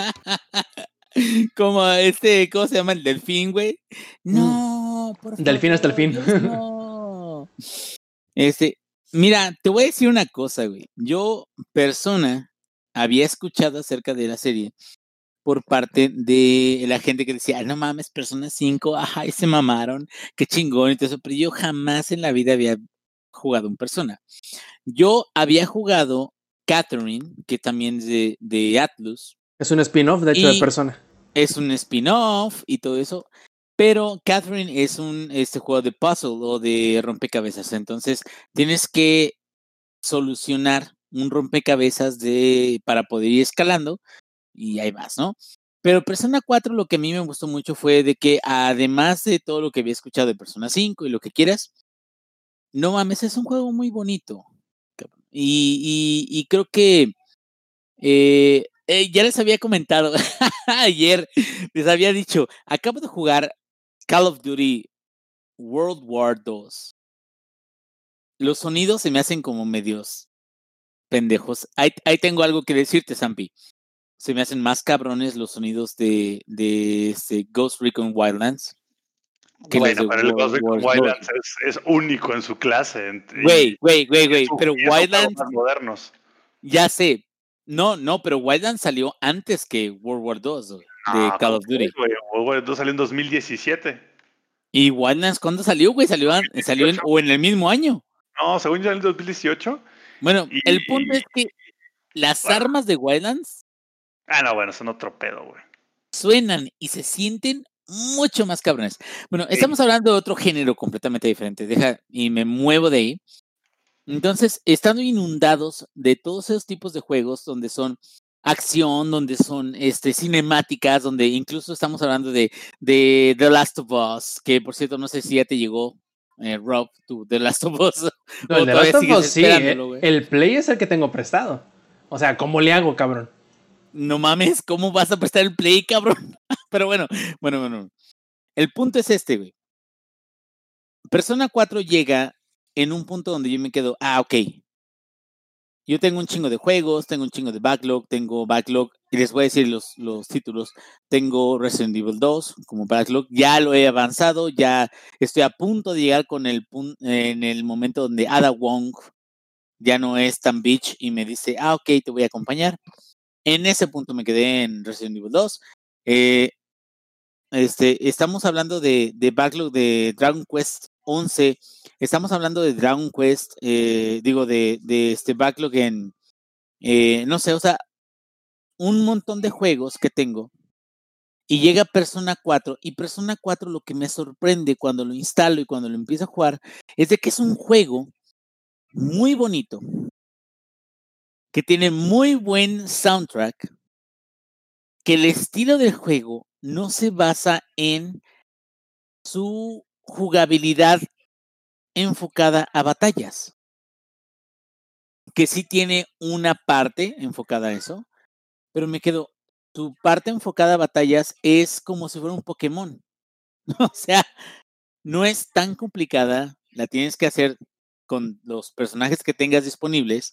Como este, ¿cómo se llama? El delfín, güey. No, por favor. Delfín hasta el fin. Dios, no. Este, mira, te voy a decir una cosa, güey. Yo, Persona, había escuchado acerca de la serie por parte de la gente que decía, no mames, Persona cinco, ajá, y se mamaron, qué chingón y todo eso, pero yo jamás en la vida había jugado un Persona. Yo había jugado Catherine, que también es de, de Atlus. Es un spin-off, de hecho, de y Persona. Es un spin-off y todo eso, pero Catherine es un este juego de puzzle o de rompecabezas, entonces tienes que solucionar un rompecabezas de, para poder ir escalando y ahí vas, ¿no? Pero Persona cuatro lo que a mí me gustó mucho fue de que además de todo lo que había escuchado de Persona cinco y lo que quieras, no mames, es un juego muy bonito. Y, y, y creo que eh, eh, ya les había comentado ayer, les había dicho, acabo de jugar Call of Duty World War dos. Los sonidos se me hacen como medios pendejos. Ahí, ahí tengo algo que decirte, Zampi. Se me hacen más cabrones los sonidos de, de este Ghost Recon Wildlands. que bueno, los de pero el World Cosmic Wars dos. Wildlands es, es único en su clase. Güey, güey, güey, güey, pero Wildlands, más modernos. ya sé, no, no, pero Wildlands salió antes que World War dos de Ah, Call of Duty. Güey, World War dos salió en dos mil diecisiete. ¿Y Wildlands cuándo salió, güey? Salió, salió en, o en el mismo año. No, según yo en el dos mil dieciocho. Bueno, y... el punto es que las bueno. armas de Wildlands. Ah, no, bueno, son otro pedo, güey. Suenan y se sienten mucho más cabrones. Bueno, sí. Estamos hablando de otro género completamente diferente. Deja, y me muevo de ahí. Entonces, estando inundados de todos esos tipos de juegos donde son acción, donde son este, cinemáticas, donde incluso estamos hablando de, de The Last of Us, que por cierto, no sé si ya te llegó, eh, Rob, tu The Last of Us. No, el The Last of Us sí, eh, el Play es el que tengo prestado. O sea, ¿cómo le hago, cabrón? No mames, ¿cómo vas a prestar el Play, cabrón? Pero bueno, bueno, bueno. El punto es este, güey. Persona cuatro llega en un punto donde yo me quedo, ah, ok. Yo tengo un chingo de juegos, tengo un chingo de backlog, tengo backlog, y les voy a decir los, los títulos. Tengo Resident Evil dos como backlog, ya lo he avanzado, ya estoy a punto de llegar con el en el momento donde Ada Wong ya no es tan bitch y me dice, ah, ok, te voy a acompañar. En ese punto me quedé en Resident Evil dos. Eh, este, estamos hablando de, de backlog de Dragon Quest once. Estamos hablando de Dragon Quest, eh, digo, de, de este backlog en, eh, no sé, o sea, un montón de juegos que tengo. Y llega Persona cuatro, y Persona cuatro lo que me sorprende cuando lo instalo y cuando lo empiezo a jugar es de que es un juego muy bonito, que tiene muy buen soundtrack, que el estilo del juego no se basa en su jugabilidad enfocada a batallas, que sí tiene una parte enfocada a eso, pero me quedo, tu parte enfocada a batallas es como si fuera un Pokémon. O sea, no es tan complicada, la tienes que hacer con los personajes que tengas disponibles,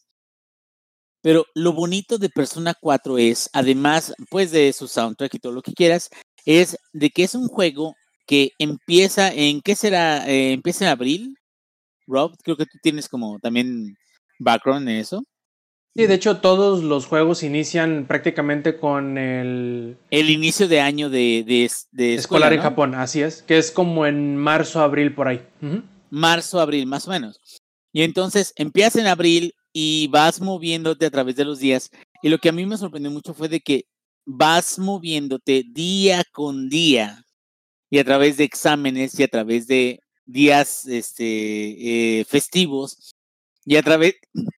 pero lo bonito de Persona cuatro es, además, pues de su soundtrack y todo lo que quieras, es de que es un juego que empieza en, ¿qué será? Eh, empieza en abril, Rob, creo que tú tienes como también background en eso. Sí, de hecho todos los juegos inician prácticamente con el... El inicio de año de, de, de escuela, escolar en ¿no? Japón, así es, que es como en marzo, abril, por ahí. Uh-huh. Marzo, abril, más o menos. Y entonces empiezas en abril y vas moviéndote a través de los días. Y lo que a mí me sorprendió mucho fue de que vas moviéndote día con día y a través de exámenes y a través de días este, eh, festivos y a través,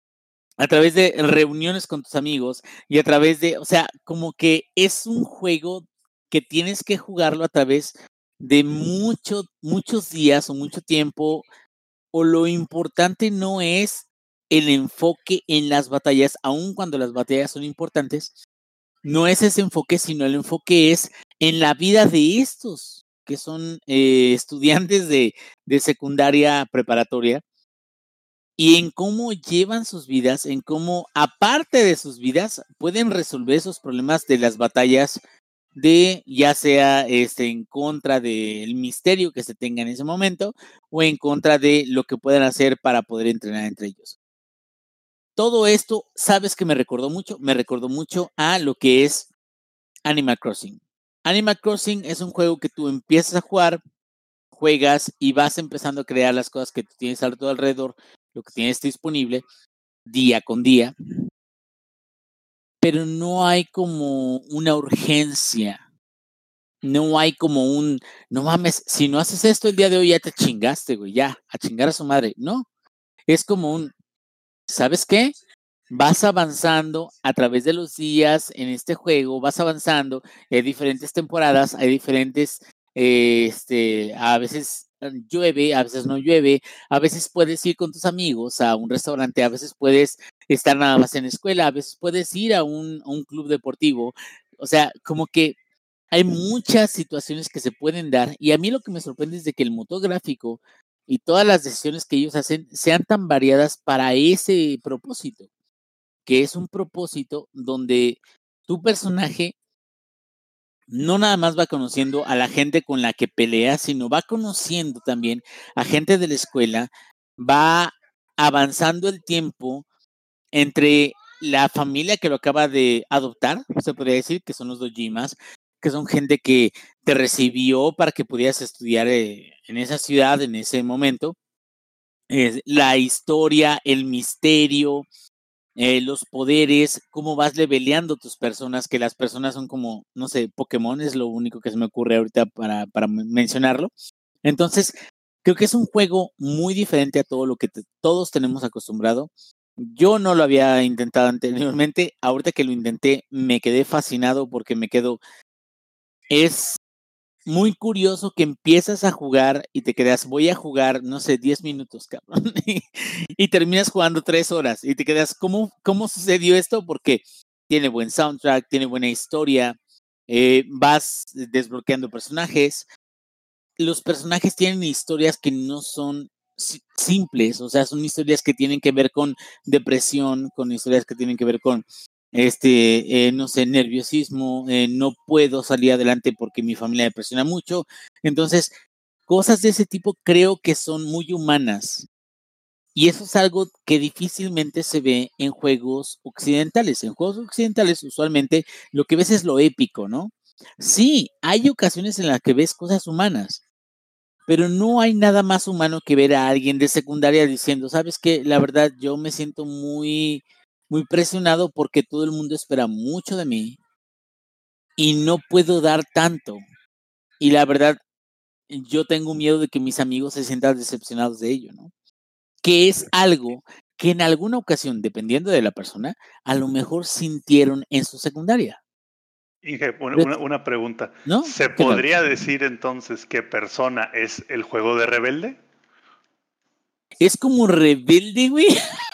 a través de reuniones con tus amigos y a través de, o sea, como que es un juego que tienes que jugarlo a través de mucho, muchos días o mucho tiempo, o lo importante no es el enfoque en las batallas, aun cuando las batallas son importantes, no es ese enfoque, sino el enfoque es en la vida de estos que son eh, estudiantes de, de secundaria preparatoria y en cómo llevan sus vidas, en cómo, aparte de sus vidas, pueden resolver esos problemas de las batallas de ya sea este, en contra del misterio que se tenga en ese momento o en contra de lo que puedan hacer para poder entrenar entre ellos. Todo esto, ¿sabes que me recordó mucho? Me recordó mucho a lo que es Animal Crossing. Animal Crossing es un juego que tú empiezas a jugar, juegas y vas empezando a crear las cosas que tú tienes a tu alrededor, lo que tienes disponible día con día, pero no hay como una urgencia. No hay como un, no mames, si no haces esto el día de hoy ya te chingaste, güey, ya, a chingar a su madre. No, es como un, ¿sabes qué? Vas avanzando a través de los días en este juego, vas avanzando, hay diferentes temporadas, hay diferentes, eh, este, a veces llueve, a veces no llueve, a veces puedes ir con tus amigos a un restaurante, a veces puedes estar nada más en la escuela, a veces puedes ir a un, a un club deportivo, o sea, como que hay muchas situaciones que se pueden dar y a mí lo que me sorprende es de que el motor gráfico y todas las decisiones que ellos hacen sean tan variadas para ese propósito, que es un propósito donde tu personaje no nada más va conociendo a la gente con la que pelea, sino va conociendo también a gente de la escuela, va avanzando el tiempo entre la familia que lo acaba de adoptar, se podría decir, que son los Dojimas, que son gente que te recibió para que pudieras estudiar eh, en esa ciudad, en ese momento. Eh, la historia, el misterio, eh, los poderes, cómo vas leveleando tus personas, que las personas son como, no sé, Pokémon es lo único que se me ocurre ahorita para, para mencionarlo. Entonces, creo que es un juego muy diferente a todo lo que te, todos tenemos acostumbrado. Yo no lo había intentado anteriormente, ahorita que lo intenté me quedé fascinado porque me quedo, es muy curioso que empiezas a jugar y te quedas, voy a jugar, no sé, diez minutos, cabrón, y, y terminas jugando tres horas y te quedas, ¿cómo, cómo sucedió esto? Porque tiene buen soundtrack, tiene buena historia, eh, vas desbloqueando personajes, los personajes tienen historias que no son simples, o sea, son historias que tienen que ver con depresión, con historias que tienen que ver con este, eh, no sé, nerviosismo, eh, no puedo salir adelante porque mi familia me presiona mucho. Entonces, cosas de ese tipo creo que son muy humanas. Y eso es algo que difícilmente se ve en juegos occidentales. En juegos occidentales, usualmente, lo que ves es lo épico, ¿no? Sí, hay ocasiones en las que ves cosas humanas, pero no hay nada más humano que ver a alguien de secundaria diciendo, ¿sabes qué? La verdad, yo me siento muy, muy presionado porque todo el mundo espera mucho de mí y no puedo dar tanto. Y la verdad, yo tengo miedo de que mis amigos se sientan decepcionados de ello, ¿no? Que es algo que en alguna ocasión, dependiendo de la persona, a lo mejor sintieron en su secundaria. Inge, una, una, una pregunta. ¿No? ¿Se podría decir entonces que Persona es el juego de Rebelde? Es como Rebelde, güey.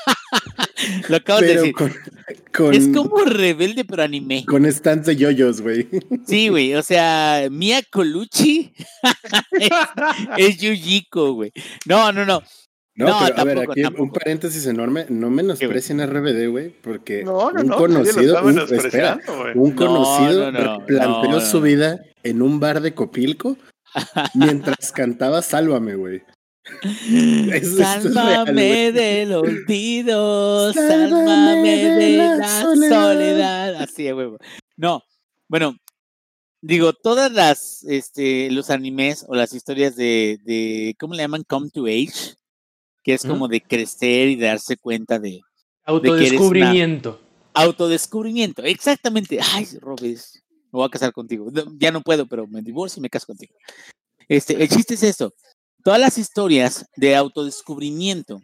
Lo acabas pero de decir. Con, con, es como Rebelde, pero anime. Con stands de yoyos, güey. Sí, güey. O sea, Mia Colucci es, es Yujiko, güey. No, no, no. No, no pero tampoco, a ver, aquí tampoco. un paréntesis enorme. No menosprecien a R B D, güey, porque no, no, un no, conocido, un, espera, wey. un no, conocido no, no, planteó no, no, su no. vida en un bar de Copilco mientras cantaba Sálvame, güey. Eso, sálvame es real, del olvido, sálvame, sálvame de, de la, la soledad. soledad. Así es, güey. No, bueno, digo, todas las, este, los animes o las historias de, de, ¿cómo le llaman? Come to Age, que es como ¿Mm? de crecer y de darse cuenta de... Autodescubrimiento. De que eres una, autodescubrimiento, exactamente. Ay, Robes, me voy a casar contigo. Ya no puedo, pero me divorcio y me caso contigo. Este, el chiste es esto. Todas las historias de autodescubrimiento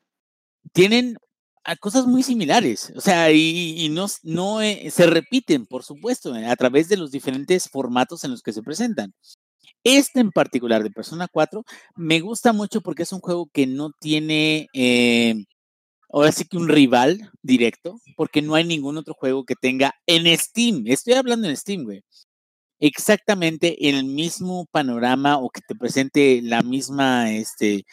tienen cosas muy similares, o sea, y, y no, no eh, se repiten, por supuesto, a través de los diferentes formatos en los que se presentan. Este en particular de Persona cuatro me gusta mucho porque es un juego que no tiene, eh, ahora sí que un rival directo, porque no hay ningún otro juego que tenga en Steam, estoy hablando en Steam, güey, exactamente el mismo panorama o que te presente la misma, este,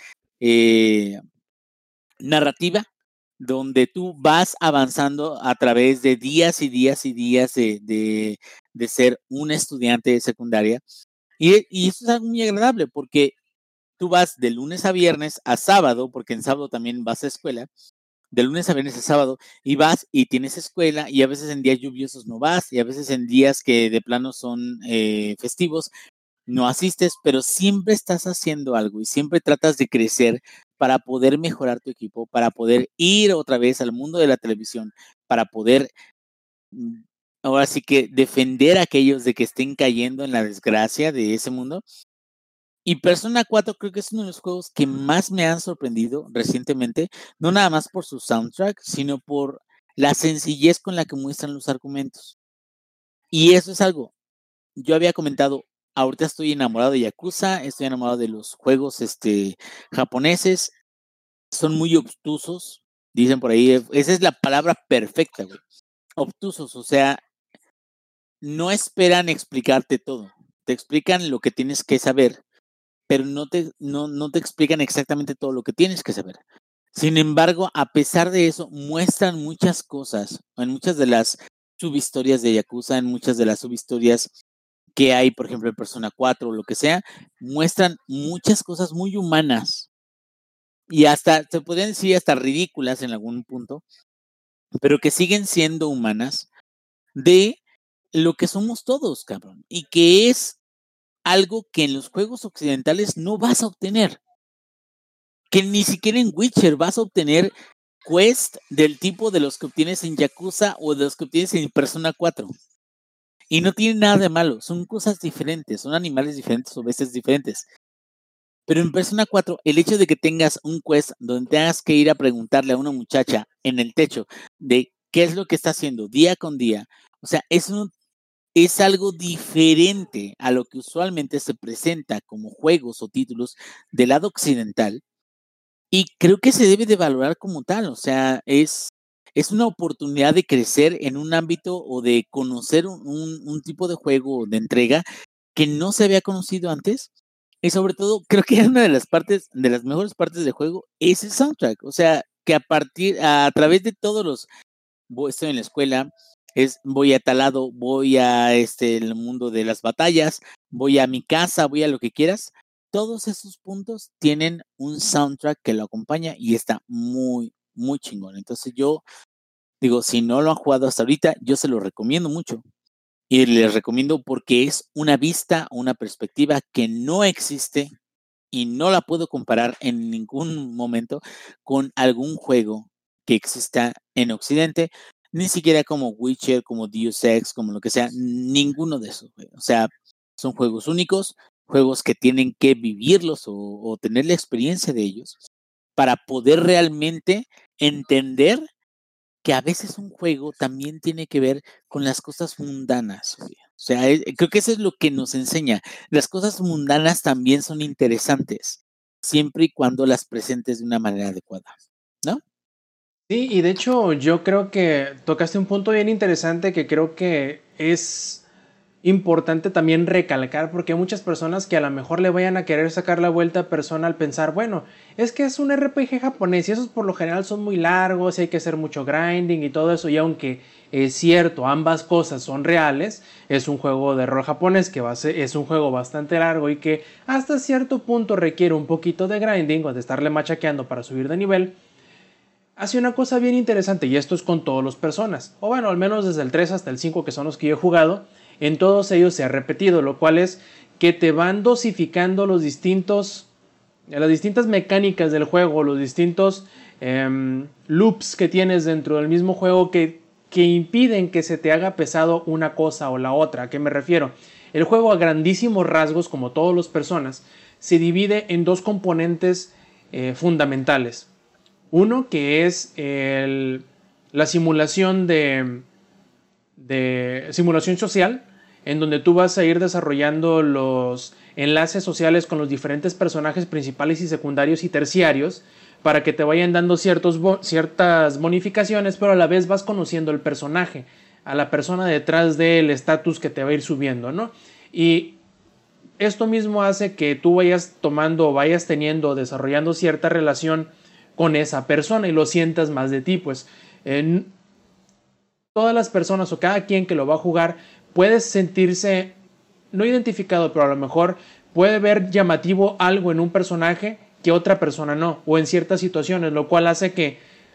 eh, narrativa, donde tú vas avanzando a través de días y días y días de, de, de ser un estudiante de secundaria. Y, y eso es algo muy agradable porque tú vas de lunes a viernes a sábado, porque en sábado también vas a escuela, de lunes a viernes a sábado, y vas y tienes escuela, y a veces en días lluviosos no vas, y a veces en días que de plano son eh, festivos, no asistes, pero siempre estás haciendo algo y siempre tratas de crecer para poder mejorar tu equipo, para poder ir otra vez al mundo de la televisión, para poder, ahora sí que defender a aquellos de que estén cayendo en la desgracia de ese mundo. Y Persona cuatro creo que es uno de los juegos que más me han sorprendido recientemente, no nada más por su soundtrack, sino por la sencillez con la que muestran los argumentos. Y eso es algo, yo había comentado, ahorita estoy enamorado de Yakuza, estoy enamorado de los juegos este, japoneses, son muy obtusos, dicen por ahí, esa es la palabra perfecta, güey. Obtusos, o sea, no esperan explicarte todo, te explican lo que tienes que saber, pero no te, no, no te explican exactamente todo lo que tienes que saber. Sin embargo, a pesar de eso, muestran muchas cosas, en muchas de las subhistorias de Yakuza, en muchas de las subhistorias que hay, por ejemplo, en Persona cuatro o lo que sea, muestran muchas cosas muy humanas y hasta, se podrían decir hasta ridículas en algún punto, pero que siguen siendo humanas de lo que somos todos, cabrón, y que es algo que en los juegos occidentales no vas a obtener, que ni siquiera en Witcher vas a obtener quest del tipo de los que obtienes en Yakuza o de los que obtienes en Persona cuatro. Y no tiene nada de malo, son cosas diferentes, son animales diferentes o bestias diferentes. Pero en Persona cuatro, el hecho de que tengas un quest donde tengas que ir a preguntarle a una muchacha en el techo de qué es lo que está haciendo día con día, o sea, es, un, es algo diferente a lo que usualmente se presenta como juegos o títulos del lado occidental, y creo que se debe de valorar como tal, o sea, es... es una oportunidad de crecer en un ámbito o de conocer un, un, un tipo de juego de entrega que no se había conocido antes. Y sobre todo, creo que una de las partes, de las mejores partes del juego es el soundtrack. O sea, que a partir, a, a través de todos los, voy, estoy en la escuela, es, voy a tal lado, voy a este, el mundo de las batallas, voy a mi casa, voy a lo que quieras. Todos esos puntos tienen un soundtrack que lo acompaña y está muy, muy chingón. Entonces yo digo, si no lo han jugado hasta ahorita, yo se lo recomiendo mucho. Y les recomiendo porque es una vista, una perspectiva que no existe y no la puedo comparar en ningún momento con algún juego que exista en Occidente, ni siquiera como Witcher, como Deus Ex, como lo que sea, ninguno de esos. O sea, son juegos únicos, juegos que tienen que vivirlos o, o tener la experiencia de ellos para poder realmente entender que a veces un juego también tiene que ver con las cosas mundanas. Güey. O sea, es, creo que eso es lo que nos enseña. Las cosas mundanas también son interesantes, siempre y cuando las presentes de una manera adecuada, ¿no? Sí, y de hecho yo creo que tocaste un punto bien interesante que creo que es importante también recalcar, porque hay muchas personas que a lo mejor le vayan a querer sacar la vuelta a Persona al pensar, bueno, es que es un R P G japonés y esos por lo general son muy largos y hay que hacer mucho grinding y todo eso, y aunque es cierto, ambas cosas son reales, es un juego de rol japonés que va a ser, es un juego bastante largo y que hasta cierto punto requiere un poquito de grinding o de estarle machaqueando para subir de nivel. Hace una cosa bien interesante, y esto es con todos los Personas, o bueno, al menos desde el tres hasta el cinco, que son los que yo he jugado. En todos ellos se ha repetido, lo cual es que te van dosificando los distintos, las distintas mecánicas del juego, los distintos eh, loops que tienes dentro del mismo juego que, que impiden que se te haga pesado una cosa o la otra. ¿A qué me refiero? El juego a grandísimos rasgos, como todos los Personas, se divide en dos componentes eh, fundamentales. Uno que es el, la simulación de, de simulación social, en donde tú vas a ir desarrollando los enlaces sociales con los diferentes personajes principales y secundarios y terciarios para que te vayan dando ciertos, ciertas bonificaciones, pero a la vez vas conociendo el personaje, a la persona detrás del estatus que te va a ir subiendo, ¿no? Y esto mismo hace que tú vayas tomando, vayas teniendo, desarrollando cierta relación con esa persona y lo sientas más de ti, pues en todas las personas o cada quien que lo va a jugar puede sentirse no identificado, pero a lo mejor puede ver llamativo algo en un personaje que otra persona no, o en ciertas situaciones, lo cual hace que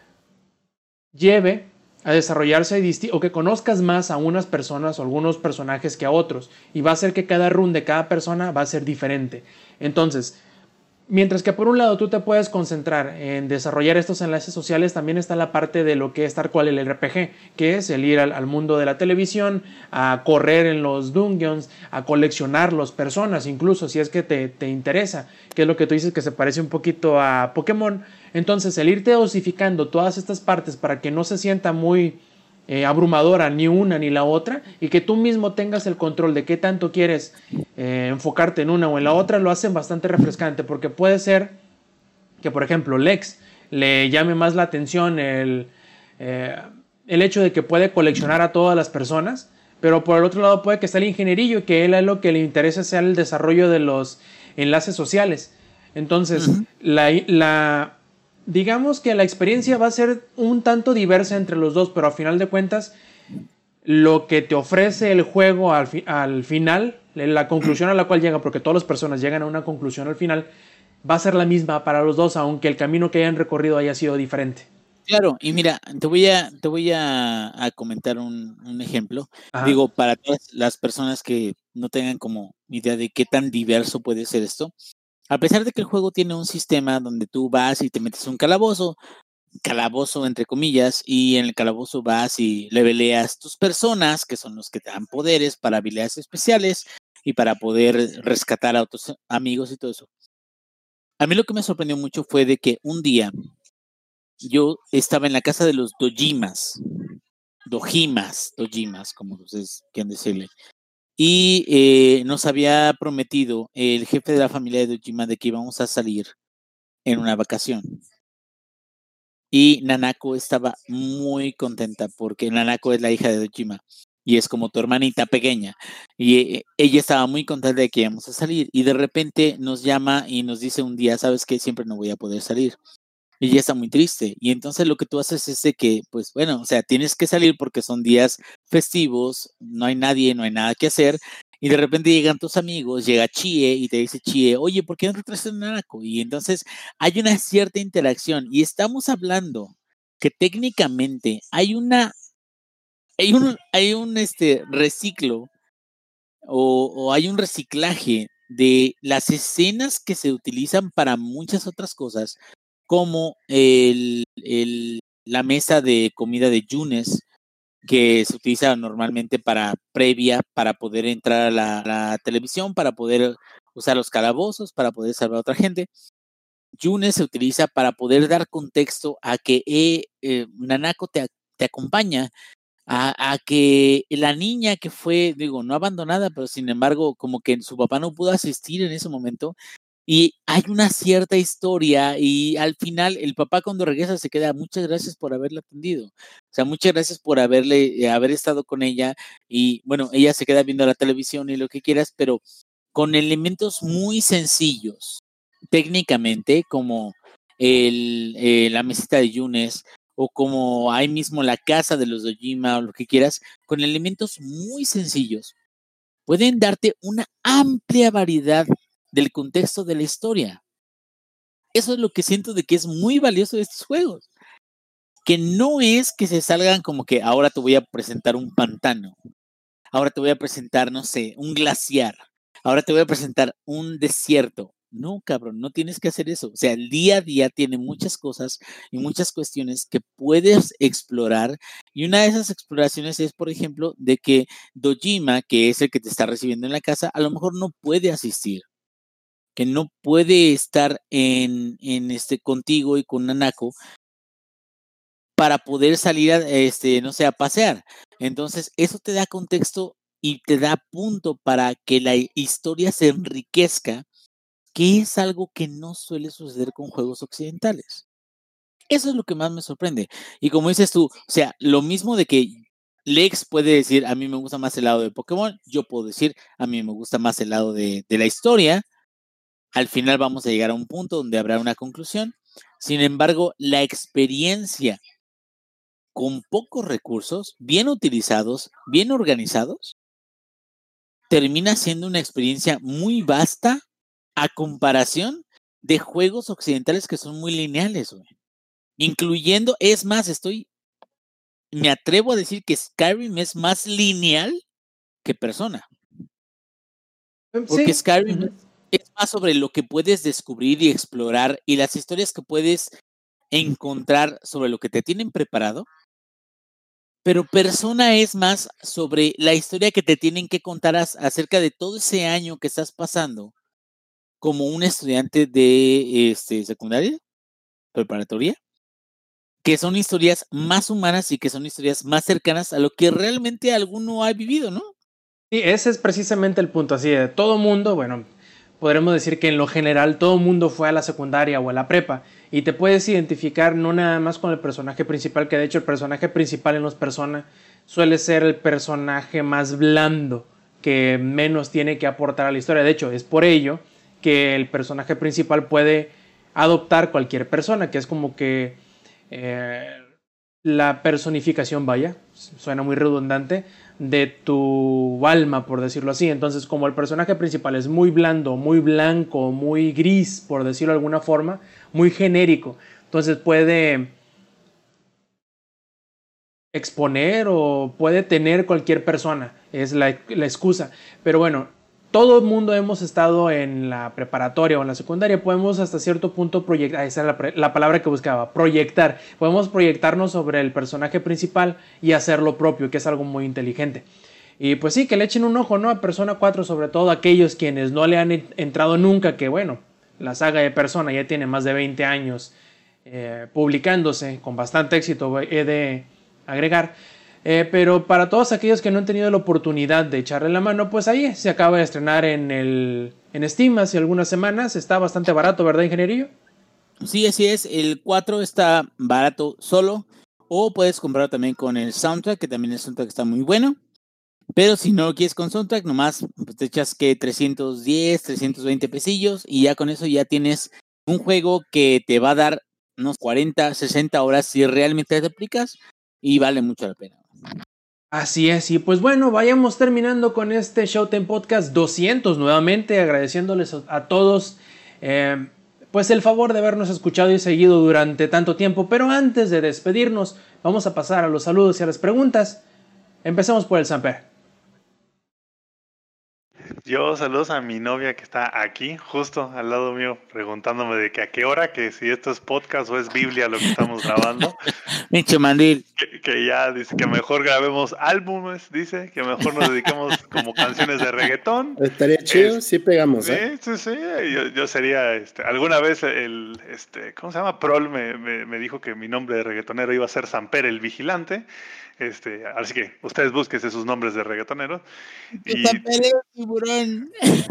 lleve a desarrollarse disti- o que conozcas más a unas personas o algunos personajes que a otros, y va a hacer que cada run de cada persona va a ser diferente. Entonces, mientras que por un lado tú te puedes concentrar en desarrollar estos enlaces sociales, también está la parte de lo que es tal cual el R P G, que es el ir al, al mundo de la televisión, a correr en los dungeons, a coleccionar los personas, incluso si es que te, te interesa, que es lo que tú dices que se parece un poquito a Pokémon. Entonces el irte dosificando todas estas partes para que no se sienta muy Eh, abrumadora ni una ni la otra, y que tú mismo tengas el control de qué tanto quieres eh, enfocarte en una o en la otra, lo hacen bastante refrescante, porque puede ser que, por ejemplo, Lex le llame más la atención el, eh, el hecho de que puede coleccionar a todas las personas, pero por el otro lado puede que esté el ingenierillo y que él a lo que le interesa sea el desarrollo de los enlaces sociales. Entonces, uh-huh. la, la digamos que la experiencia va a ser un tanto diversa entre los dos, pero a final de cuentas lo que te ofrece el juego al, fi- al final, la conclusión a la cual llega, porque todas las personas llegan a una conclusión al final, va a ser la misma para los dos, aunque el camino que hayan recorrido haya sido diferente. Claro, y mira, te voy a, te voy a, a comentar un, un ejemplo. Ajá. Digo, para todas las personas que no tengan como idea de qué tan diverso puede ser esto, a pesar de que el juego tiene un sistema donde tú vas y te metes en un calabozo, calabozo entre comillas, y en el calabozo vas y leveleas tus personas, que son los que te dan poderes para habilidades especiales y para poder rescatar a otros amigos y todo eso. A mí lo que me sorprendió mucho fue de que un día yo estaba en la casa de los Dojimas, Dojimas, Dojimas, como ustedes quieren decirle, y eh, nos había prometido el jefe de la familia de Dojima de que íbamos a salir en una vacación. Y Nanako estaba muy contenta porque Nanako es la hija de Dojima y es como tu hermanita pequeña. Y eh, ella estaba muy contenta de que íbamos a salir y de repente nos llama y nos dice un día, ¿sabes qué? Siempre no voy a poder salir. Y ella está muy triste. Y entonces lo que tú haces es de que, pues bueno, o sea, tienes que salir porque son días festivos, no hay nadie, no hay nada que hacer. Y de repente llegan tus amigos, llega Chie y te dice Chie, oye, ¿por qué no retrasas a Nanako? Y entonces hay una cierta interacción. Y estamos hablando que técnicamente hay una, hay un, hay un este, reciclo o, o hay un reciclaje de las escenas que se utilizan para muchas otras cosas, como el, el, la mesa de comida de Yunes, que se utiliza normalmente para previa, para poder entrar a la, la televisión, para poder usar los calabozos, para poder salvar a otra gente. Yunes se utiliza para poder dar contexto a que eh, eh, Nanako te, te acompaña, a, a que la niña que fue, digo, no abandonada, pero sin embargo, como que su papá no pudo asistir en ese momento, y hay una cierta historia y al final el papá cuando regresa se queda, muchas gracias por haberla atendido, o sea, muchas gracias por haberle, eh, haber estado con ella y bueno, ella se queda viendo la televisión y lo que quieras, pero con elementos muy sencillos, técnicamente, como el, eh, la mesita de Yunes o como ahí mismo la casa de los Dojima o lo que quieras, con elementos muy sencillos, pueden darte una amplia variedad del contexto de la historia. Eso es lo que siento de que es muy valioso de estos juegos. Que no es que se salgan como que ahora te voy a presentar un pantano, ahora te voy a presentar, no sé, un glaciar, ahora te voy a presentar un desierto. No, cabrón, no tienes que hacer eso. O sea, el día a día tiene muchas cosas y muchas cuestiones que puedes explorar. Y una de esas exploraciones es, por ejemplo, de que Dojima, que es el que te está recibiendo en la casa, a lo mejor no puede asistir, que no puede estar en, en este contigo y con Nanako para poder salir a, este, no sé, a pasear. Entonces, eso te da contexto y te da punto para que la historia se enriquezca, que es algo que no suele suceder con juegos occidentales. Eso es lo que más me sorprende. Y como dices tú, o sea, lo mismo de que Lex puede decir, a mí me gusta más el lado de Pokémon, yo puedo decir, a mí me gusta más el lado de, de la historia. Al final vamos a llegar a un punto donde habrá una conclusión. Sin embargo, la experiencia con pocos recursos, bien utilizados, bien organizados, termina siendo una experiencia muy vasta a comparación de juegos occidentales que son muy lineales, güey. Incluyendo, es más, estoy, me atrevo a decir que Skyrim es más lineal que Persona. Porque Sí. Skyrim Uh-huh. es más sobre lo que puedes descubrir y explorar y las historias que puedes encontrar sobre lo que te tienen preparado. Pero Persona es más sobre la historia que te tienen que contar acerca de todo ese año que estás pasando como un estudiante de este, secundaria, preparatoria, que son historias más humanas y que son historias más cercanas a lo que realmente alguno ha vivido, ¿no? Sí, ese es precisamente el punto, así de todo mundo, bueno, podremos decir que en lo general todo mundo fue a la secundaria o a la prepa y te puedes identificar no nada más con el personaje principal, que de hecho el personaje principal en los Persona suele ser el personaje más blando, que menos tiene que aportar a la historia. De hecho, es por ello que el personaje principal puede adoptar cualquier persona, que es como que eh, la personificación, vaya, suena muy redundante, de tu alma, por decirlo así. Entonces, como el personaje principal es muy blando, muy blanco, muy gris, por decirlo de alguna forma, muy genérico, entonces puede exponer o puede tener cualquier persona, es la, la excusa. Pero bueno, todo el mundo hemos estado en la preparatoria o en la secundaria, podemos hasta cierto punto proyectar, esa es la, la palabra que buscaba, proyectar, podemos proyectarnos sobre el personaje principal y hacer lo propio, que es algo muy inteligente. Y pues sí, que le echen un ojo, ¿no? A Persona cuatro, sobre todo aquellos quienes no le han entrado nunca, que bueno, la saga de Persona ya tiene más de veinte años eh, publicándose, con bastante éxito, he de agregar. Eh, pero para todos aquellos que no han tenido la oportunidad de echarle la mano, pues ahí se acaba de estrenar en, el, en Steam hace algunas semanas. Está bastante barato, ¿verdad, ingenierillo? Sí, así es. El cuatro está barato solo, o puedes comprarlo también con el soundtrack, que también el soundtrack está muy bueno. Pero si no lo quieres con soundtrack, nomás pues te echas que trescientos diez, trescientos veinte pesillos y ya con eso ya tienes un juego que te va a dar unos cuarenta, sesenta horas si realmente te aplicas y vale mucho la pena. Así es, y pues bueno, vayamos terminando con este Showtime Podcast doscientos nuevamente, agradeciéndoles a todos eh, pues el favor de habernos escuchado y seguido durante tanto tiempo. Pero antes de despedirnos, vamos a pasar a los saludos y a las preguntas. Empecemos por el Samper. Yo saludos a mi novia que está aquí, justo al lado mío, preguntándome de que a qué hora, que si esto es podcast o es Biblia lo que estamos grabando. Pinche mandil. Que, que ya dice que mejor grabemos álbumes, dice, que mejor nos dediquemos como canciones de reggaetón. Estaría chido, es, sí pegamos, ¿eh? Sí, sí, sí. Yo, yo sería, este, alguna vez el, este, ¿cómo se llama? Prol me, me, me dijo que mi nombre de reggaetonero iba a ser Samper el Vigilante. Este, así que ustedes búsquense sus nombres de reggaetoneros. Y... Samper el Tiburón.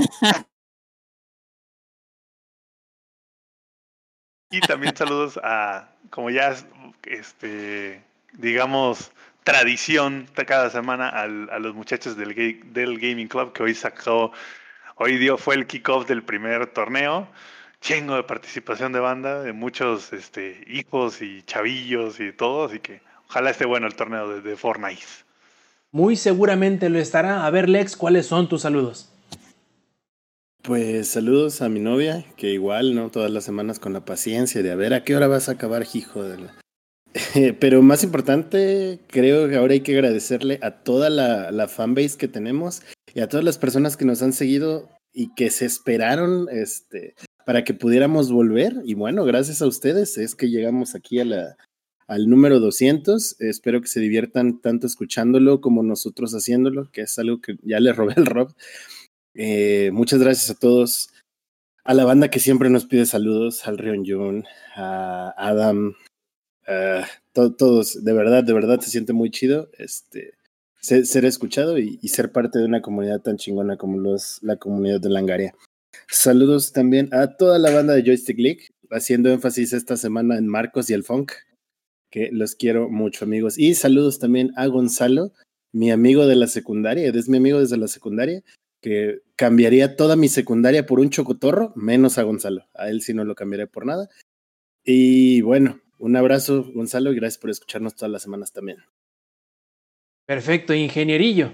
Y también saludos a, como ya, este, digamos, tradición de cada semana al, a los muchachos del, del Gaming Club que hoy sacó, hoy dio, fue el kickoff del primer torneo. Chingo de participación de banda, de muchos este, hijos y chavillos y todo, así que ojalá esté bueno el torneo de, de Fortnite. Muy seguramente lo estará. A ver, Lex, ¿cuáles son tus saludos? Pues saludos a mi novia, que igual, ¿no? Todas las semanas con la paciencia de a ver a qué hora vas a acabar, hijo de la... Pero más importante, creo que ahora hay que agradecerle a toda la, la fanbase que tenemos y a todas las personas que nos han seguido y que se esperaron este, para que pudiéramos volver. Y bueno, gracias a ustedes es que llegamos aquí a la, al número doscientos. Espero que se diviertan tanto escuchándolo como nosotros haciéndolo, que es algo que ya le robé al Rob. Eh, muchas gracias a todos, a la banda que siempre nos pide saludos, al Rion Jun, a Adam, uh, to- todos, de verdad, de verdad se siente muy chido este, ser, ser escuchado y, y ser parte de una comunidad tan chingona como los, la comunidad de Langaria. Saludos también a toda la banda de Joystick League, haciendo énfasis esta semana en Marcos y el Funk, que los quiero mucho, amigos. Y saludos también a Gonzalo, mi amigo de la secundaria, es mi amigo desde la secundaria, que cambiaría toda mi secundaria por un chocotorro, menos a Gonzalo. A él sí no lo cambiaré por nada. Y bueno, un abrazo, Gonzalo, y gracias por escucharnos todas las semanas también. Perfecto, ingenierillo.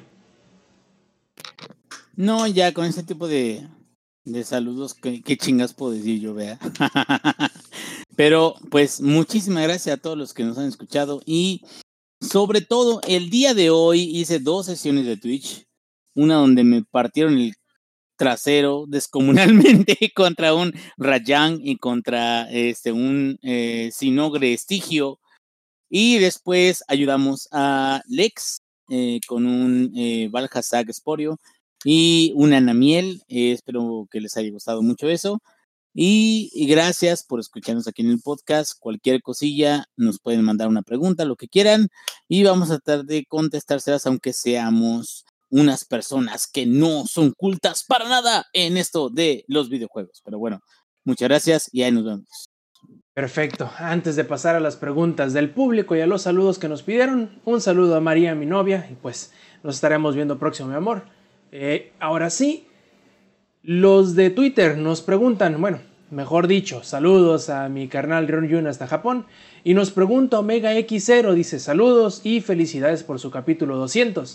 No, ya con ese tipo de, de saludos, ¿qué, qué chingas puedo decir yo, vea? Pero pues muchísimas gracias a todos los que nos han escuchado y sobre todo el día de hoy hice dos sesiones de Twitch. Una donde me partieron el trasero descomunalmente contra un Rayang y contra este un eh, Sinogre Estigio. Y después ayudamos a Lex eh, con un eh, Valhazak Sporio y un Anamiel. Eh, espero que les haya gustado mucho eso. Y, y gracias por escucharnos aquí en el podcast. Cualquier cosilla nos pueden mandar una pregunta, lo que quieran. Y vamos a tratar de contestárselas aunque seamos unas personas que no son cultas para nada en esto de los videojuegos. Pero bueno, muchas gracias y ahí nos vemos. Perfecto. Antes de pasar a las preguntas del público y a los saludos que nos pidieron, un saludo a María, mi novia, y pues nos estaremos viendo próximo, mi amor. Eh, ahora sí, los de Twitter nos preguntan, bueno, mejor dicho, saludos a mi carnal Rion Jun hasta Japón, y nos pregunta Omega equis cero, dice saludos y felicidades por su capítulo doscientos.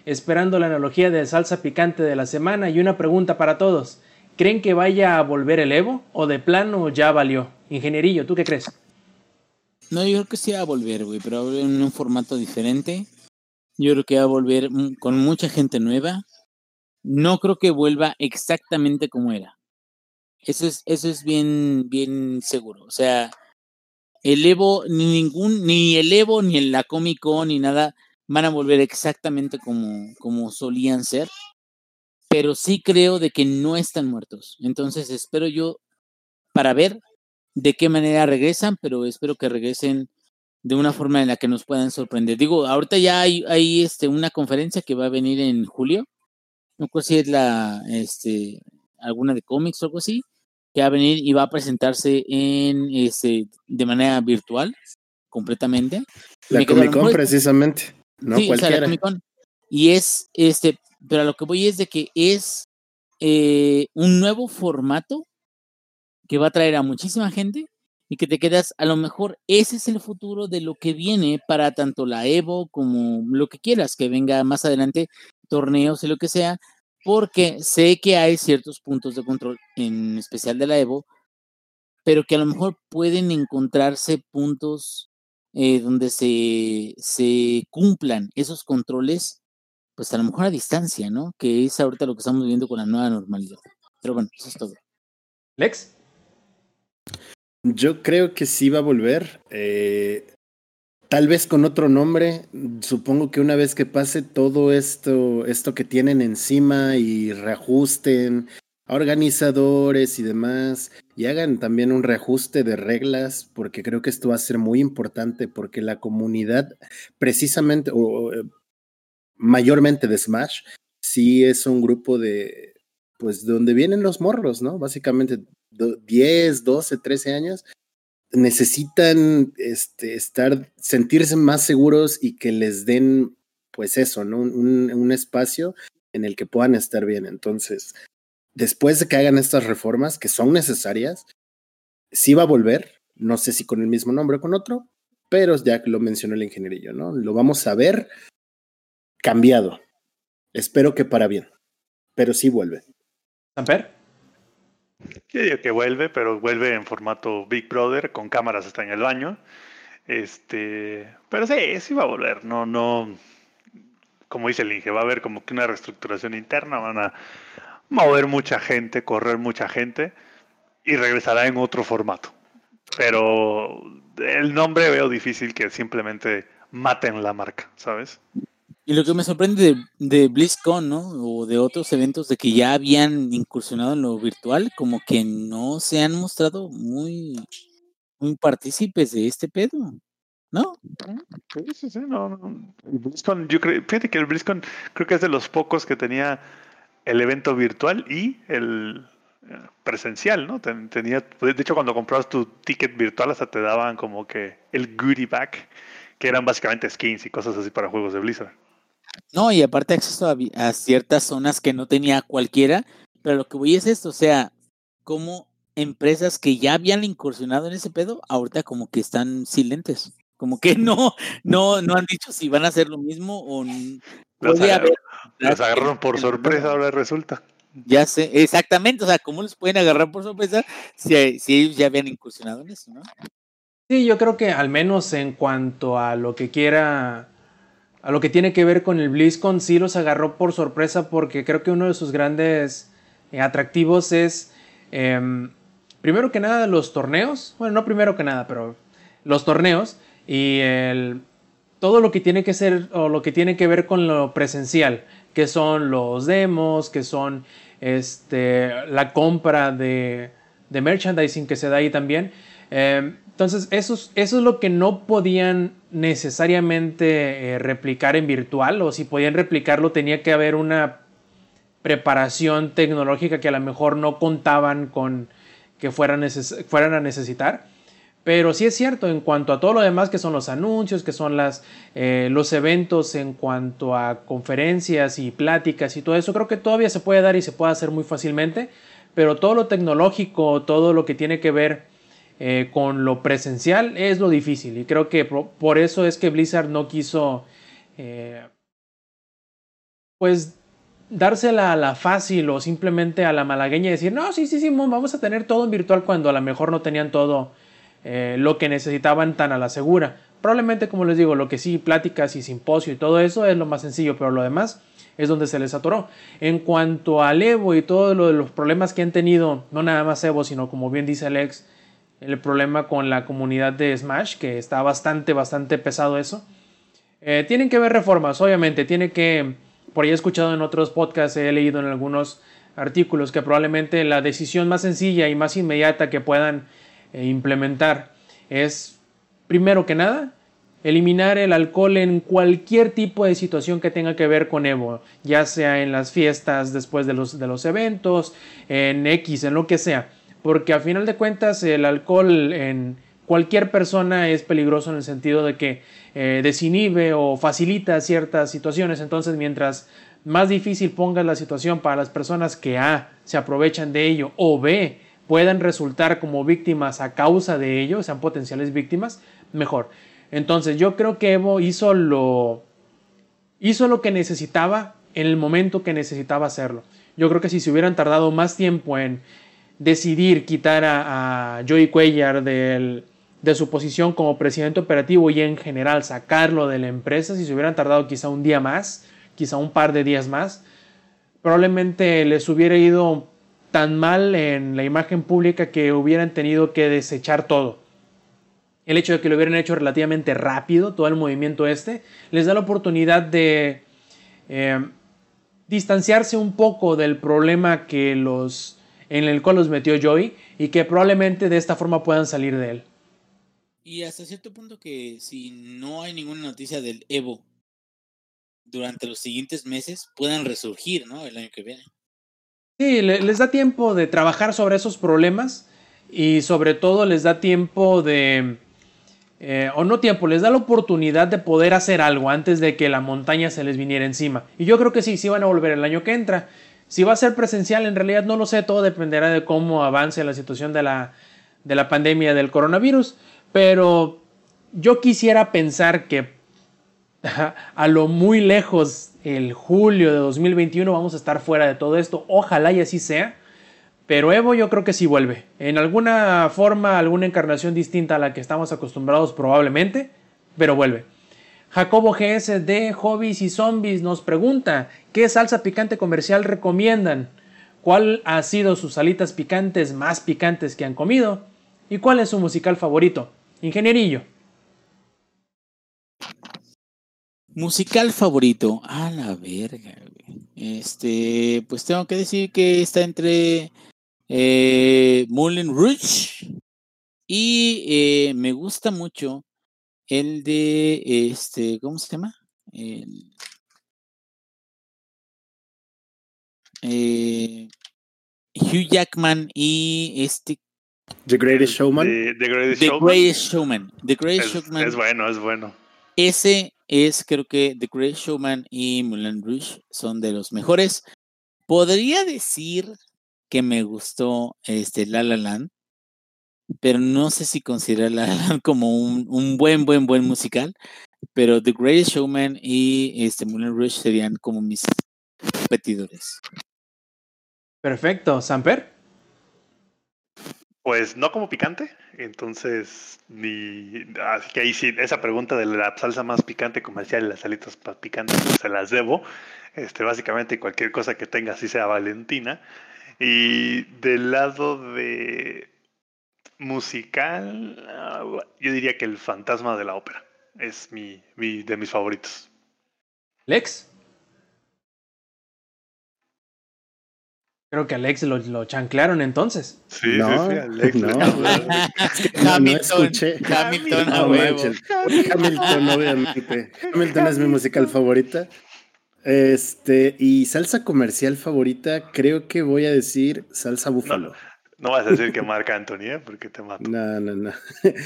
esperando la analogía de salsa picante de la semana. Y una pregunta para todos: ¿creen que vaya a volver el Evo o de plano ya valió? Ingenierillo, ¿tú qué crees? No, yo creo que sí va a volver, güey, pero va a volver en un formato diferente. Yo creo que va a volver con mucha gente nueva. No creo que vuelva exactamente como era. Eso es, eso es bien, bien seguro. O sea, el Evo, ni ningún, ni el Evo, ni la Comic Con, ni nada, van a volver exactamente como, como solían ser. Pero sí creo de que no están muertos. Entonces espero yo para ver de qué manera regresan, pero espero que regresen de una forma en la que nos puedan sorprender. Digo, ahorita ya hay, hay este, una conferencia que va a venir en julio. No sé si es la, este, alguna de cómics o algo así, que va a venir y va a presentarse en, este, de manera virtual, completamente. La Comic Con, precisamente, no sí, cualquiera. O sea, la Comic Con. Y es, este, pero a lo que voy es de que es eh, un nuevo formato que va a traer a muchísima gente y que te quedas, a lo mejor ese es el futuro de lo que viene para tanto la Evo como lo que quieras que venga más adelante, torneos y lo que sea, porque sé que hay ciertos puntos de control, en especial de la Evo, pero que a lo mejor pueden encontrarse puntos eh, donde se, se cumplan esos controles, pues a lo mejor a distancia, ¿no? Que es ahorita lo que estamos viviendo con la nueva normalidad. Pero bueno, eso es todo. Lex. Yo creo que sí va a volver. Eh, tal vez con otro nombre. Supongo que una vez que pase todo esto, esto que tienen encima y reajusten a organizadores y demás, y hagan también un reajuste de reglas, porque creo que esto va a ser muy importante, porque la comunidad, precisamente, o mayormente de Smash, sí es un grupo de, pues, donde vienen los morros, ¿no? Básicamente diez, doce, trece años, necesitan este, estar, sentirse más seguros y que les den, pues eso, ¿no? Un, un espacio en el que puedan estar bien. Entonces, después de que hagan estas reformas, que son necesarias, sí va a volver, no sé si con el mismo nombre o con otro, pero ya lo mencionó el ingenierillo, ¿no? Lo vamos a ver cambiado. Espero que para bien, pero sí vuelve. ¿Samper? Yo digo que vuelve, pero vuelve en formato Big Brother, con cámaras hasta en el baño. Este, pero sí, sí va a volver. No, no, como dice el Inge, va a haber como que una reestructuración interna, van a mover mucha gente, correr mucha gente y regresará en otro formato. Pero el nombre veo difícil que simplemente maten la marca, ¿sabes? Y lo que me sorprende de, de BlizzCon, ¿no? O de otros eventos de que ya habían incursionado en lo virtual, como que no se han mostrado muy, muy partícipes de este pedo, ¿no? Sí, sí, sí, no, no. El BlizzCon, yo creo, fíjate que el BlizzCon creo que es de los pocos que tenía el evento virtual y el presencial, ¿no? Tenía, de hecho, cuando comprabas tu ticket virtual hasta te daban como que el goodie bag, que eran básicamente skins y cosas así para juegos de Blizzard. No, y aparte acceso a, a ciertas zonas que no tenía cualquiera, pero lo que voy es esto, o sea, como empresas que ya habían incursionado en ese pedo, ahorita como que están silentes, como que no, no, no han dicho si van a hacer lo mismo o los, agar los agarraron por sorpresa, ahora resulta. Ya sé, exactamente, o sea, ¿cómo les pueden agarrar por sorpresa si, si ellos ya habían incursionado en eso, ¿no? Sí, yo creo que al menos en cuanto a lo que quiera, a lo que tiene que ver con el BlizzCon, sí los agarró por sorpresa, porque creo que uno de sus grandes eh, atractivos es, eh, primero que nada, los torneos. Bueno, no primero que nada, pero los torneos y el, todo lo que tiene que ser o lo que tiene que ver con lo presencial, que son los demos, que son este, la compra de, de merchandising que se da ahí también. Eh, entonces, eso es, eso es lo que no podían necesariamente eh, replicar en virtual, o si podían replicarlo tenía que haber una preparación tecnológica que a lo mejor no contaban con que fueran, neces fueran a necesitar. Pero sí es cierto, en cuanto a todo lo demás que son los anuncios, que son las, eh, los eventos en cuanto a conferencias y pláticas y todo eso, creo que todavía se puede dar y se puede hacer muy fácilmente, pero todo lo tecnológico, todo lo que tiene que ver eh, con lo presencial es lo difícil, y creo que por, por eso es que Blizzard no quiso eh, pues dársela a la fácil o simplemente a la malagueña y decir, no, sí, sí, sí, vamos a tener todo en virtual cuando a lo mejor no tenían todo eh, lo que necesitaban tan a la segura. Probablemente, como les digo, lo que sí, pláticas y simposio y todo eso es lo más sencillo, pero lo demás es donde se les atoró. En cuanto al Evo y todo lo de los problemas que han tenido, no nada más Evo, sino como bien dice Alex, el problema con la comunidad de Smash, que está bastante, bastante pesado eso. Eh, tienen que haber reformas, obviamente, tiene que... Por ahí he escuchado en otros podcasts, he leído en algunos artículos que probablemente la decisión más sencilla y más inmediata que puedan eh, implementar es, primero que nada, eliminar el alcohol en cualquier tipo de situación que tenga que ver con Evo, ya sea en las fiestas, después de los, de los eventos, en X, en lo que sea, porque a final de cuentas el alcohol en cualquier persona es peligroso en el sentido de que eh, desinhibe o facilita ciertas situaciones. Entonces, mientras más difícil pongas la situación para las personas que A, se aprovechan de ello, o B, puedan resultar como víctimas a causa de ello, sean potenciales víctimas, mejor. Entonces, yo creo que Evo hizo lo, hizo lo que necesitaba en el momento que necesitaba hacerlo. Yo creo que si se hubieran tardado más tiempo en decidir quitar a, a Joey Cuellar del... de su posición como presidente operativo y en general sacarlo de la empresa, si se hubieran tardado quizá un día más, quizá un par de días más, probablemente les hubiera ido tan mal en la imagen pública que hubieran tenido que desechar todo. El hecho de que lo hubieran hecho relativamente rápido, todo el movimiento este, les da la oportunidad de eh, distanciarse un poco del problema que los, en el cual los metió Joey y que probablemente de esta forma puedan salir de él. Y hasta cierto punto que si no hay ninguna noticia del Evo durante los siguientes meses, puedan resurgir, ¿no? El año que viene. Sí, le, les da tiempo de trabajar sobre esos problemas y sobre todo les da tiempo de... Eh, o no tiempo, les da la oportunidad de poder hacer algo antes de que la montaña se les viniera encima. Y yo creo que sí, sí van a volver el año que entra. Si va a ser presencial, en realidad no lo sé, todo dependerá de cómo avance la situación de la, de la pandemia del coronavirus. Pero yo quisiera pensar que a lo muy lejos, el julio de dos mil veintiuno, vamos a estar fuera de todo esto. Ojalá y así sea. Pero Evo yo creo que sí vuelve. En alguna forma, alguna encarnación distinta a la que estamos acostumbrados probablemente, pero vuelve. Jacobo G S de Hobbies y Zombies nos pregunta, ¿qué salsa picante comercial recomiendan? ¿Cuál ha sido sus salitas picantes más picantes que han comido? ¿Y cuál es su musical favorito? Ingenierillo. Musical favorito. A la verga, güey. Este, pues tengo que decir que está entre eh, Moulin Rouge y eh, me gusta mucho el de este, ¿cómo se llama? El, eh, Hugh Jackman y este The Greatest Showman. The, the Greatest The Showman. Greatest Showman. The Greatest Es, Showman. es bueno, es bueno. Ese es, creo que The Greatest Showman y Moulin Rouge son de los mejores. Podría decir que me gustó este La La Land, pero no sé si considerar La La Land como un, un buen, buen, buen musical. Pero The Greatest Showman y este Moulin Rouge serían como mis competidores. Perfecto. ¿Samper? Pues no como picante, entonces ni así que ahí sí, esa pregunta de la salsa más picante comercial y las salitas más picantes pues se las debo. Este, básicamente cualquier cosa que tenga así sea Valentina. Y del lado de musical, uh, yo diría que El Fantasma de la Ópera es mi, mi de mis favoritos. ¿Lex? Creo que a Alex lo, lo chanclearon entonces. Sí, no, sí, sí, Alex. No, no, no, Hamilton, no escuché. Hamilton a No huevo. manches. Hamilton, obviamente. Hamilton es mi musical favorita. Este, y salsa comercial favorita, creo que voy a decir salsa búfalo. No, no vas a decir que Marc Anthony, ¿eh? Porque te mato. No, no, no.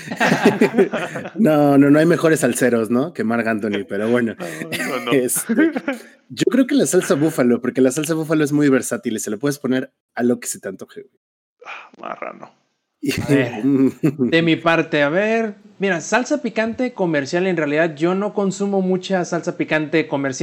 no, no, no hay mejores salseros, ¿no? Que Marc Anthony, pero bueno. No, no, no. Este, yo creo que la salsa búfalo, porque la salsa búfalo es muy versátil y se le puedes poner a lo que se te antoje. Ah, marrano. A ver, de mi parte, a ver, mira, salsa picante comercial, en realidad yo no consumo mucha salsa picante comercial.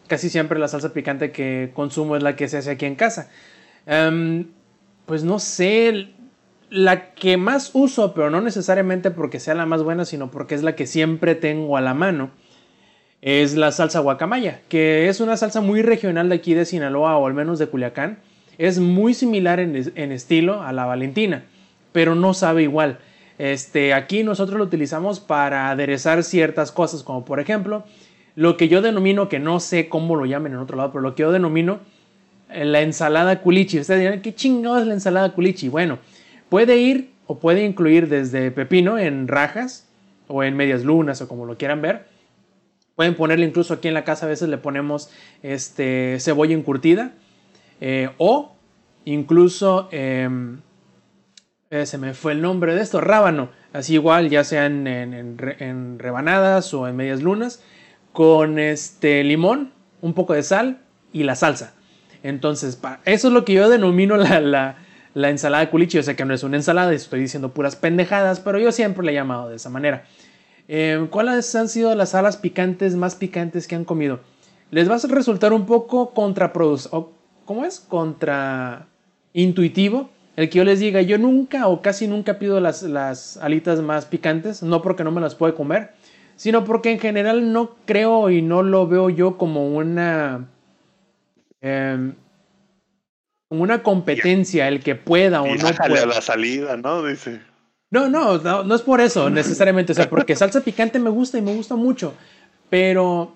casi siempre la salsa picante que consumo es la que se hace aquí en casa. Um, pues no sé, la que más uso, pero no necesariamente porque sea la más buena, sino porque es la que siempre tengo a la mano, es la salsa guacamaya, que es una salsa muy regional de aquí de Sinaloa, o al menos de Culiacán. Es muy similar en, en estilo a la Valentina, pero no sabe igual. Este, aquí nosotros lo utilizamos para aderezar ciertas cosas, como por ejemplo, lo que yo denomino, que no sé cómo lo llamen en otro lado, pero lo que yo denomino la ensalada culichi. Ustedes dirán, ¿qué chingado es la ensalada culichi? Bueno, puede ir o puede incluir desde pepino en rajas o en medias lunas o como lo quieran ver. Pueden ponerle, incluso aquí en la casa a veces le ponemos este, cebolla encurtida. Eh, o incluso, eh, eh, se me fue el nombre de esto, rábano. Así igual, ya sean en, en, en rebanadas o en medias lunas. Con este limón, un poco de sal y la salsa. Entonces, pa, eso es lo que yo denomino la... la La ensalada culichi. Yo sé que no es una ensalada, estoy diciendo puras pendejadas, pero yo siempre la he llamado de esa manera. Eh, ¿Cuáles han sido las salas picantes más picantes que han comido? Les va a resultar un poco contraproducente. ¿Cómo es? Contraintuitivo el que yo les diga, yo nunca o casi nunca pido las, las alitas más picantes, no porque no me las puedo comer, sino porque en general no creo y no lo veo yo como una... Eh, como una competencia, el que pueda o y no pueda. A la salida, ¿no? Dice. No, no, no, no es por eso necesariamente, o sea, porque salsa picante me gusta y me gusta mucho, pero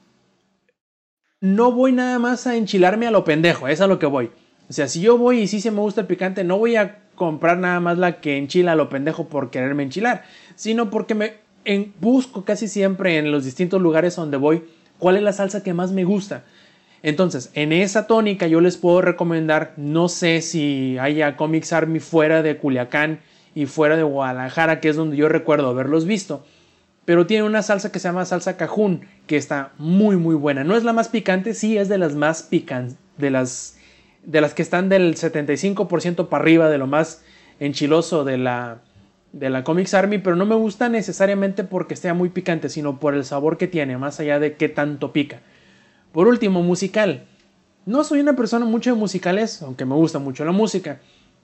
no voy nada más a enchilarme a lo pendejo, es a lo que voy. O sea, si yo voy y sí se me gusta el picante, no voy a comprar nada más la que enchila a lo pendejo por quererme enchilar, sino porque me en, busco casi siempre en los distintos lugares donde voy cuál es la salsa que más me gusta. Entonces, en esa tónica yo les puedo recomendar, no sé si haya Comics Army fuera de Culiacán y fuera de Guadalajara, que es donde yo recuerdo haberlos visto, pero tiene una salsa que se llama salsa cajún, que está muy muy buena. No es la más picante, sí es de las más picantes, de las, de las que están del setenta y cinco por ciento para arriba de lo más enchiloso de la, de la Comics Army, pero no me gusta necesariamente porque esté muy picante, sino por el sabor que tiene, más allá de qué tanto pica. Por último, musical. No soy una persona mucho de musicales, aunque me gusta mucho la música.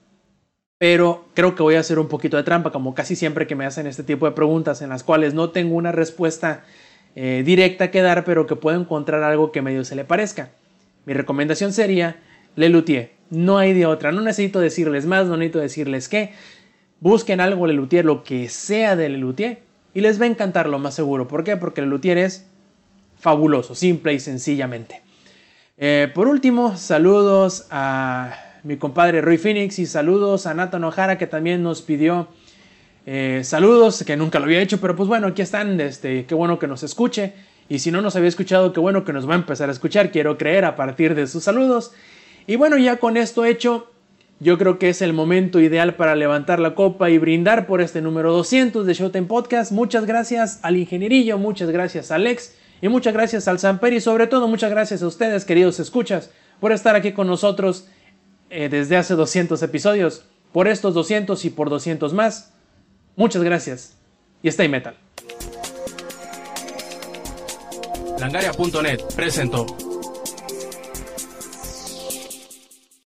Pero creo que voy a hacer un poquito de trampa, como casi siempre que me hacen este tipo de preguntas en las cuales no tengo una respuesta eh, directa que dar, pero que puedo encontrar algo que medio se le parezca. Mi recomendación sería Le Luthier. No hay de otra. No necesito decirles más, no necesito decirles qué. Busquen algo Le Luthier, lo que sea de Le Luthier, y les va a encantar, lo más seguro. ¿Por qué? Porque Le Luthier es fabuloso, simple y sencillamente. Eh, por último, saludos a mi compadre Roy Phoenix y saludos a Nathan O'Hara, que también nos pidió eh, saludos, que nunca lo había hecho, pero pues bueno, aquí están. Este, qué bueno que nos escuche, y si no nos había escuchado, qué bueno que nos va a empezar a escuchar, quiero creer, a partir de sus saludos. Y bueno, ya con esto hecho, yo creo que es el momento ideal para levantar la copa y brindar por este número doscientos de Showtime Podcast. Muchas gracias al Ingenierillo, muchas gracias a Alex, y muchas gracias al Samper, y sobre todo muchas gracias a ustedes, queridos escuchas, por estar aquí con nosotros eh, desde hace doscientos episodios, por estos doscientos y por doscientos más. Muchas gracias y stay metal. Langaria punto net presentó.